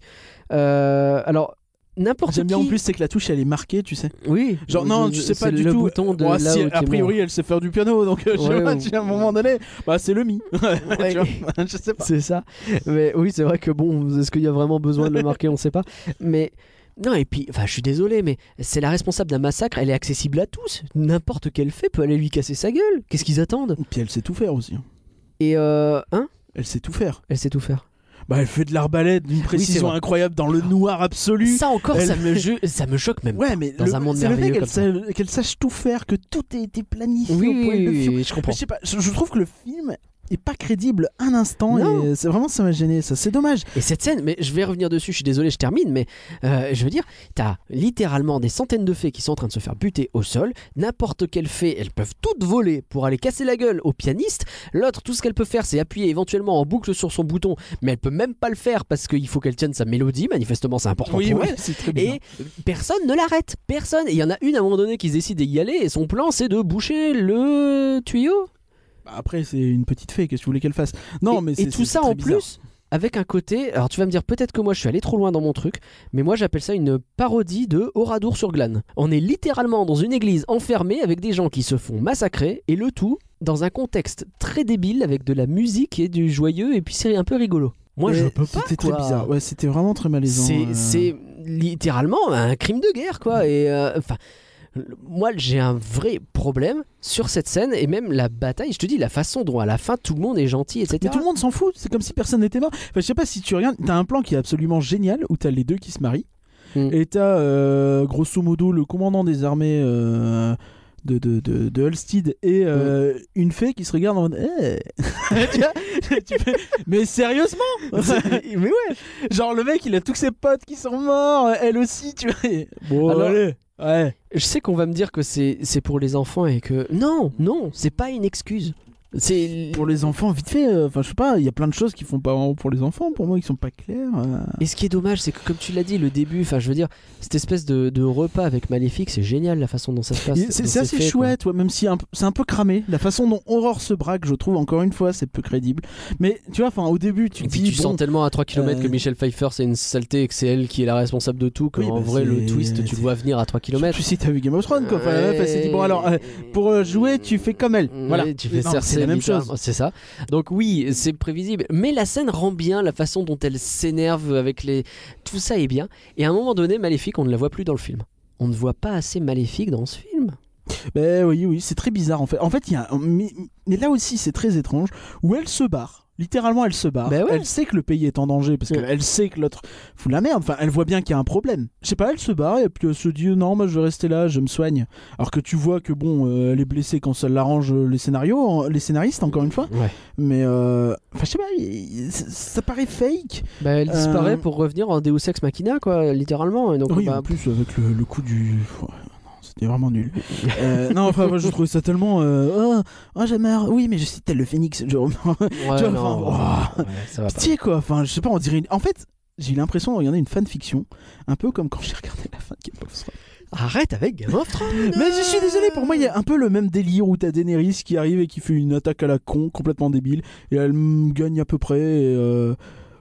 Euh, alors, n'importe qui. J'aime bien en plus, c'est que la touche elle est marquée, tu sais. Oui. Genre non, tu sais c'est pas du le tout. bouton de Bon, là si, où a t'es priori, mort. elle sait faire du piano, donc euh, je sais Ouais, pas, ouais. tu sais, à un moment donné, bah c'est le mi. Ouais. Tu vois, je sais pas. C'est ça. Mais oui, c'est vrai que bon, est-ce qu'il y a vraiment besoin de le marquer, on sait pas. Mais non, et puis, enfin, je suis désolé, mais c'est la responsable d'un massacre, elle est accessible à tous. N'importe quel fait peut aller lui casser sa gueule. Qu'est-ce qu'ils attendent? Puis elle sait tout faire aussi. Et euh, hein? Elle sait tout faire. Elle sait tout faire. Bah elle fait de l'arbalète d'une précision vrai. incroyable dans le noir absolu. Ça encore, Elle ça me, fait- ju- ça me choque même. Ouais, mais dans le- un monde c'est le fait merveilleux qu'elle comme ça. sache, qu'elle sache tout faire, que tout ait été planifié Oui, au oui, poil de oui, fion. oui, je comprends. Mais je sais pas, je, je trouve que le film est pas crédible un instant Non. et c'est vraiment ça m'a gêné, ça c'est dommage. Et cette scène, mais je vais revenir dessus, je suis désolé, je termine, mais euh, je veux dire, t'as littéralement des centaines de fées qui sont en train de se faire buter au sol. N'importe quelle fée, elles peuvent toutes voler pour aller casser la gueule au pianiste. L'autre, tout ce qu'elle peut faire, c'est appuyer éventuellement en boucle sur son bouton, mais elle peut même pas le faire parce qu'il faut qu'elle tienne sa mélodie. Manifestement, c'est important Oui, pour oui, elle. c'est très bien. Et personne ne l'arrête, personne. Et il y en a une à un moment donné qui décide d'y aller, et son plan, c'est de boucher le tuyau. Bah, après c'est une petite fée, qu'est-ce que tu voulais qu'elle fasse? Non, et, mais et c'est tout c'est ça très en bizarre. plus avec un côté, alors tu vas me dire peut-être que moi je suis allé trop loin dans mon truc, mais moi j'appelle ça une parodie de Oradour sur glane. On est littéralement dans une église enfermée avec des gens qui se font massacrer, et le tout dans un contexte très débile avec de la musique et du joyeux, et puis c'est un peu rigolo. Moi Mais je peux pas. C'était quoi. très bizarre. Ouais, c'était vraiment très malaisant. C'est euh. c'est littéralement un crime de guerre, quoi. Et euh, enfin, moi, j'ai un vrai problème sur cette scène, et même la bataille. Je te dis, la façon dont à la fin tout le monde est gentil, et cetera. Mais tout le monde s'en fout, c'est comme si personne n'était mort. Enfin, je sais pas si tu regardes, t'as un plan qui est absolument génial où t'as les deux qui se marient. Mm. Et t'as euh, grosso modo le commandant des armées euh, de, de, de, de Holstead et euh, Mm. une fée qui se regarde en mode Eh Tu vois, tu fais, mais sérieusement Mais ouais. Genre le mec il a tous ses potes qui sont morts, elle aussi, tu vois. Et- Bon, Alors- allez. Ouais. Je sais qu'on va me dire que c'est c'est pour les enfants et que non, non, c'est pas une excuse. C'est Pour les enfants, vite fait, euh, enfin je sais pas, il y a plein de choses qui font pas vraiment pour les enfants, pour moi qui sont pas claires. euh. Et ce qui est dommage, c'est que comme tu l'as dit, le début, enfin je veux dire, cette espèce de, de repas avec Maléfique, c'est génial la façon dont ça se passe. Et C'est dont c'est assez fait, quoi. chouette, ouais, même si un p- c'est un peu cramé. La façon dont Aurore se braque, je trouve, encore une fois, c'est peu crédible. Mais tu vois, enfin, au début, tu Et te puis dis. tu bon, sens tellement à trois kilomètres que euh, Michel Pfeiffer c'est une saleté et que c'est elle qui est la responsable de tout, que Oui, en bah, vrai le c'est- twist tu le vois venir à trois kilomètres. Tu sais, t'as vu Game of Thrones, quoi. Enfin, la meuf, elle s'est dit, bon, alors, euh, pour euh, jouer, tu fais comme elle. Voilà. Tu fais Non, Cersei, c'est la même littéralement, chose. c'est ça. Donc oui, c'est prévisible. Mais la scène rend bien la façon dont elle s'énerve avec les. Tout ça est bien. Et à un moment donné, Maléfique, on ne la voit plus dans le film. On ne voit pas assez Maléfique dans ce film. Ben oui, oui, c'est très bizarre en fait. En fait, il y a. un- Mais, mais là aussi, c'est très étrange. Où elle se barre. Littéralement, elle se barre. Ben ouais. Elle sait que le pays est en danger parce Ouais. qu'elle sait que l'autre fout la merde. Enfin, elle voit bien qu'il y a un problème. Je sais pas, elle se barre et puis elle se dit non, moi je vais rester là, je me soigne. Alors que tu vois que bon, euh, elle est blessée quand ça l'arrange euh, les scénarios, les scénaristes encore une fois. Ouais. Mais euh, enfin, je sais pas, il- ça, ça paraît fake. Bah, elle disparaît Euh, pour revenir en Deus Ex Machina, quoi, littéralement. Et donc, oui, bah, en plus avec le, le coup du. Ouais, non, c'était vraiment nul. Euh, non, enfin, moi, je trouvais ça tellement. Euh, oh, oh j'aimerais. Oui, mais je suis tel le phénix. Je... ouais, tu vois, non, enfin, oh, ouais, ça va pas. pitié quoi. Enfin, je sais pas, on dirait. une- En fait, j'ai eu l'impression de regarder une fanfiction, un peu comme quand j'ai regardé la fin de Game of Thrones. Arrête avec Game of Thrones. Mais je suis désolé, pour moi, il y a un peu le même délire où t'as Daenerys qui arrive et qui fait une attaque à la con, complètement débile, et elle mm, gagne à peu près. Et, euh,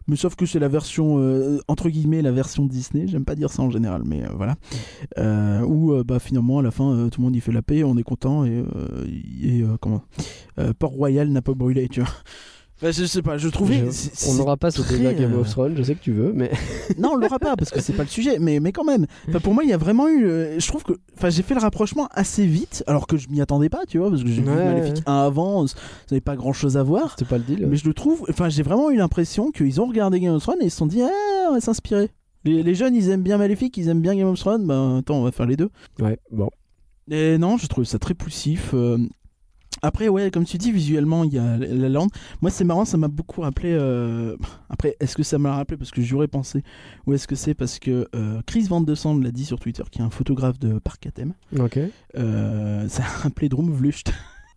Mais sauf que c'est la version, euh, entre guillemets, la version Disney, j'aime pas dire ça en général, mais euh, voilà. Euh, où euh, bah, finalement, à la fin, euh, tout le monde y fait la paix, on est content, et, euh, et euh, comment euh, Port-Royal n'a pas brûlé, tu vois. Enfin, je sais pas, je trouvais. Je- c'est- on n'aura pas ce c'est débat très, Game euh, of Thrones, je sais que tu veux, mais. Non, on l'aura pas parce que c'est pas le sujet, mais, mais quand même. Enfin, pour moi, il y a vraiment eu. euh, Je trouve que. Enfin, j'ai fait le rapprochement assez vite, alors que je m'y attendais pas, tu vois, parce que j'ai vu Ouais, Maléfique ouais. un avant, ça n'avait pas grand chose à voir. C'est pas le deal. Mais je le trouve. Enfin, j'ai vraiment eu l'impression qu'ils ont regardé Game of Thrones et ils se sont dit, ah, on va s'inspirer. Les, les jeunes, ils aiment bien Maléfique, ils aiment bien Game of Thrones, bah attends, on va faire les deux. Ouais, bon. Et non, je trouve ça très poussif. euh, Après, ouais, comme tu dis, visuellement, il y a la lande. Moi, c'est marrant, ça m'a beaucoup rappelé. euh, Après, est-ce que ça m'a rappelé parce que j'aurais pensé, ou est-ce que c'est parce que euh, Chris Van de Sande l'a dit sur Twitter, qui est un photographe de parc à thème. Ok. Euh, ça a rappelé Drumvlucht.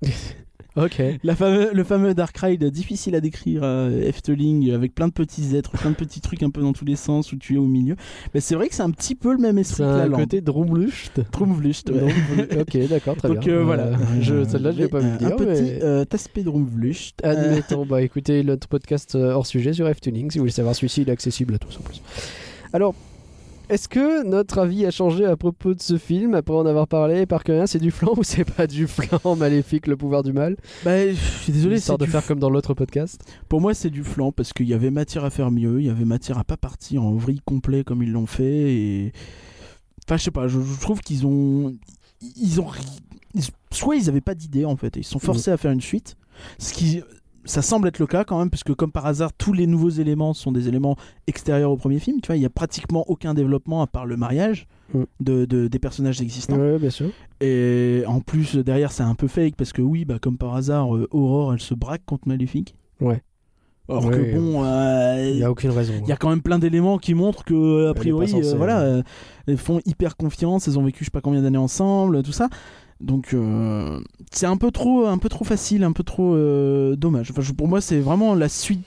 Ok. La fameux, le fameux Dark Ride, difficile à décrire, euh, Efteling, avec plein de petits êtres, plein de petits trucs un peu dans tous les sens, où tu es au milieu. Mais c'est vrai que c'est un petit peu le même esprit C'est que la un lande. côté Drumvlucht. Drumvlucht, ouais. Ok, d'accord, très Donc, bien. euh, Euh, voilà. je- celle-là, je l'ai pas vu Un dire, petit mais- euh, aspect Drumvlucht. Euh, Admettons, bah écoutez, notre podcast euh, hors sujet sur Efteling, si vous voulez savoir, celui-ci il est accessible à tous en plus. Alors, est-ce que notre avis a changé à propos de ce film après en avoir parlé? Par que rien, c'est du flan ou c'est pas du flan? Maléfique, le pouvoir du mal. Bah, je suis désolé, Histoire c'est de du faire comme dans l'autre podcast. Pour moi, c'est du flan parce qu'il y avait matière à faire mieux, il y avait matière à pas partir en vrille complet comme ils l'ont fait. Et enfin, je sais pas, je, je trouve qu'ils ont, ils ont, ri- ils- soit ils avaient pas d'idée en fait, et ils sont forcés à faire une suite, ce qui, ça semble être le cas quand même, puisque comme par hasard, tous les nouveaux éléments sont des éléments extérieurs au premier film. Tu vois, il y a pratiquement aucun développement à part le mariage Mm. de, de- des personnages existants. Ouais, bien sûr. Et en plus, derrière, c'est un peu fake parce que oui, bah, comme par hasard, euh, Aurore, elle se braque contre Maléfique. Ouais. Alors Ouais, que bon, euh, Il y a aucune raison. il y a quand même plein d'éléments qui montrent que, a Elle est priori, pas censée, euh, voilà, ouais. euh, elles font hyper confiance, elles ont vécu je sais pas combien d'années ensemble, tout ça. Donc euh, c'est un peu trop, un peu trop facile, un peu trop euh, dommage. Enfin, je- pour moi, c'est vraiment la suite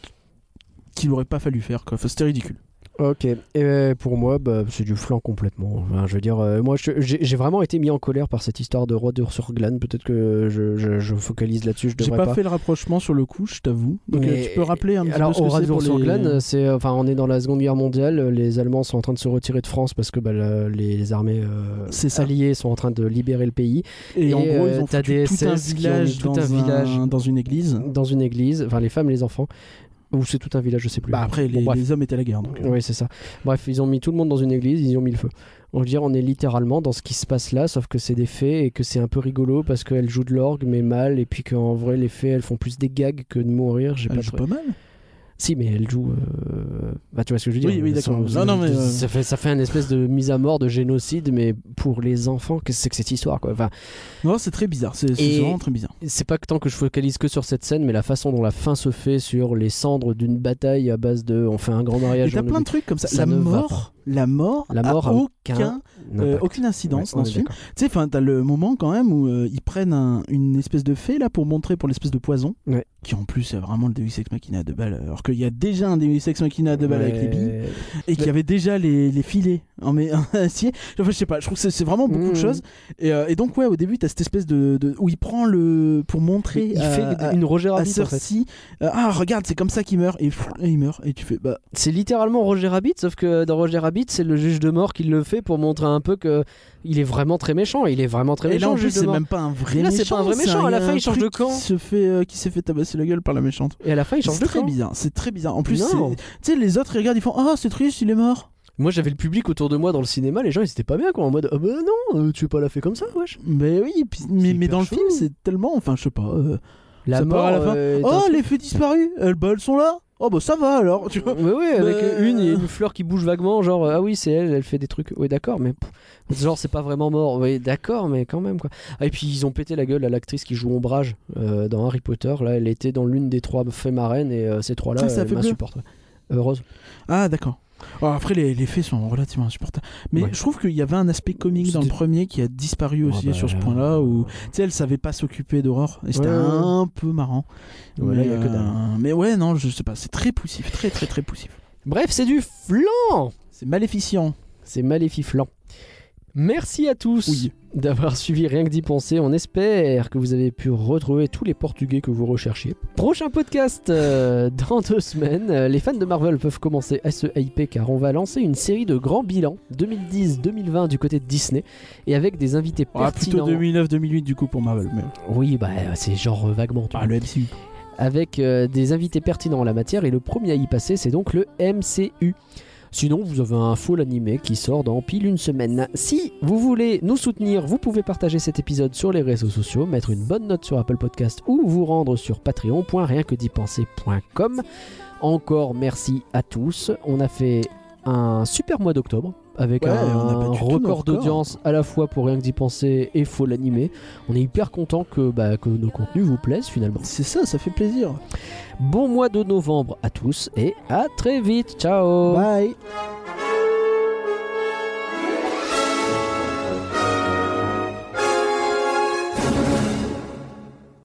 qu'il aurait pas fallu faire. Quoi. Enfin, c'était ridicule. Ok, et euh, pour moi, bah, c'est du flan complètement. Enfin, je veux dire, euh, moi, je- j'ai j'ai vraiment été mis en colère par cette histoire de roi d'Ur sur Glane. Peut-être que je, je- je focalise là-dessus, je J'ai devrais pas, pas. fait le rapprochement sur le coup, je t'avoue. Donc Mais- euh, tu peux rappeler un petit Alors, peu ce au que c'est Roi pour d'Ur sur les... Glane, c'est, euh, enfin, on est dans la Seconde Guerre mondiale. Les Allemands sont en train de se retirer de France parce que bah, le- les armées euh, C'est ça. alliées sont en train de libérer le pays. Et, en gros, euh, ils ont t'as foutu des tout un S S qui ont village, mis tout dans, un village dans une église. dans une église, enfin les femmes et les enfants. Ou c'est tout un village, je sais plus. Bah après, Bon, les, bref. les hommes étaient à la guerre. Donc, euh. Oui, c'est ça. Bref, ils ont mis tout le monde dans une église, ils y ont mis le feu. On veut dire, on est littéralement dans ce qui se passe là, sauf que c'est des fées et que c'est un peu rigolo parce qu'elles jouent de l'orgue, mais mal, et puis qu'en vrai, les fées, elles font plus des gags que de mourir. J'ai Elle pas joue trop- pas mal. Si, mais elles jouent. euh, Bah, tu vois ce que je veux dire? Oui, oui, Elles d'accord. sont- Non, non, mais, euh, ça, fait, ça fait une espèce de mise à mort, de génocide, mais pour les enfants, qu'est-ce que c'est que cette histoire, quoi? Enfin, Non, c'est très bizarre. C'est c'est Et- vraiment très bizarre. c'est pas que tant que je focalise que sur cette scène, mais la façon dont la fin se fait sur les cendres d'une bataille à base de on fait un grand Et mariage. t'as on plein oublie. de trucs comme ça. Ça la ne va mort, la mort, La mort a a aucun, aucun euh, impact. aucune incidence Ouais, dans on ce est film. d'accord. Tu sais, enfin, t'as le moment quand même où euh, ils prennent un- une espèce de fée là pour montrer pour l'espèce de poison, Ouais. qui en plus est vraiment le Deus Ex Machina à deux balles, alors qu'il y a déjà un Deus Ex Machina à deux balles avec les billes Ouais. et qu'il y avait déjà les, les filets en, mais, en acier. Enfin, je sais pas, je trouve que c'est- c'est vraiment beaucoup Mmh. de choses. Et, euh, et donc ouais, au début t'as cette espèce de, de- où il prend le pour montrer Il à- fait à- une Roger à Rabbit en fait. Cersei, euh, ah regarde c'est comme ça qu'il meurt et, pff, et il meurt et tu fais bah C'est littéralement Roger Rabbit, sauf que dans Roger Rabbit, c'est le juge de mort qui le fait pour montrer un peu que il est vraiment très méchant. Il est vraiment très et là méchant. en le plus juge de c'est mort. même pas un vrai Là, méchant. c'est pas un vrai méchant. un- À la fin, un il change de truc camp. Qui se fait, euh, qui s'est fait tabasser la gueule par la méchante. Et à la fin, il change C'est de très camp. bizarre. C'est très bizarre. En plus, Non. c'est- tu sais, les autres ils regardent, ils font ah c'est triste, il est mort. Moi, j'avais le public autour de moi dans le cinéma. Les gens, ils étaient pas bien, quoi. En mode, ah bah non, euh, tu veux pas la fait comme ça, wesh. Mais oui, puis- mais, mais hyper dans le chaud. film c'est tellement, enfin je sais pas. euh, La ça mort. part à la fin. euh, est un Oh truc- les feux disparus, elles, bah, elles sont là. Oh bah ça va alors. Tu vois. Ouais, ouais, avec Bah, euh, une, il y a une fleur qui bouge vaguement, genre euh, ah oui, c'est elle, elle fait des trucs. Oui, d'accord, mais pff, genre c'est pas vraiment mort. Oui, d'accord, mais quand même quoi. Ah, et puis ils ont pété la gueule à l'actrice qui joue Ombrage euh, dans Harry Potter. Là, elle était dans l'une des trois fées marraines et euh, ces trois-là, Ah, ça elles fait bleu. m'insupportent. ouais. Euh, Rose. Ah d'accord. Alors, après les, les faits sont relativement insupportables. Mais Ouais. je trouve qu'il y avait un aspect comique dans le C'était- premier qui a disparu aussi bah, sur ce point-là où tu sais elle savait pas s'occuper d'Aurore et c'était Ouais, ouais. un peu marrant. Ouais, mais, là, y a que dalle. euh, mais ouais non je sais pas, c'est très poussif, très très très poussif. Bref, c'est du flan. C'est maléficient. C'est maléficent. Merci à tous. Oui. d'avoir suivi Rien que d'y penser. On espère que vous avez pu retrouver tous les portugais que vous recherchiez. Prochain podcast euh, dans deux semaines. Euh, Les fans de Marvel peuvent commencer à se hyper car on va lancer une série de grands bilans deux mille dix deux mille vingt du côté de Disney et avec des invités Ah, pertinents. plutôt deux mille neuf deux mille huit du coup pour Marvel. Mais... Oui, bah c'est genre euh, vaguement. tu Ah, vois. le M C U. Avec euh, des invités pertinents en la matière et le premier à y passer c'est donc le M C U. Sinon vous avez un full animé qui sort dans pile une semaine. Si vous voulez nous soutenir, vous pouvez partager cet épisode sur les réseaux sociaux, mettre une bonne note sur Apple Podcast ou vous rendre sur patreon point rien que d'y penser point com. Encore merci à tous, on a fait un super mois d'octobre avec Ouais, on a un battu tous nos record records. d'audience à la fois pour Rien que d'y penser et Full Animé. On est hyper content que, bah, que nos contenus vous plaisent finalement. C'est ça, ça fait plaisir. Bon mois de novembre à tous et à très vite. Ciao. Bye.